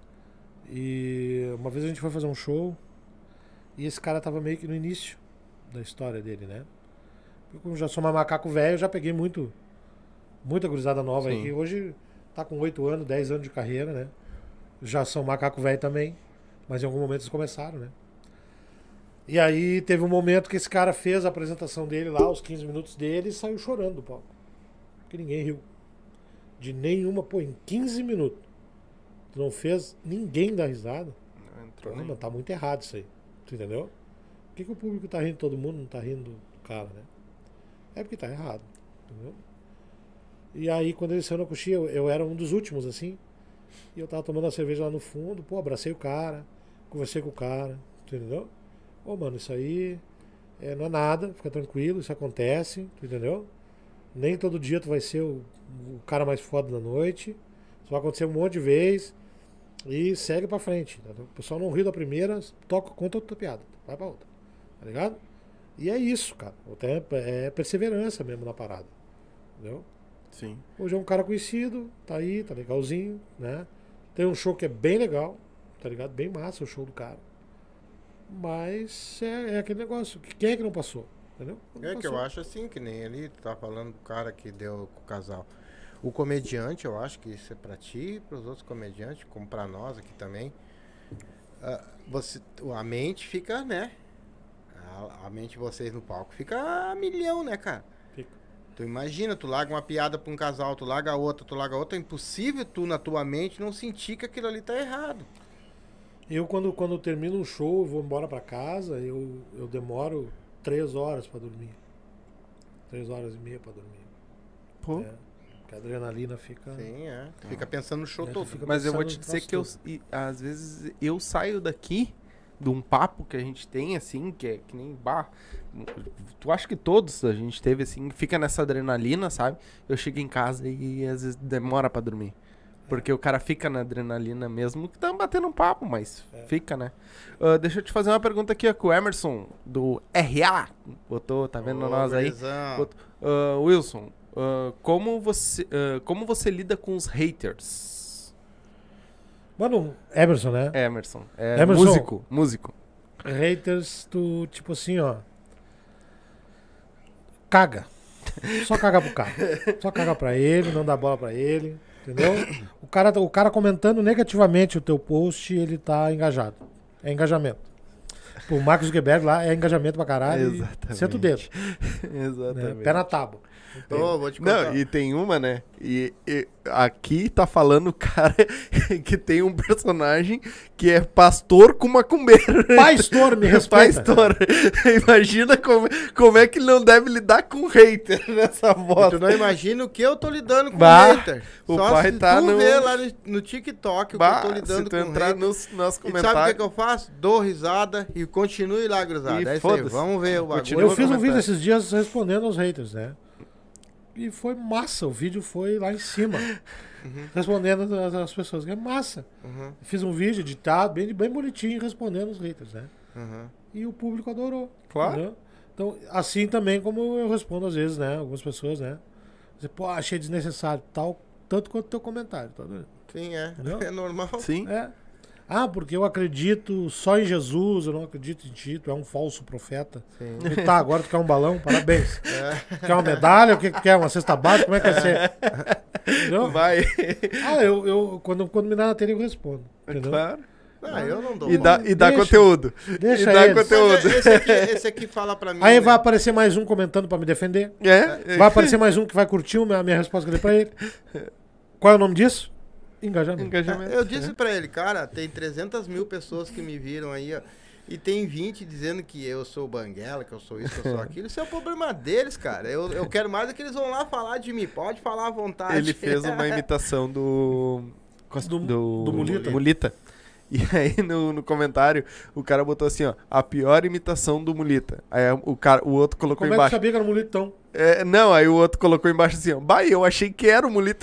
E uma vez a gente foi fazer um show e esse cara tava meio que no início da história dele, né? Eu, como já sou mais macaco velho, eu já peguei muito, muita gurizada nova aí, Sim. que hoje tá com oito anos, dez anos de carreira, né? já são macaco velho também, mas em algum momento eles começaram, né? E aí teve um momento que esse cara fez a apresentação dele lá, os quinze minutos dele, e saiu chorando do palco. Porque ninguém riu. De nenhuma, pô, em quinze minutos. Tu não fez ninguém dar risada. Não entrou Pô, nem. mas tá muito errado isso aí. Tu entendeu? Por que, que o público tá rindo de todo mundo, não tá rindo do cara, né? É porque tá errado. Entendeu? E aí, quando ele saiu na coxinha, eu, eu era um dos últimos, assim. E eu tava tomando a cerveja lá no fundo, pô, abracei o cara, conversei com o cara, entendeu? Ô, mano, isso aí é, não é nada, fica tranquilo, isso acontece, tu entendeu? Nem todo dia tu vai ser o, o cara mais foda da noite. Isso vai acontecer um monte de vezes. E segue pra frente, entendeu? O pessoal não riu da primeira, toca, conta outra piada, vai pra outra, tá ligado? E é isso, cara. Até é perseverança mesmo na parada, entendeu? Sim. Hoje é um cara conhecido, tá aí, tá legalzinho, né? Tem um show que é bem legal, tá ligado? Bem massa o show do cara. Mas é, é aquele negócio, que quem é que não passou? Entendeu? Não É que eu passou. acho assim, que nem ali, tu tá falando do cara que deu com o casal. O comediante, eu acho que isso é pra ti e pros outros comediantes, como pra nós aqui também. Ah, você, a mente fica, né? A, a mente de vocês no palco fica a milhão, né, cara? Fica. Tu imagina, tu larga uma piada pra um casal, tu larga outra, tu larga outra, é impossível tu na tua mente não sentir que aquilo ali tá errado. Eu, quando, quando eu termino um show, eu vou embora pra casa, eu, eu demoro três horas pra dormir. Três horas e meia pra dormir. Pô. É, porque a adrenalina fica... Sim, é. Tu fica pensando no show É, tu todo. fica- Mas eu vou pensando te no dizer que eu, troço e, às vezes eu saio daqui de um papo que a gente tem, assim, que é que nem bar. Tu acha que todos a gente teve, assim, fica nessa adrenalina, sabe? Eu chego em casa e às vezes demora pra dormir. Porque o cara fica na adrenalina mesmo, que tá batendo um papo, mas É. fica, né? Ah, deixa eu te fazer uma pergunta aqui, ó, com o Emerson, do R A. Botou, tá vendo Ô, nós aí? gurizão. Botou. Ah, Wilson, ah, como, você, ah, como você lida com os haters? Mano, Emerson, né? É, Emerson. É Emerson. músico, músico. Haters, tu, tipo assim, ó. Caga. Só caga pro cara. Só caga pra ele, não dá bola pra ele. Entendeu? O cara, o cara comentando negativamente o teu post, ele tá engajado. É engajamento. Pô, o Marcos Zuckerberg lá é engajamento pra caralho. Exatamente. E senta o dedo. Exatamente. Né? Pé na tábua. Ô, vou te contar. Não, e tem uma, né? E, e aqui tá falando o cara que tem um personagem que é pastor com macumbeiro. Pastor, me respeita. Pastor. Imagina como, como é que ele não deve lidar com hater nessa E voz. tu não imagina o que eu tô lidando com Bah, o hater. o Só pai se tá tu no- ver lá no, no TikTok o Bah, que eu tô se lidando tu com entrar hater. nos nossos E sabe o que, comentários... que eu faço? Dou risada e continue lá, gruzada. E É isso aí, foda-se. vamos ver o bagulho. Continua Eu no fiz um comentário. vídeo esses dias respondendo aos haters, né? E foi massa, o vídeo foi lá em cima. Respondendo as, as pessoas. É massa. Uhum, Fiz um vídeo editado, bem, bem bonitinho, respondendo os haters, né? uhum. E o público adorou. Claro. Entendeu? Então, assim também como eu respondo às vezes, né? Algumas pessoas, né? Dizer, pô, achei desnecessário, tal, tanto quanto teu comentário. Tá vendo? Sim, é. Entendeu? É normal. Sim. É. Ah, porque eu acredito só em Jesus, eu não acredito em ti, tu é um falso profeta. Sim. E tá, agora tu quer um balão? Parabéns. Quer uma medalha? O que que quer? Uma cesta básica? Como é que vai ser? Entendeu? Vai. Ah, eu, eu quando, quando me dá na telha eu respondo. Entendeu? Claro. Não, eu não dou. E dá, e dá Deixa. conteúdo. Deixa e dá eles. conteúdo. Mas esse aqui, esse aqui fala pra mim. Aí né? vai aparecer mais um comentando pra me defender. É? Vai aparecer mais um que vai curtir a minha, a minha resposta que eu dei pra ele. Qual é o nome disso? Engajamento. Engajamento. Eu disse pra ele, cara, tem trezentas mil pessoas que me viram aí, ó. E tem vinte dizendo que eu sou banguela, que eu sou isso, que eu sou aquilo. Isso é o problema deles, cara. Eu, eu quero mais é que eles vão lá falar de mim. Pode falar à vontade. Ele fez uma imitação do. Do- do Mulita. Mulita. E aí no, no comentário o cara botou assim, ó, a pior imitação do Mulita. Aí o, cara, o outro colocou Como é que tu embaixo. sabia que era um mulitão? É, não, aí o outro colocou embaixo assim, ó. Bah, eu achei que era o Mulita.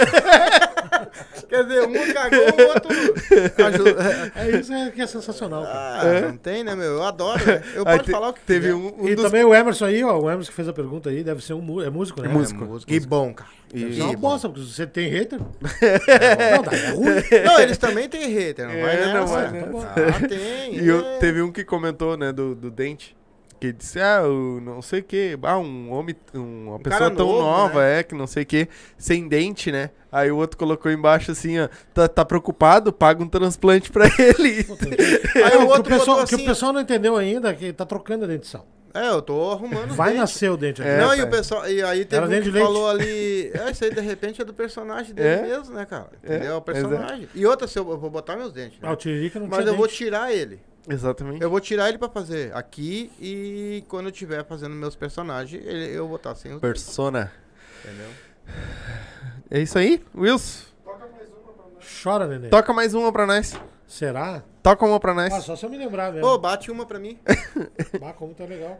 Quer dizer, um cagou, o outro ajudou. É isso é, que é sensacional, cara. Ah, É. não tem, né, meu? Eu adoro, né? Eu Aí posso te- falar o que teve quiser. um, um E dos... também o Emerson aí, ó, o Emerson que fez a pergunta aí, deve ser um mu- é músico, né? É músico. É música. Que bom, cara. Deve E- ser uma Que bom. bosta, porque você tem hater. Não, daí é ruim. Não, eles também têm hater, não É, vai não nessa. vai nessa. Ah, tem. E eu- é. teve um que comentou, né, do, do dente. Que disse, ah, eu não sei o que, ah, um homem, um- uma Um pessoa cara tão novo, nova, né? é, que não sei o que, sem dente, né? Aí o outro colocou embaixo assim, ó, tá, tá preocupado? Paga um transplante pra ele. Aí o o, que o, outro pessoal, botou o que o assim... pessoal não entendeu ainda é que tá trocando a dentição. É, eu tô arrumando os Vai dentes. nascer o dente aqui. É, não, pai. e o pessoal. E aí teve Era um dente que de leite. falou ali. É, isso aí de repente é do personagem dele É? mesmo, né, cara? É, Entendeu? É o personagem. exato. E outra, se eu, eu vou botar meus dentes. Né? Ah, o Tiririca não Mas tinha eu vou dente. tirar ele. Exatamente. Eu vou tirar ele pra fazer aqui e quando eu estiver fazendo meus personagens, ele, eu vou estar sem os dentes. Persona. Entendeu? É isso aí, Wilson? Chora, neném. Toca mais uma pra nós. Será? Toca uma pra nós. Ah, só se eu me lembrar mesmo. Ô, bate uma pra mim. Ah, como tá legal,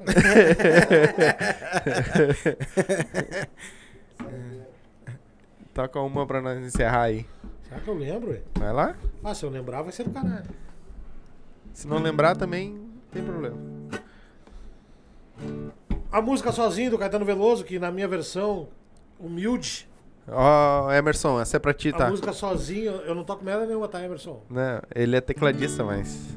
cara. Toca uma pra nós encerrar aí. Será que eu lembro, ué? Vai lá. Ah, se eu lembrar vai ser do caralho. Se não lembrar também, não tem problema. A música Sozinho, do Caetano Veloso, que na minha versão humilde, Ó, Emerson, essa é pra ti, a tá? música Sozinho, eu não toco merda nenhuma, tá, Emerson? Né? Ele é tecladista, mas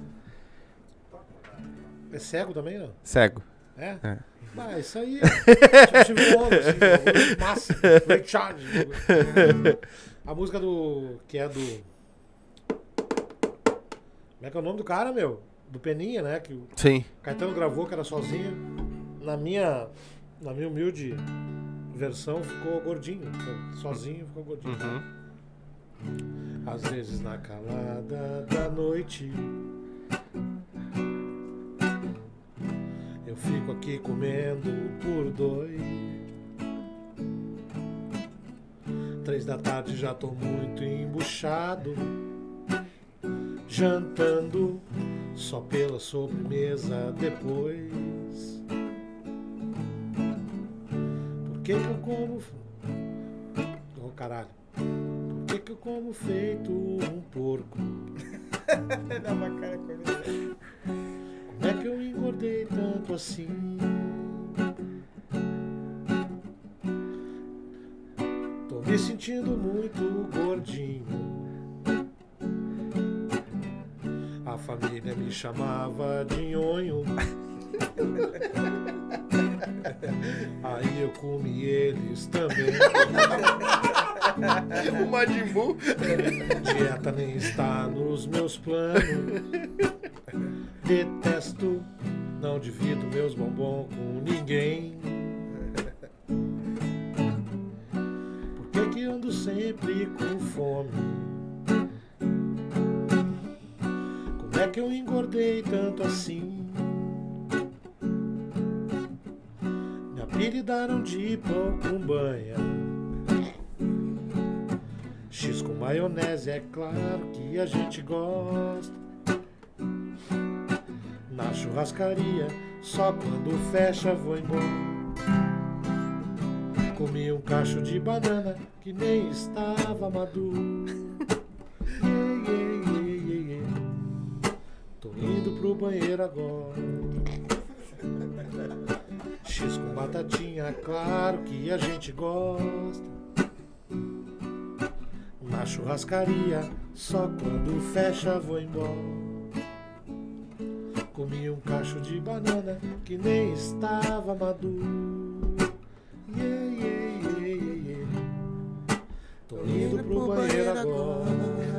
É cego também, não? cego. É? É. Ah, isso aí é tipo Steve Wonder, assim, bagulho massa. Ray Charles. A música do... que é do... Como é que é o nome do cara, meu? Do Peninha, né? Que o Sim. Caetano gravou, que era sozinho. Na minha... Na minha humilde versão, ficou gordinho. Sozinho, ficou gordinho. Uhum. Às vezes na calada da noite eu fico aqui comendo por dois. Três da tarde já tô muito embuchado, jantando só pela sobremesa depois. Por que que eu como... Oh, caralho. Por que que eu como feito um porco? Dá uma cara com ele. Como é que eu engordei tanto assim? Tô me sentindo muito gordinho. A família me chamava de nhonho. Aí eu comi eles também. O Majin Buu. Dieta nem está nos meus planos. Detesto, não divido meus bombons com ninguém. Por que que ando sempre com fome? Como é que eu engordei tanto assim? Me apelidaram de pão com banha. X com maionese, é claro que a gente gosta. Na churrascaria, só quando fecha vou embora. Comi um cacho de banana que nem estava maduro. Yeah, yeah, yeah, yeah, yeah. Tô indo pro banheiro agora. X com batatinha, claro que a gente gosta. Na churrascaria, só quando fecha vou embora. Comi um cacho de banana que nem estava maduro. Yeah, yeah, yeah, yeah, yeah. Tô indo pro banheiro agora.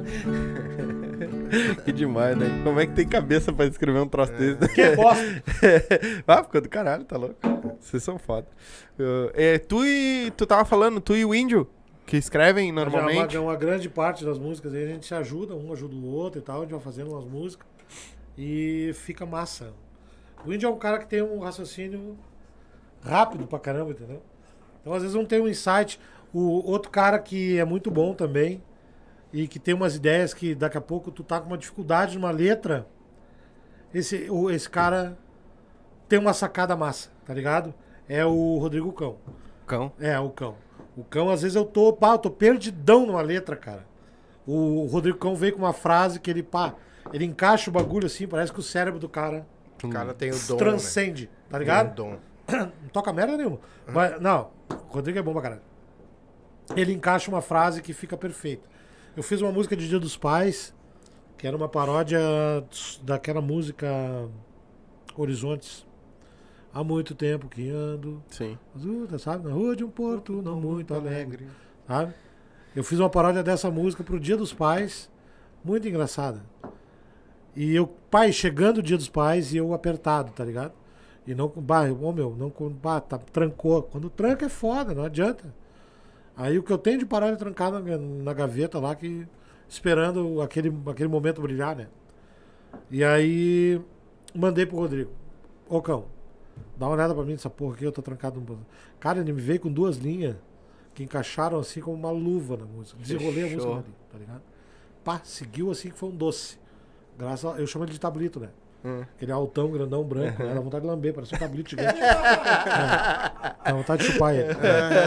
Que demais, né? Como é que tem cabeça pra escrever um troço desse? Que bosta! Ah, ficou do caralho, tá louco? Vocês são foda. Uh, é, tu e... Tu tava falando, tu e o Índio, que escrevem normalmente. Já uma, uma grande parte das músicas aí a gente se ajuda, um ajuda o outro e tal, a gente vai fazendo umas músicas e fica massa. O Índio é um cara que tem um raciocínio rápido pra caramba, entendeu? Então às vezes não tem um insight. O outro cara que é muito bom também e que tem umas ideias que daqui a pouco tu tá com uma dificuldade numa letra, esse, o, esse cara tem uma sacada massa, tá ligado? É o Rodrigo Cão. Cão. É, o Cão. O Cão, às vezes eu tô, pá, eu tô perdidão numa letra, cara. O Rodrigo Cão veio com uma frase que ele, pá, ele encaixa o bagulho assim, parece que o cérebro do cara O cara tem o dom, transcende, né? tá ligado? Tem o dom. Não toca merda nenhuma. Mas, não, o Rodrigo é bom pra caralho. Ele encaixa uma frase que fica perfeita. Eu fiz uma música de Dia dos Pais, que era uma paródia daquela música Horizontes. há muito tempo que ando. Sim. Azuda, sabe? Na rua de um porto não muito alegre. Sabe? Eu fiz uma paródia dessa música pro Dia dos Pais, muito engraçada. E eu, pai, chegando o Dia dos Pais e eu apertado, tá ligado? E não com. Bah, ô meu, não com. Bah, tá, trancou. Quando tranca é foda, não adianta. Aí o que eu tenho de paródia trancado na, na gaveta lá, que esperando aquele, aquele momento brilhar, né? E aí mandei pro Rodrigo. Ô cão, dá uma olhada pra mim nessa porra aqui, eu tô trancado no. Cara, ele me veio com duas linhas que encaixaram assim como uma luva na música. Desenrolei a música ali, tá ligado? Pá, seguiu assim que foi um doce. Graças a... Eu chamo ele de tablito, né? Hum. Aquele altão, grandão, branco, uhum. Né? Dá vontade de lamber, parece um tablito gigante. É. Dá vontade de chupar ele.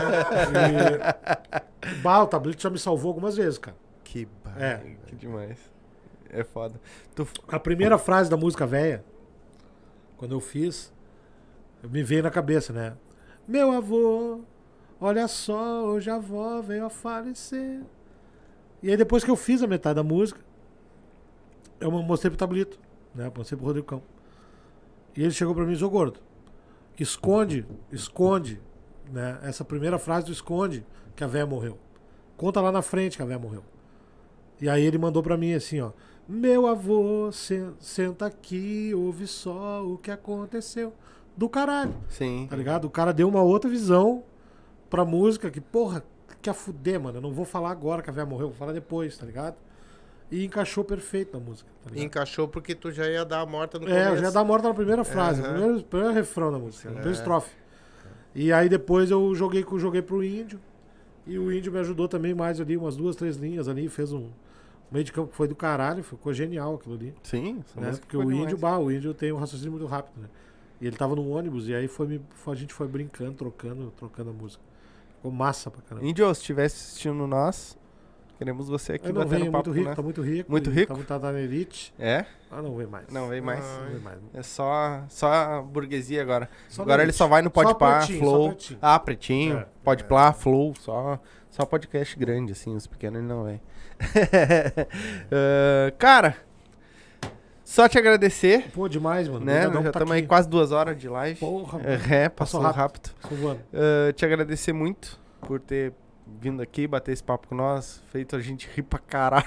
E... Bah, o tablito já me salvou algumas vezes, cara. Que barra, é. Que demais. É foda. Tu... A primeira frase da música velha, quando eu fiz, me veio na cabeça, né? Meu avô, olha só, hoje a avó veio a falecer. E aí depois que eu fiz a metade da música, eu mostrei pro tablito, né? Mostrei pro Rodrigo Cão. E ele chegou pra mim e disse, ô gordo, esconde, esconde, né? Essa primeira frase do esconde que a véia morreu. Conta lá na frente que a véia morreu. E aí ele mandou pra mim assim, ó. Meu avô, sen senta aqui, ouve só o que aconteceu. Do caralho. Sim. Tá ligado? O cara deu uma outra visão pra música que, porra, que a fuder, mano. Eu não vou falar agora que a véia morreu, vou falar depois, tá ligado? E encaixou perfeito na música. Tá encaixou porque tu já ia dar a morta no é, começo. É, eu já ia dar a morta na primeira frase, uhum. no primeiro, primeiro refrão da música, na primeira estrofe. E aí depois eu joguei, joguei pro Índio. E o Índio me ajudou também mais ali, umas duas, três linhas ali. Fez um meio de campo que foi do caralho, ficou genial aquilo ali. Sim, né? Porque o Índio, bah, o Índio tem um raciocínio muito rápido, né? E ele tava no ônibus e aí foi, foi, a gente foi brincando, trocando, trocando a música. Ficou massa pra caramba. Índio, se estivesse assistindo nós, queremos você aqui batendo batendo papo. Muito rico, né? tá muito rico. Muito rico? Tá, tá na elite. É? Ah, não vem mais. Não vem mais. Ah, não vem mais. É só, só a burguesia agora. Só agora ele só vai no Podpah, pretinho, Flow. pretinho. Ah, Pretinho. É. Podpah, é. Flow. Só, só podcast grande, assim. Os pequenos ele não vem. uh, cara, só te agradecer. Pô, demais, mano. Né? Nós já estamos tá aí quase duas horas de live. Porra, mano. É, passou, passou rápido. rápido. Uh, te agradecer muito por ter vindo aqui, bater esse papo com nós, feito a gente rir pra caralho.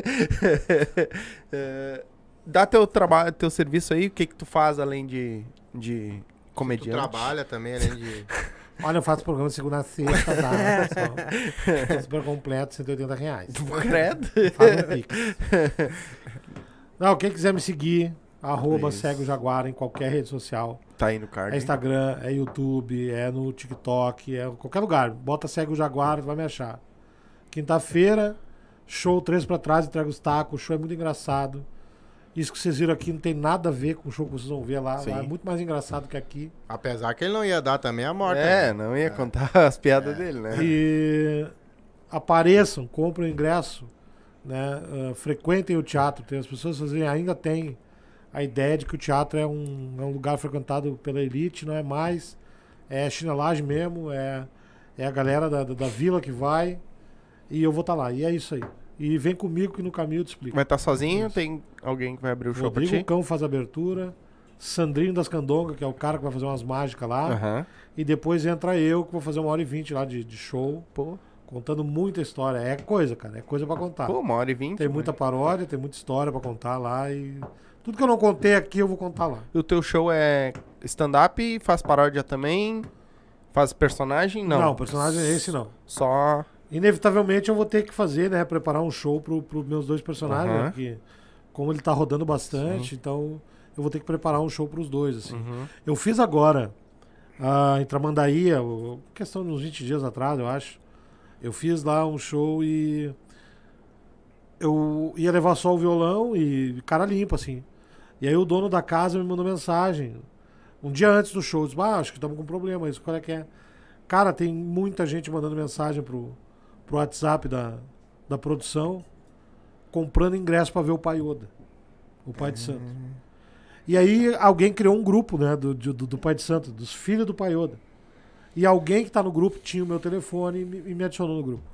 uh, dá teu trabalho, teu serviço aí, o que que tu faz além de, de comediante? Tu trabalha também, além de... Olha, eu faço programa de segunda a sexta, tá, pessoal? Super completo, cento e oitenta reais. Credo? Faz um pix. Não, quem quiser me seguir, arroba segue o Jaguara em qualquer rede social. Tá aí no card. É Instagram, é YouTube, é no TikTok, é qualquer lugar. Bota segue o Jaguara, tu vai me achar. Quinta-feira, show três pra trás, entrega os tacos. O show é muito engraçado. Isso que vocês viram aqui não tem nada a ver com o show que vocês vão ver lá. Lá é muito mais engraçado que aqui. Apesar que ele não ia dar também a morte. É, né? não ia é. contar as piadas é. dele, né? E apareçam, comprem o ingresso, né? Uh, frequentem o teatro. Tem, as pessoas fazem, ainda têm a ideia de que o teatro é um, é um lugar frequentado pela elite, não é mais. É chinelagem mesmo, é, é a galera da, da, da vila que vai. E eu vou estar tá lá. E é isso aí. E vem comigo que no caminho eu te explico. Vai estar tá sozinho ou tem alguém que vai abrir o show Rodrigo pra ti? Cão faz a abertura. Sandrinho das Candongas, que é o cara que vai fazer umas mágicas lá. Uhum. E depois entra eu, que vou fazer uma hora e vinte lá de, de show. Pô. Contando muita história. É coisa, cara. É coisa pra contar. Pô, uma hora e vinte. Tem muita paródia, tem muita história pra contar lá. E tudo que eu não contei aqui, eu vou contar lá. E o teu show é stand-up, faz paródia também? Faz personagem? Não. Não, personagem é esse não. Só... Inevitavelmente eu vou ter que fazer, né? Preparar um show pro, pro meus dois personagens, uhum. né, que como ele tá rodando bastante, Sim. então eu vou ter que preparar um show pros dois, assim. Uhum. Eu fiz agora, uh, em Tramandaí, questão de uns vinte dias atrás, eu acho. Eu fiz lá um show e eu ia levar só o violão e cara limpo, assim. E aí o dono da casa me mandou mensagem, um dia antes do show, disse, ah, acho que estamos com problema, isso qual é que é? Cara, tem muita gente mandando mensagem pro, pro WhatsApp da, da produção, comprando ingresso pra ver o Pai Yoda, o Pai de Santo. E aí alguém criou um grupo, né, do, do, do Pai de Santo, dos filhos do Pai Yoda. E alguém que tá no grupo tinha o meu telefone e me, e me adicionou no grupo.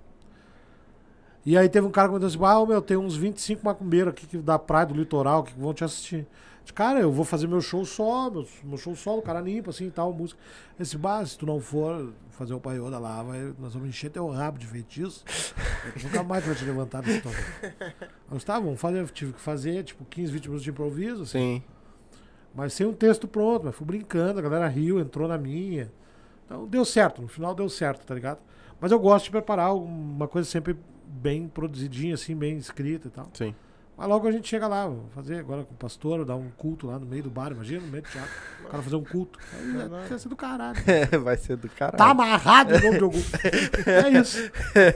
E aí teve um cara que me disse assim, ah, meu, tem uns vinte e cinco macumbeiros aqui que, da praia, do litoral, que vão te assistir. Cara, eu vou fazer meu show só, meu, meu show solo, cara limpo, assim e tal, música. Esse bar, se tu não for fazer o Paioda lá, vai, nós vamos encher teu rabo de feitiço. Nunca mais vai te levantar desse tom. Gustavo, vamos fazer, eu tive que fazer, tipo, quinze, vinte minutos de improviso, assim. Sim. Mas sem um texto pronto, mas fui brincando, a galera riu, entrou na minha. Então deu certo, no final deu certo, tá ligado? Mas eu gosto de preparar uma coisa sempre bem produzidinha, assim, bem escrita e tal. Sim. Mas logo a gente chega lá, vou fazer agora com o pastor, dar um culto lá no meio do bar, imagina, no meio do teatro. O cara fazer um culto. Aí vai ser do caralho. Vai ser do caralho. Tá amarrado o nome de algum. É isso.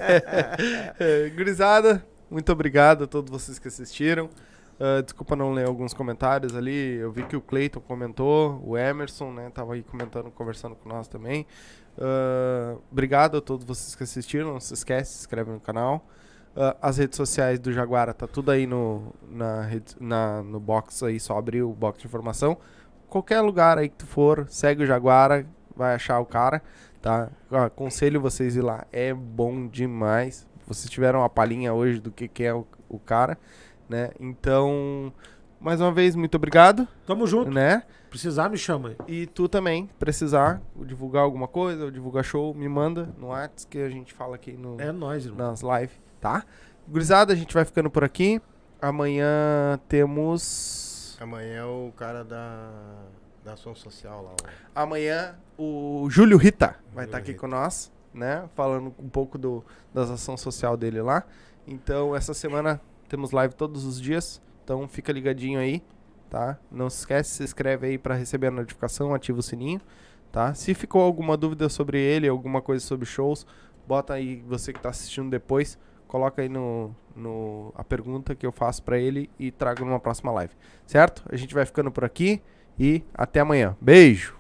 Gurizada, muito obrigado a todos vocês que assistiram. Uh, desculpa não ler alguns comentários ali. Eu vi que o Cleiton comentou, o Emerson, né, tava aí comentando, conversando com nós também. Uh, obrigado a todos vocês que assistiram. Não se esquece, se inscreve no canal. Uh, as redes sociais do Jaguara tá tudo aí no, na rede, na, no box aí, só abrir o box de informação. Qualquer lugar aí que tu for, segue o Jaguara, vai achar o cara, tá? Uh, aconselho vocês ir lá, é bom demais. Vocês tiveram uma palhinha hoje do que, que é o, o cara, né? Então, mais uma vez, muito obrigado. Tamo junto. Né? Precisar, me chama aí. E tu também, precisar divulgar alguma coisa, ou divulgar show, me manda no WhatsApp que a gente fala aqui no, É nóis, irmão. nas lives, tá? Gurizada, a gente vai ficando por aqui. Amanhã temos... Amanhã o cara da, da ação social lá. Ó. Amanhã o Júlio Rita vai Júlio estar aqui Rita. com nós, né? Falando um pouco do, das ações social dele lá. Então, essa semana temos live todos os dias. Então, fica ligadinho aí, tá? Não se esquece, se inscreve aí para receber a notificação, ativa o sininho, tá? Se ficou alguma dúvida sobre ele, alguma coisa sobre shows, bota aí, você que tá assistindo depois, coloca aí no, no, a pergunta que eu faço para ele e trago numa próxima live, certo? A gente vai ficando por aqui e até amanhã. Beijo!